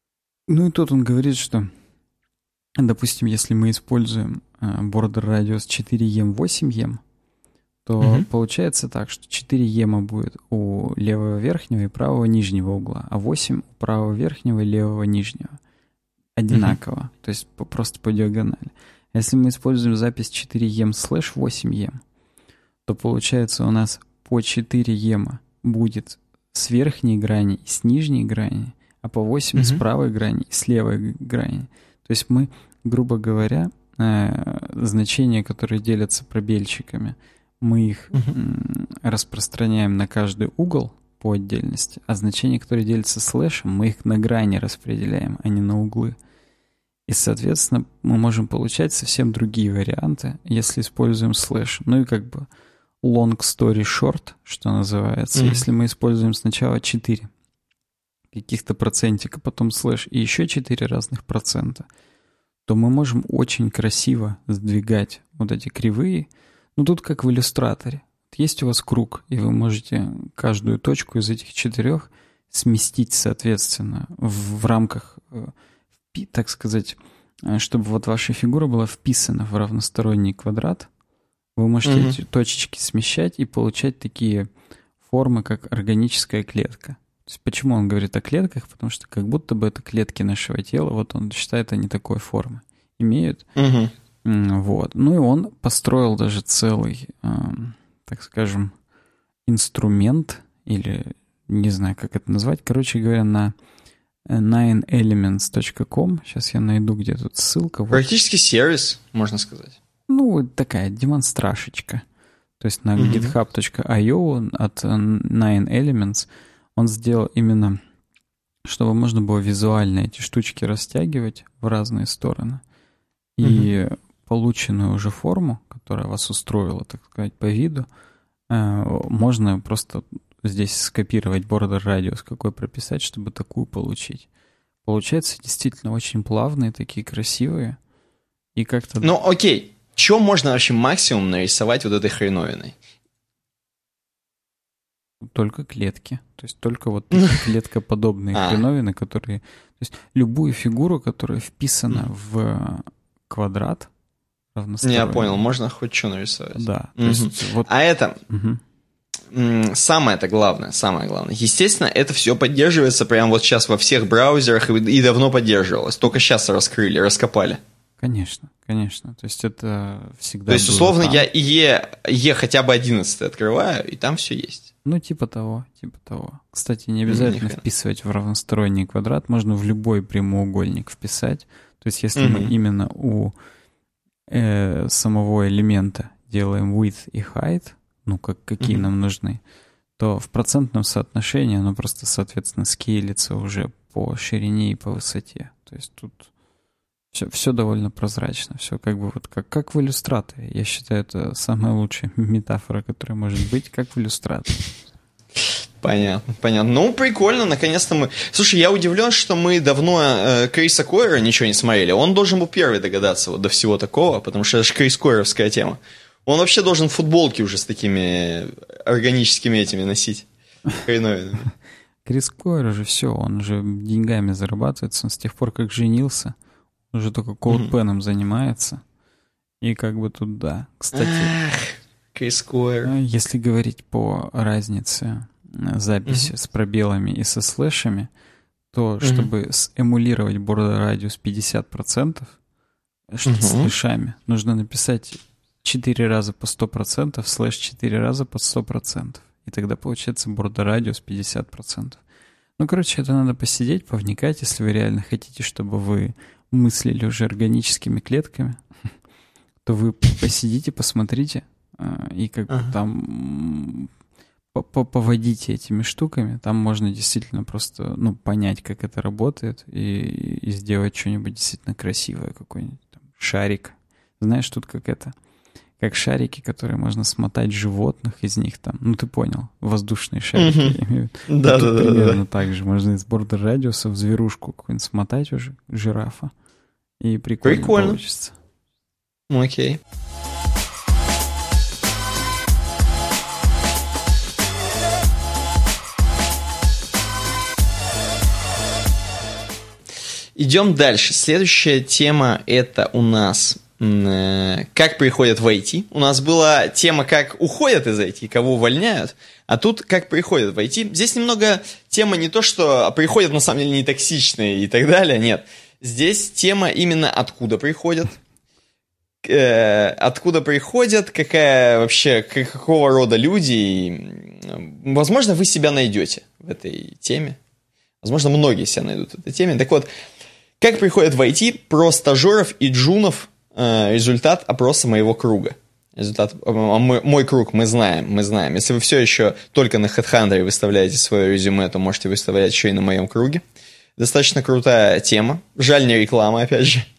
Ну и тут он говорит, что, допустим, если мы используем border radius четыре ем, восемь ем, то угу. получается так, что четыре ема будет у левого верхнего и правого нижнего угла, а восемь у правого верхнего и левого нижнего. Одинаково, угу. то есть по, просто по диагонали. А если мы используем запись четыре ем слэш восемь ем, то получается у нас по четыре ема будет с верхней грани и с нижней грани, а по восемь угу. с правой грани и с левой грани. То есть мы, грубо говоря, э, значения, которые делятся пробельчиками, мы их uh-huh. распространяем на каждый угол по отдельности, а значения, которые делятся слэшем, мы их на грани распределяем, а не на углы. И, соответственно, мы можем получать совсем другие варианты, если используем слэш. Ну и как бы long story short, что называется, uh-huh. если мы используем сначала четыре каких-то процентика, потом слэш и еще четыре разных процента, то мы можем очень красиво сдвигать вот эти кривые. Ну, тут как в иллюстраторе. Есть у вас круг, и вы можете каждую точку из этих четырех сместить, соответственно, в, в рамках, так сказать, чтобы вот ваша фигура была вписана в равносторонний квадрат. Вы можете mm-hmm. эти точечки смещать и получать такие формы, как органическая клетка. То есть почему он говорит о клетках? Потому что как будто бы это клетки нашего тела, вот он считает, они такой формы имеют. Mm-hmm. Вот. Ну и он построил даже целый, э, так скажем, инструмент, или не знаю, как это назвать. Короче говоря, на nine elements точка com. Сейчас я найду, где тут ссылка. Практически вот. Сервис, можно сказать. Ну, такая демонстрашечка. То есть на mm-hmm. github точка io от nine elements он сделал именно, чтобы можно было визуально эти штучки растягивать в разные стороны. И mm-hmm. полученную уже форму, которая вас устроила, так сказать, по виду, можно просто здесь скопировать border radius, какой прописать, чтобы такую получить. Получается действительно очень плавные, такие красивые. И как-то... Ну окей, что можно вообще максимум нарисовать вот этой хреновиной? Только клетки. То есть только вот клеткоподобные хреновины, которые... То есть любую фигуру, которая вписана в квадрат, Не, я понял, можно хоть что нарисовать. Да. Угу. Есть, вот... А это, угу. самое-то главное, самое главное. Естественно, это все поддерживается прямо вот сейчас во всех браузерах и, и давно поддерживалось. Только сейчас раскрыли, раскопали. Конечно, конечно. То есть это всегда... То есть, условно, там. Я Е, Е хотя бы одиннадцать открываю, и там все есть. Ну, типа того, типа того. Кстати, не обязательно Нихрена. Вписывать в равносторонний квадрат, можно в любой прямоугольник вписать. То есть, если угу. мы именно у... Э, самого элемента делаем width и height, ну, как, какие mm-hmm. нам нужны, то в процентном соотношении оно просто, соответственно, скейлится уже по ширине и по высоте. То есть тут все, все довольно прозрачно, все как бы вот как, как в иллюстраторе. Я считаю, это самая лучшая метафора, которая может быть, как в иллюстраторе. Понятно, понятно. Ну, прикольно, наконец-то мы... Слушай, я удивлен, что мы давно э, Криса Койера ничего не смотрели. Он должен был первый догадаться вот до всего такого, потому что это же Крис Койеровская тема. Он вообще должен футболки уже с такими органическими этими носить. Хреновинами. Крис Койер уже все, он уже деньгами зарабатывает. Он с тех пор, как женился, уже только коудпеном mm-hmm. занимается. И как бы тут, да. Кстати, Ах, Крис Койер. Если говорить по разнице... записи mm-hmm. с пробелами и со слэшами, то mm-hmm. чтобы эмулировать border radius пятьдесят процентов mm-hmm. с слэшами, нужно написать четыре раза по сто процентов, слэш четыре раза по сто процентов. И тогда получается border radius пятьдесят процентов. Ну, короче, это надо посидеть, повникать, если вы реально хотите, чтобы вы мыслили уже органическими клетками, то вы посидите, посмотрите, и как бы uh-huh. там... поводите этими штуками, там можно действительно просто, ну, понять, как это работает, и, и сделать что-нибудь действительно красивое, какой-нибудь там шарик. Знаешь, тут как это, как шарики, которые можно смотать животных из них там, ну, ты понял, воздушные шарики. Mm-hmm. Да, да, да. Примерно да. так же можно из бордер радиуса в зверушку какую-нибудь смотать уже, жирафа, и прикольно, прикольно. Получится. Окей. Идем дальше. Следующая тема это у нас э, как приходят в ай ти. У нас была тема, как уходят из ай ти, кого увольняют. А тут как приходят в ай ти. Здесь немного тема не то, что приходят на самом деле не токсичные и так далее. Нет. Здесь тема именно откуда приходят. Э, откуда приходят, какая вообще, какого рода люди. И, возможно, вы себя найдете в этой теме. Возможно, многие себя найдут в этой теме. Так вот, как приходят в ай ти про стажеров и джунов, э, результат опроса моего круга. Результат, мой, мой круг, мы знаем, мы знаем. Если вы все еще только на HeadHunter выставляете свое резюме, то можете выставлять еще и на моем круге. Достаточно крутая тема. Жаль, не реклама, опять же.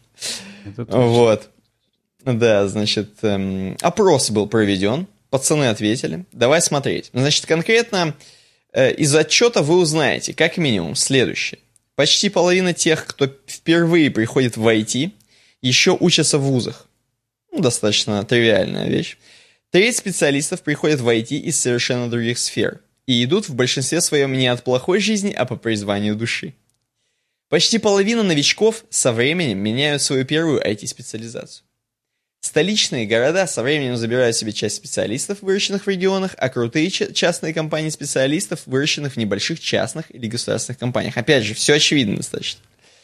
Вот. Да, значит, эм, опрос был проведен, пацаны ответили. Давай смотреть. Значит, конкретно э, из отчета вы узнаете, как минимум, следующее. Почти половина тех, кто впервые приходит в ай ти, еще учатся в вузах. Ну, достаточно тривиальная вещь. Треть специалистов приходят в ай ти из совершенно других сфер и идут в большинстве своем не от плохой жизни, а по призванию души. Почти половина новичков со временем меняют свою первую ай ти-специализацию. Столичные города со временем забирают себе часть специалистов, выращенных в регионах, а крутые частные компании специалистов, выращенных в небольших частных или государственных компаниях. Опять же, все очевидно достаточно.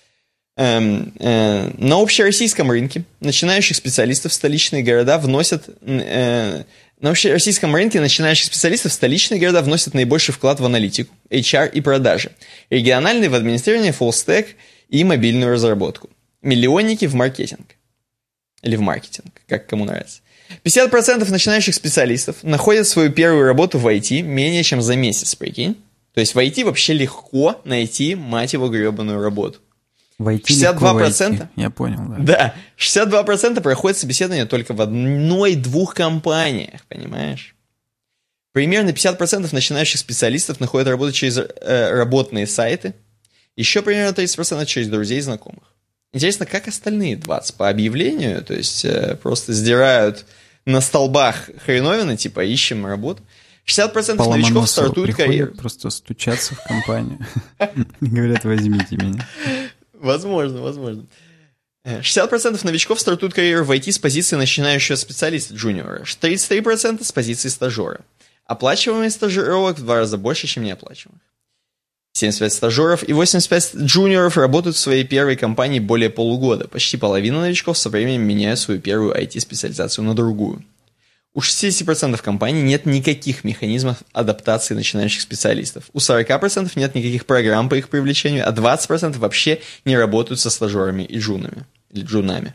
Эм, э, на общероссийском рынке начинающих специалистов столичные города вносят... Э, на общероссийском рынке начинающих специалистов столичные города вносят наибольший вклад в аналитику, эйч ар и продажи, региональные в администрирование, фуллстек и мобильную разработку, миллионники в маркетинг. Или в маркетинг, как кому нравится. пятьдесят процентов начинающих специалистов находят свою первую работу в ай ти менее чем за месяц, прикинь. То есть в ай ти вообще легко найти, мать его, гребаную работу. В ай ти шестьдесят два процента, я понял, да. Да, шестьдесят два процента проходит собеседование только в одной-двух компаниях, понимаешь? Примерно пятьдесят процентов начинающих специалистов находят работу через э, работные сайты, еще примерно тридцать процентов через друзей и знакомых. Интересно, как остальные двадцать по объявлению, то есть э, просто сдирают на столбах хреновины, типа ищем работу. шестьдесят процентов новичков стартуют карьеру. Просто стучатся в компанию. Говорят, возьмите меня. Возможно, возможно. шестьдесят процентов новичков стартуют карьеру в ай ти с позиции начинающего специалиста, джуниора. тридцать три процента с позиции стажера. Оплачиваемых стажировок в два раза больше, чем неоплачиваемых. семьдесят пять стажеров и восемьдесят пять джуниоров работают в своей первой компании более полугода. Почти половина новичков со временем меняют свою первую ай ти-специализацию на другую. У шестьдесят процентов компаний нет никаких механизмов адаптации начинающих специалистов. У сорок процентов нет никаких программ по их привлечению, а двадцать процентов вообще не работают со стажерами и джунами, или джунами.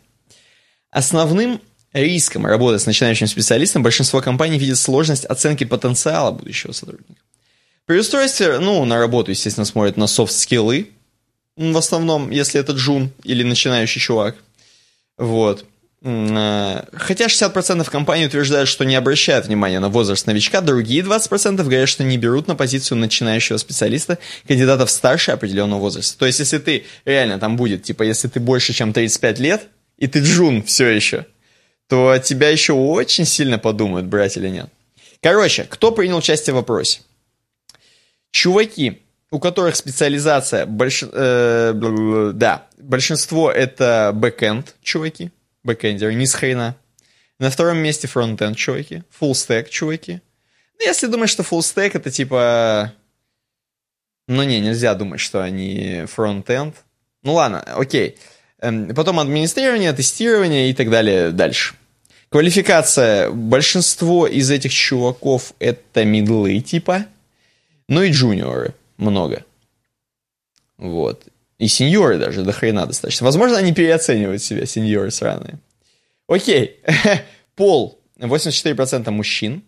Основным риском работы с начинающим специалистом большинство компаний видит сложность оценки потенциала будущего сотрудника. При устройстве, ну, на работу, естественно, смотрят на софт-скиллы, в основном, если это джун или начинающий чувак. Вот. Хотя шестьдесят процентов компаний утверждают, что не обращают внимания на возраст новичка, другие двадцать процентов говорят, что не берут на позицию начинающего специалиста кандидатов старше определенного возраста. То есть, если ты реально там будет, типа, если ты больше, чем тридцать пять лет, и ты джун все еще, то тебя еще очень сильно подумают, брать или нет. Короче, кто принял участие в вопросе? Чуваки, у которых специализация, больш... э, да, большинство это бэкэнд чуваки, бэкэндеры, ни с хрена. На втором месте фронтенд чуваки, фуллстек чуваки. Ну, если думаешь, что фуллстек это типа... Ну не, нельзя думать, что они фронтенд. Ну ладно, окей. Потом администрирование, тестирование и так далее дальше. Квалификация. Большинство из этих чуваков это мидлы типа. Ну и джуниоры. Много. Вот. И сеньоры даже, до хрена достаточно. Возможно, они переоценивают себя, сеньоры сраные. Окей. Пол. восемьдесят четыре процента мужчин.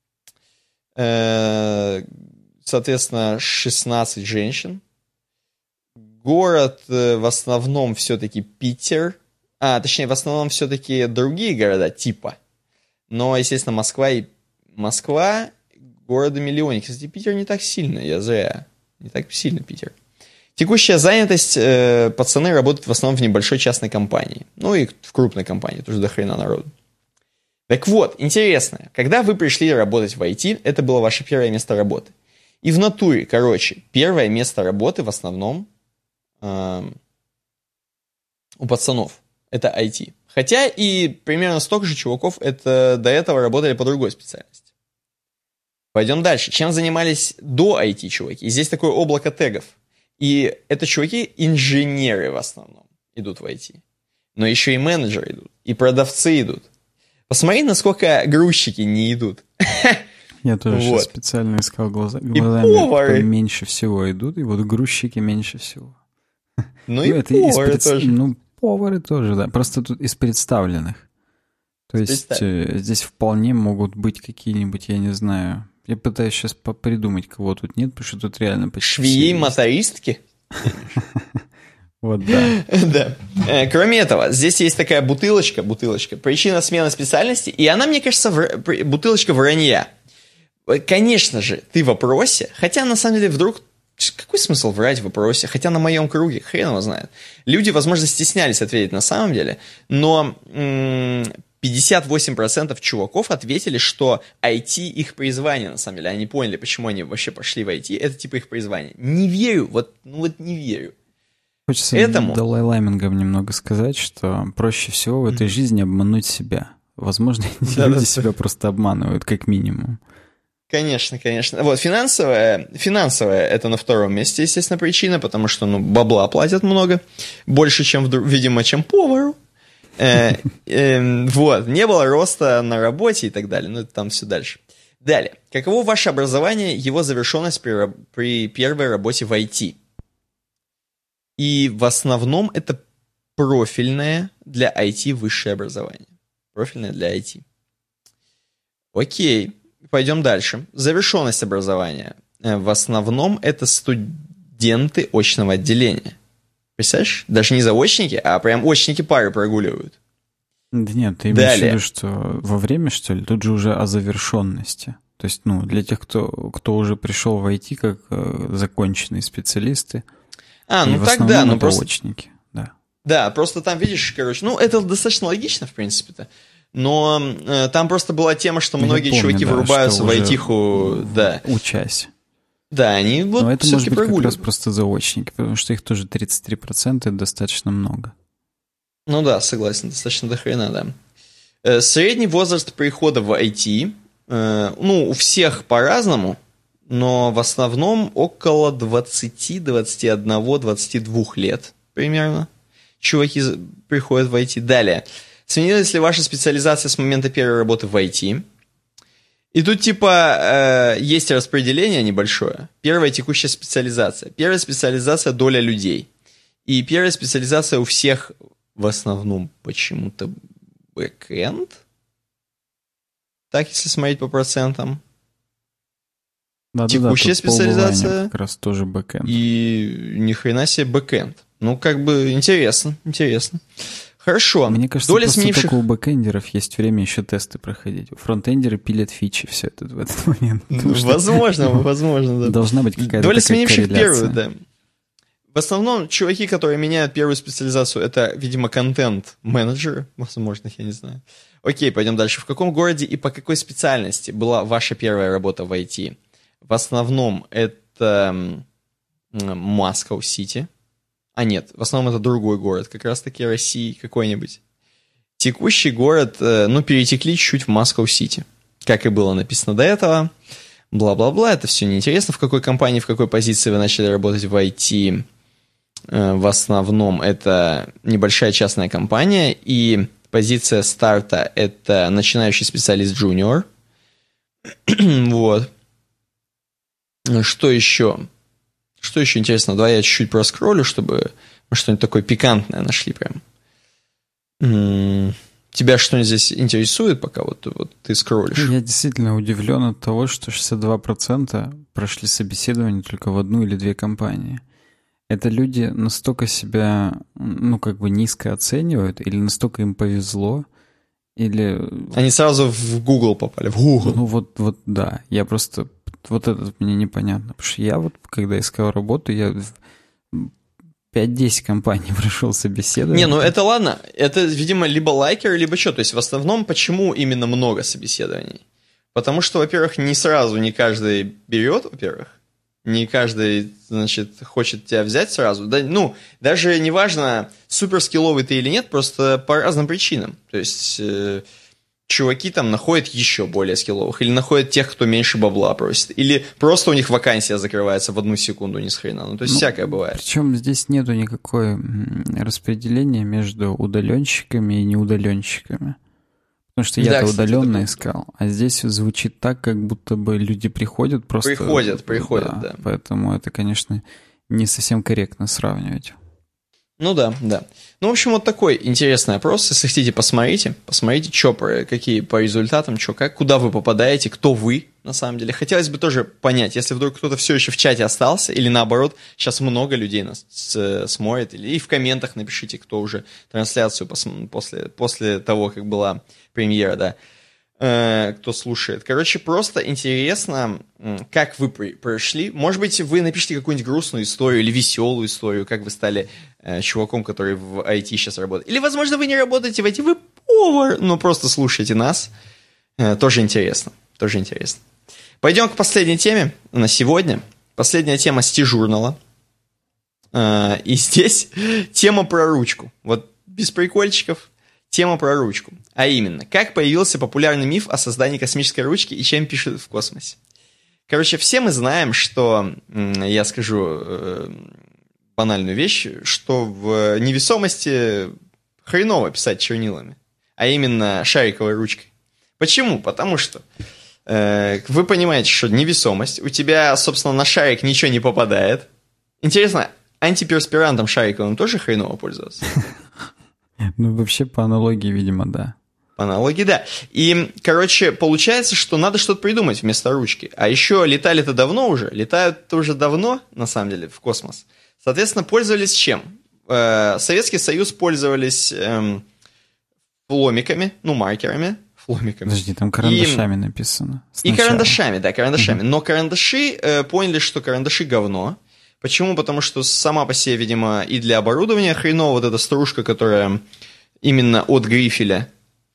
Соответственно, шестнадцать женщин. Город в основном все-таки Питер. А, точнее, в основном все-таки другие города типа. Но, естественно, Москва и... Москва, города-миллионник. Кстати, Питер не так сильно, я зря. Не так сильно Питер. Текущая занятость, э, пацаны работают в основном в небольшой частной компании. Ну и в крупной компании, тоже до хрена народу. Так вот, интересно, когда вы пришли работать в ай ти, это было ваше первое место работы. И в натуре, короче, первое место работы в основном... Э, у пацанов это ай ти. Хотя и примерно столько же чуваков это до этого работали по другой специальности. Пойдем дальше. Чем занимались до ай ти чуваки? И здесь такое облако тегов. И это чуваки, инженеры в основном идут в ай ти. Но еще и менеджеры идут, и продавцы идут. Посмотри, насколько грузчики не идут. Я тоже вот. Сейчас специально искал глаза, глазами, меньше всего идут, и вот грузчики меньше всего. Ну, ну и это повары пред... тоже. Ну, повары тоже, да. Просто тут из представленных. То есть э, здесь вполне могут быть какие-нибудь, я не знаю... Я пытаюсь сейчас придумать, кого тут нет, потому что тут реально почти... Швеи-мотористки? Вот, да. Да. Кроме этого, здесь есть такая бутылочка, бутылочка, причина смены специальности, и она, мне кажется, в... бутылочка вранья. Конечно же, ты в вопросе, хотя на самом деле вдруг... Какой смысл врать в вопросе? Хотя на моем круге, хрен его знает. Люди, возможно, стеснялись ответить на самом деле, но м- пятьдесят восемь процентов чуваков ответили, что ай ти их призвание, на самом деле. Они поняли, почему они вообще пошли в ай ти. Это типа их призвание. Не верю, вот, ну вот не верю. Хочется этому... Далай-ламингом немного сказать, что проще всего в этой жизни обмануть себя. Возможно, люди себя просто обманывают, как минимум. Конечно, конечно. Вот, финансовая, финансовая это на втором месте, естественно, причина, потому что, ну, бабла платят много, больше, чем, видимо, чем повару. Э, э, вот, не было роста на работе и так далее, ну, это там все дальше. Далее. Каково ваше образование, его завершенность при, при первой работе в ай ти? И в основном это профильное для ай ти высшее образование. Профильное для ай ти. Окей. Пойдем дальше. Завершенность образования. В основном это студенты очного отделения. Представляешь? Даже не заочники, а прям очники пары прогуливают. Да нет, ты имеешь в виду, что во время, что ли? Тут же уже о завершенности. То есть, ну, для тех, кто, кто уже пришел в ай ти как э, законченные специалисты. А, ну тогда, ну просто... очники, да. Да, просто там, видишь, короче, ну, это достаточно логично, в принципе-то. Но э, там просто была тема, что многие помню, чуваки да, вырубаются в айтиху, да. Учась. Да, они вот но это может быть прогуливают. Как раз просто заочники, потому что их тоже тридцать три процента, это достаточно много. Ну да, согласен, достаточно до хрена, да. Э, средний возраст прихода в ай ти, э, ну, у всех по-разному, но в основном около двадцать, двадцать один, двадцать два лет примерно чуваки приходят в ай ти. Далее. Сменилась ли ваша специализация с момента первой работы в ай ти? И тут типа э, есть распределение небольшое. Первая текущая специализация. Первая специализация доля людей. И первая специализация у всех в основном почему-то бэкэнд. Так, если смотреть по процентам. Да, текущая да, да, специализация. Как раз тоже бэкэнд. И ни хрена себе бэкэнд. Ну, как бы интересно, интересно. Хорошо. Мне кажется, доля просто сменивших... только у бэкэндеров есть время еще тесты проходить. Фронтендеры пилят фичи все это в этот момент. Возможно, возможно, да. Должна быть какая-то доля такая сменивших корреляция. первую, да. В основном чуваки, которые меняют первую специализацию, это, видимо, контент-менеджеры, возможно, я не знаю. Окей, пойдем дальше. В каком городе и по какой специальности была ваша первая работа в ай ти? В основном это Москва-Сити. А нет, в основном это другой город, как раз-таки России какой-нибудь. Текущий город, ну, перетекли чуть-чуть в Москва-Сити. Как и было написано до этого. Бла-бла-бла, это все неинтересно. В какой компании, в какой позиции вы начали работать в ай ти? В основном это небольшая частная компания. И позиция старта это начинающий специалист джуниор. Вот. Что еще? Что еще интересно? Давай я чуть-чуть проскроллю, чтобы мы что-нибудь такое пикантное нашли прям. М-м- тебя что-нибудь здесь интересует, пока вот, вот ты скроллишь? Я действительно удивлен от того, что шестьдесят два процента прошли собеседование только в одну или две компании. Это люди настолько себя, ну, как бы низко оценивают, или настолько им повезло, или... Они сразу в Google попали, в Google. Ну, вот, вот да. Я просто... Вот это мне непонятно. Потому что я вот, когда искал работу, я в пять-десять компаний прошел собеседование. Не, ну это ладно. Это, видимо, либо лайкер, либо что. То есть в основном, почему именно много собеседований? Потому что, во-первых, не сразу не каждый берет, во-первых. Не каждый, значит, хочет тебя взять сразу. Да, ну, даже неважно, суперскилловый ты или нет, просто по разным причинам. То есть, э, чуваки там находят еще более скилловых, или находят тех, кто меньше бабла просит, или просто у них вакансия закрывается в одну секунду ни с хрена. Ну, то есть, ну, всякое бывает. Причем здесь нету никакой распределения между удаленщиками и неудаленщиками. Потому что я-то да, удаленно искал, а здесь звучит так, как будто бы люди приходят просто... Приходят, приходят, да. да. Поэтому это, конечно, не совсем корректно сравнивать. Ну да, да. Ну, в общем, вот такой интересный опрос. Если хотите, посмотрите. Посмотрите, что, какие по результатам, что, как, куда вы попадаете, кто вы, на самом деле. Хотелось бы тоже понять, если вдруг кто-то все еще в чате остался, или наоборот, сейчас много людей нас смотрит, или и в комментах напишите, кто уже трансляцию пос- после, после того, как была премьера, да, э, кто слушает. Короче, просто интересно, как вы прошли. Может быть, вы напишите какую-нибудь грустную историю или веселую историю, как вы стали э, чуваком, который в ай ти сейчас работает. Или, возможно, вы не работаете в ай ти, вы повар, но просто слушаете нас. Э, тоже интересно, тоже интересно. Пойдем к последней теме на сегодня. Последняя тема Стижурнала. Э, и здесь тема про ручку. Вот без прикольчиков. Тема про ручку. А именно, как появился популярный миф о создании космической ручки и чем пишут в космосе. Короче, все мы знаем, что, я скажу э, банальную вещь, что в невесомости хреново писать чернилами, а именно шариковой ручкой. Почему? Потому что э, вы понимаете, что невесомость, у тебя, собственно, на шарик ничего не попадает. Интересно, антиперспирантом шариковым тоже хреново пользоваться? Ну, вообще, по аналогии, видимо, да. По аналогии, да. И, короче, получается, что надо что-то придумать вместо ручки. А еще летали-то давно уже, летают уже давно, на самом деле, в космос. Соответственно, пользовались чем? Э, Советский Союз пользовались э, фломиками, ну, маркерами. Фломиками. Подожди, там карандашами и, написано. Сначала. И карандашами, да, карандашами. Угу. Но карандаши э, поняли, что карандаши говно. Почему? Потому что сама по себе, видимо, и для оборудования хреново вот эта стружка, которая именно от грифеля.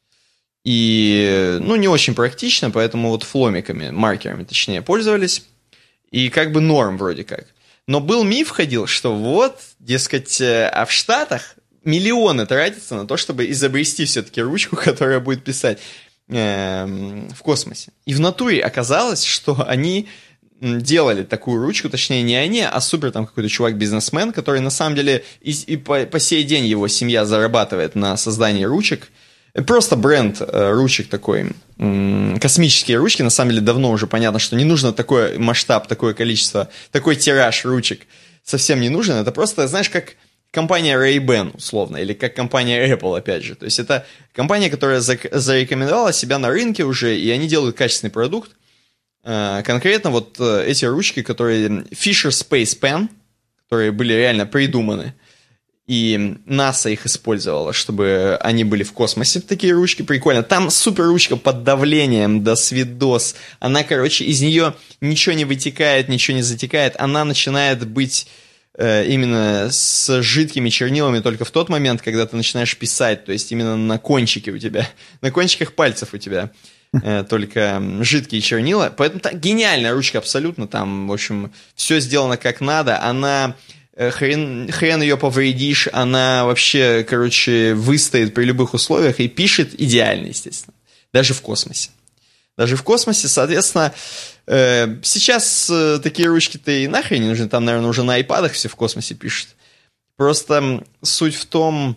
И, ну, не очень практично, поэтому вот фломиками, маркерами, точнее, пользовались. И как бы норм вроде как. Но был миф ходил, что вот, дескать, а в Штатах миллионы тратятся на то, чтобы изобрести все-таки ручку, которая будет писать э, в космосе. И в натуре оказалось, что они делали такую ручку, точнее не они, а супер там какой-то чувак-бизнесмен, который на самом деле и, и по, по сей день его семья зарабатывает на создании ручек. Просто бренд э, ручек такой, м- космические ручки, на самом деле давно уже понятно, что не нужно такой масштаб, такое количество, такой тираж ручек совсем не нужен. Это просто, знаешь, как компания Ray-Ban, условно, или как компания Apple, опять же. То есть это компания, которая зак- зарекомендовала себя на рынке уже, и они делают качественный продукт. Конкретно вот эти ручки, которые Fisher Space Pen, которые были реально придуманы, и НАСА их использовала, чтобы они были в космосе, такие ручки, прикольно. Там супер ручка под давлением, до свидос. Она, короче, из нее ничего не вытекает, ничего не затекает. Она начинает быть э, именно с жидкими чернилами только в тот момент, когда ты начинаешь писать, то есть именно на кончике у тебя, на кончиках пальцев у тебя. Только жидкие чернила. Поэтому так, гениальная ручка абсолютно. Там, в общем, все сделано как надо. Она, хрен, хрен ее повредишь, она вообще, короче, выстоит при любых условиях и пишет идеально, естественно. Даже в космосе. Даже в космосе, соответственно, сейчас такие ручки-то и нахрен не нужны. Там, наверное, уже на айпадах все в космосе пишут. Просто суть в том,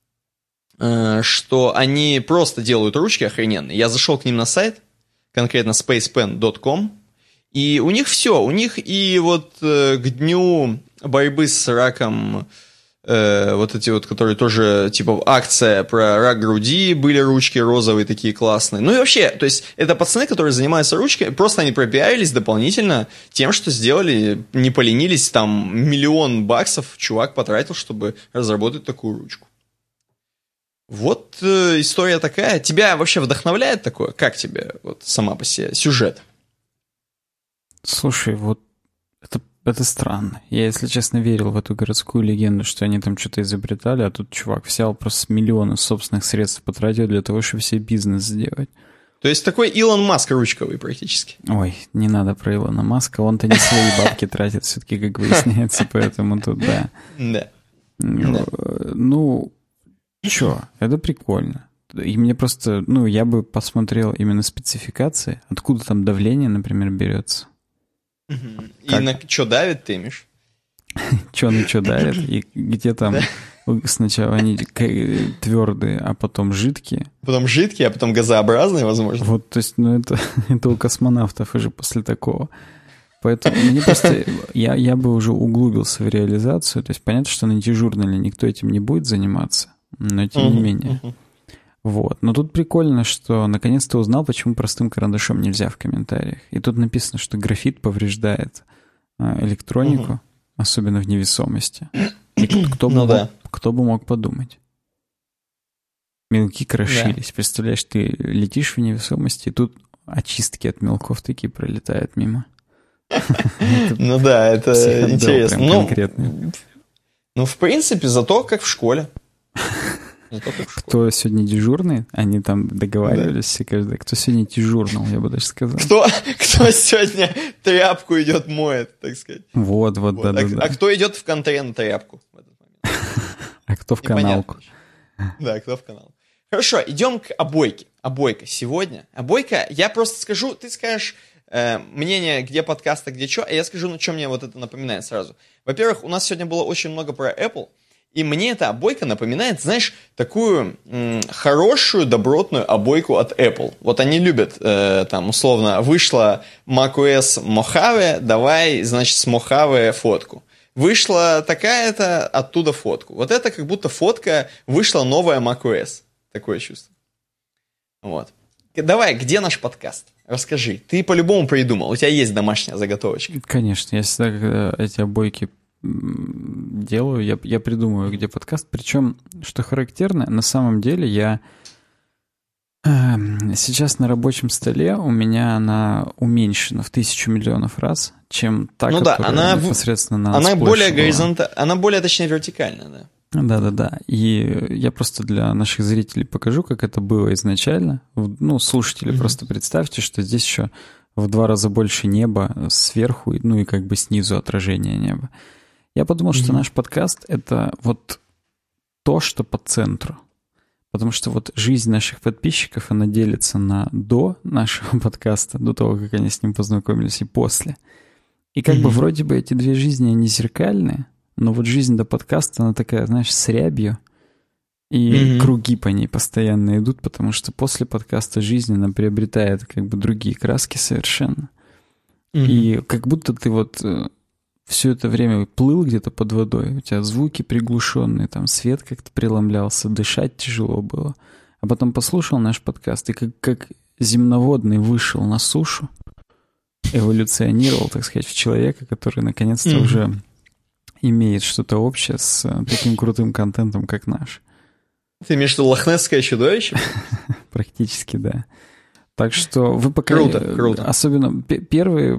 что они просто делают ручки охрененные. Я зашел к ним на сайт, конкретно spacepen точка com, и у них все, у них и вот э, к дню борьбы с раком, э, вот эти вот, которые тоже, типа, акция про рак груди, были ручки розовые такие классные. Ну и вообще, то есть, это пацаны, которые занимаются ручкой, просто они пропиарились дополнительно тем, что сделали, не поленились, там, миллион баксов чувак потратил, чтобы разработать такую ручку. Вот э, история такая. Тебя вообще вдохновляет такое? Как тебе вот сама по себе сюжет? Слушай, вот это, это странно. Я, если честно, верил в эту городскую легенду, что они там что-то изобретали, а тут чувак взял просто миллионы собственных средств потратил для того, чтобы себе бизнес сделать. То есть такой Илон Маск ручковый практически. Ой, не надо про Илона Маска, он-то не свои бабки тратит все-таки, как выясняется, поэтому тут да. Да. Ну, чё, это прикольно. И мне просто, ну, я бы посмотрел именно спецификации, откуда там давление, например, берется. И на что давит, ты имеешь? Чё на чё давит, и где там сначала они твердые, а потом жидкие. Потом жидкие, а потом газообразные, возможно. Вот, то есть, ну, это, это у космонавтов уже после такого. Поэтому мне просто, я, я бы уже углубился в реализацию. То есть понятно, что на дежурнале никто этим не будет заниматься, но тем не менее. Вот. Но тут прикольно, что наконец-то узнал, почему простым карандашом нельзя в комментариях. И тут написано, что графит повреждает электронику, особенно в невесомости. И кто бы, ну, мог, да. кто бы мог подумать? Мелки крошились. Да. Представляешь, ты летишь в невесомости, и тут очистки от мелков такие пролетают мимо. Ну да, это интересно. Ну, в принципе, зато как в школе. Кто сегодня дежурный? Они там договаривались все каждый. Кто сегодня дежурный, я бы даже сказал. Кто, кто сегодня тряпку идет моет, так сказать. Вот, вот, вот. да, а, да, да. А кто идет в контейнер тряпку в этот момент? А кто в каналку? Да, кто в канал. Хорошо, идем к обойке. Обойка сегодня. Обойка, я просто скажу, ты скажешь э, мнение, где подкаст, а где что, а я скажу, ну что мне вот это напоминает сразу. Во-первых, у нас сегодня было очень много про Apple. И мне эта обойка напоминает, знаешь, такую м, хорошую, добротную обойку от Apple. Вот они любят, э, там, условно, вышла macOS Mojave, давай, значит, с Mojave фотку. Вышла такая-то, оттуда фотку. Вот это как будто фотка, вышла новая macOS. Такое чувство. Вот. Давай, где наш подкаст? Расскажи. Ты по-любому придумал. У тебя есть домашняя заготовочка. Конечно. Я всегда, когда эти обойки делаю, я, я придумываю, где подкаст. Причем, что характерно, на самом деле я э, сейчас на рабочем столе у меня она уменьшена в тысячу миллионов раз, чем та, ну которая да, она непосредственно на она более горизонтальная, она более, точнее, вертикальная, да. Да-да-да. И я просто для наших зрителей покажу, как это было изначально. Ну, слушатели, mm-hmm. просто представьте, что здесь еще в два раза больше неба сверху, ну и как бы снизу отражение неба. Я подумал, mm-hmm. что наш подкаст — это вот то, что по центру. Потому что вот жизнь наших подписчиков, она делится на до нашего подкаста, до того, как они с ним познакомились, и после. И как mm-hmm. бы вроде бы эти две жизни, они зеркальные, но вот жизнь до подкаста, она такая, знаешь, с рябью, и mm-hmm. круги по ней постоянно идут, потому что после подкаста жизнь, она приобретает как бы другие краски совершенно. Mm-hmm. И как будто ты вот все это время плыл где-то под водой, у тебя звуки приглушенные, там свет как-то преломлялся, дышать тяжело было. А потом послушал наш подкаст, и как, как земноводный вышел на сушу, эволюционировал, так сказать, в человека, который наконец-то mm-hmm. уже имеет что-то общее с таким крутым контентом, как наш. Ты имеешь в виду лохнесское чудовище? Практически, да. Так что вы пока... Круто, круто. Особенно первые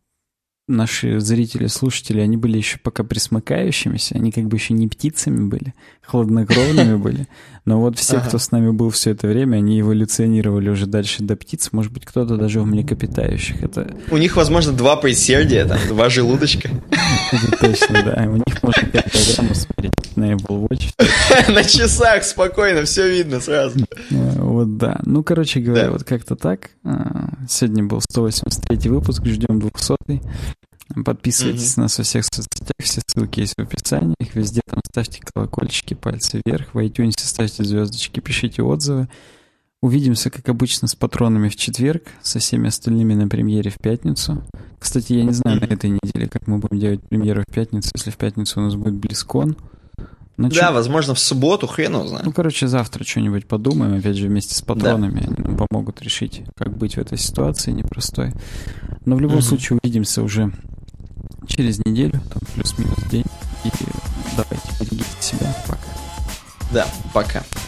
наши зрители, слушатели, они были еще пока присмыкающимися, они как бы еще не птицами были, хладнокровными были. Но вот все, ага. кто с нами был все это время, они эволюционировали уже дальше до птиц, может быть, кто-то даже в млекопитающих. Это... У них, возможно, два предсердия, там, два желудочка. Это точно, да. У них можно пять программ смотреть на Apple Watch. На часах спокойно, все видно сразу. Вот, да. Ну, короче говоря, вот как-то так. Сегодня был сто восемьдесят третий выпуск, ждем двухсотый. Подписывайтесь mm-hmm. на нас во всех соцсетях, все ссылки есть в описании, их везде там ставьте колокольчики, пальцы вверх, в iTunes ставьте звездочки, пишите отзывы. Увидимся, как обычно, с патронами в четверг, со всеми остальными на премьере в пятницу. Кстати, я не знаю mm-hmm. на этой неделе, как мы будем делать премьеру в пятницу, если в пятницу у нас будет BlizzCon. Но да, чё... возможно, в субботу, хрен его знает. Ну, короче, завтра что-нибудь подумаем, опять же, вместе с патронами. Да. Они нам помогут решить, как быть в этой ситуации непростой. Но в любом mm-hmm. случае увидимся уже через неделю, там плюс-минус день. И давайте, берегите себя. Пока. Да, пока.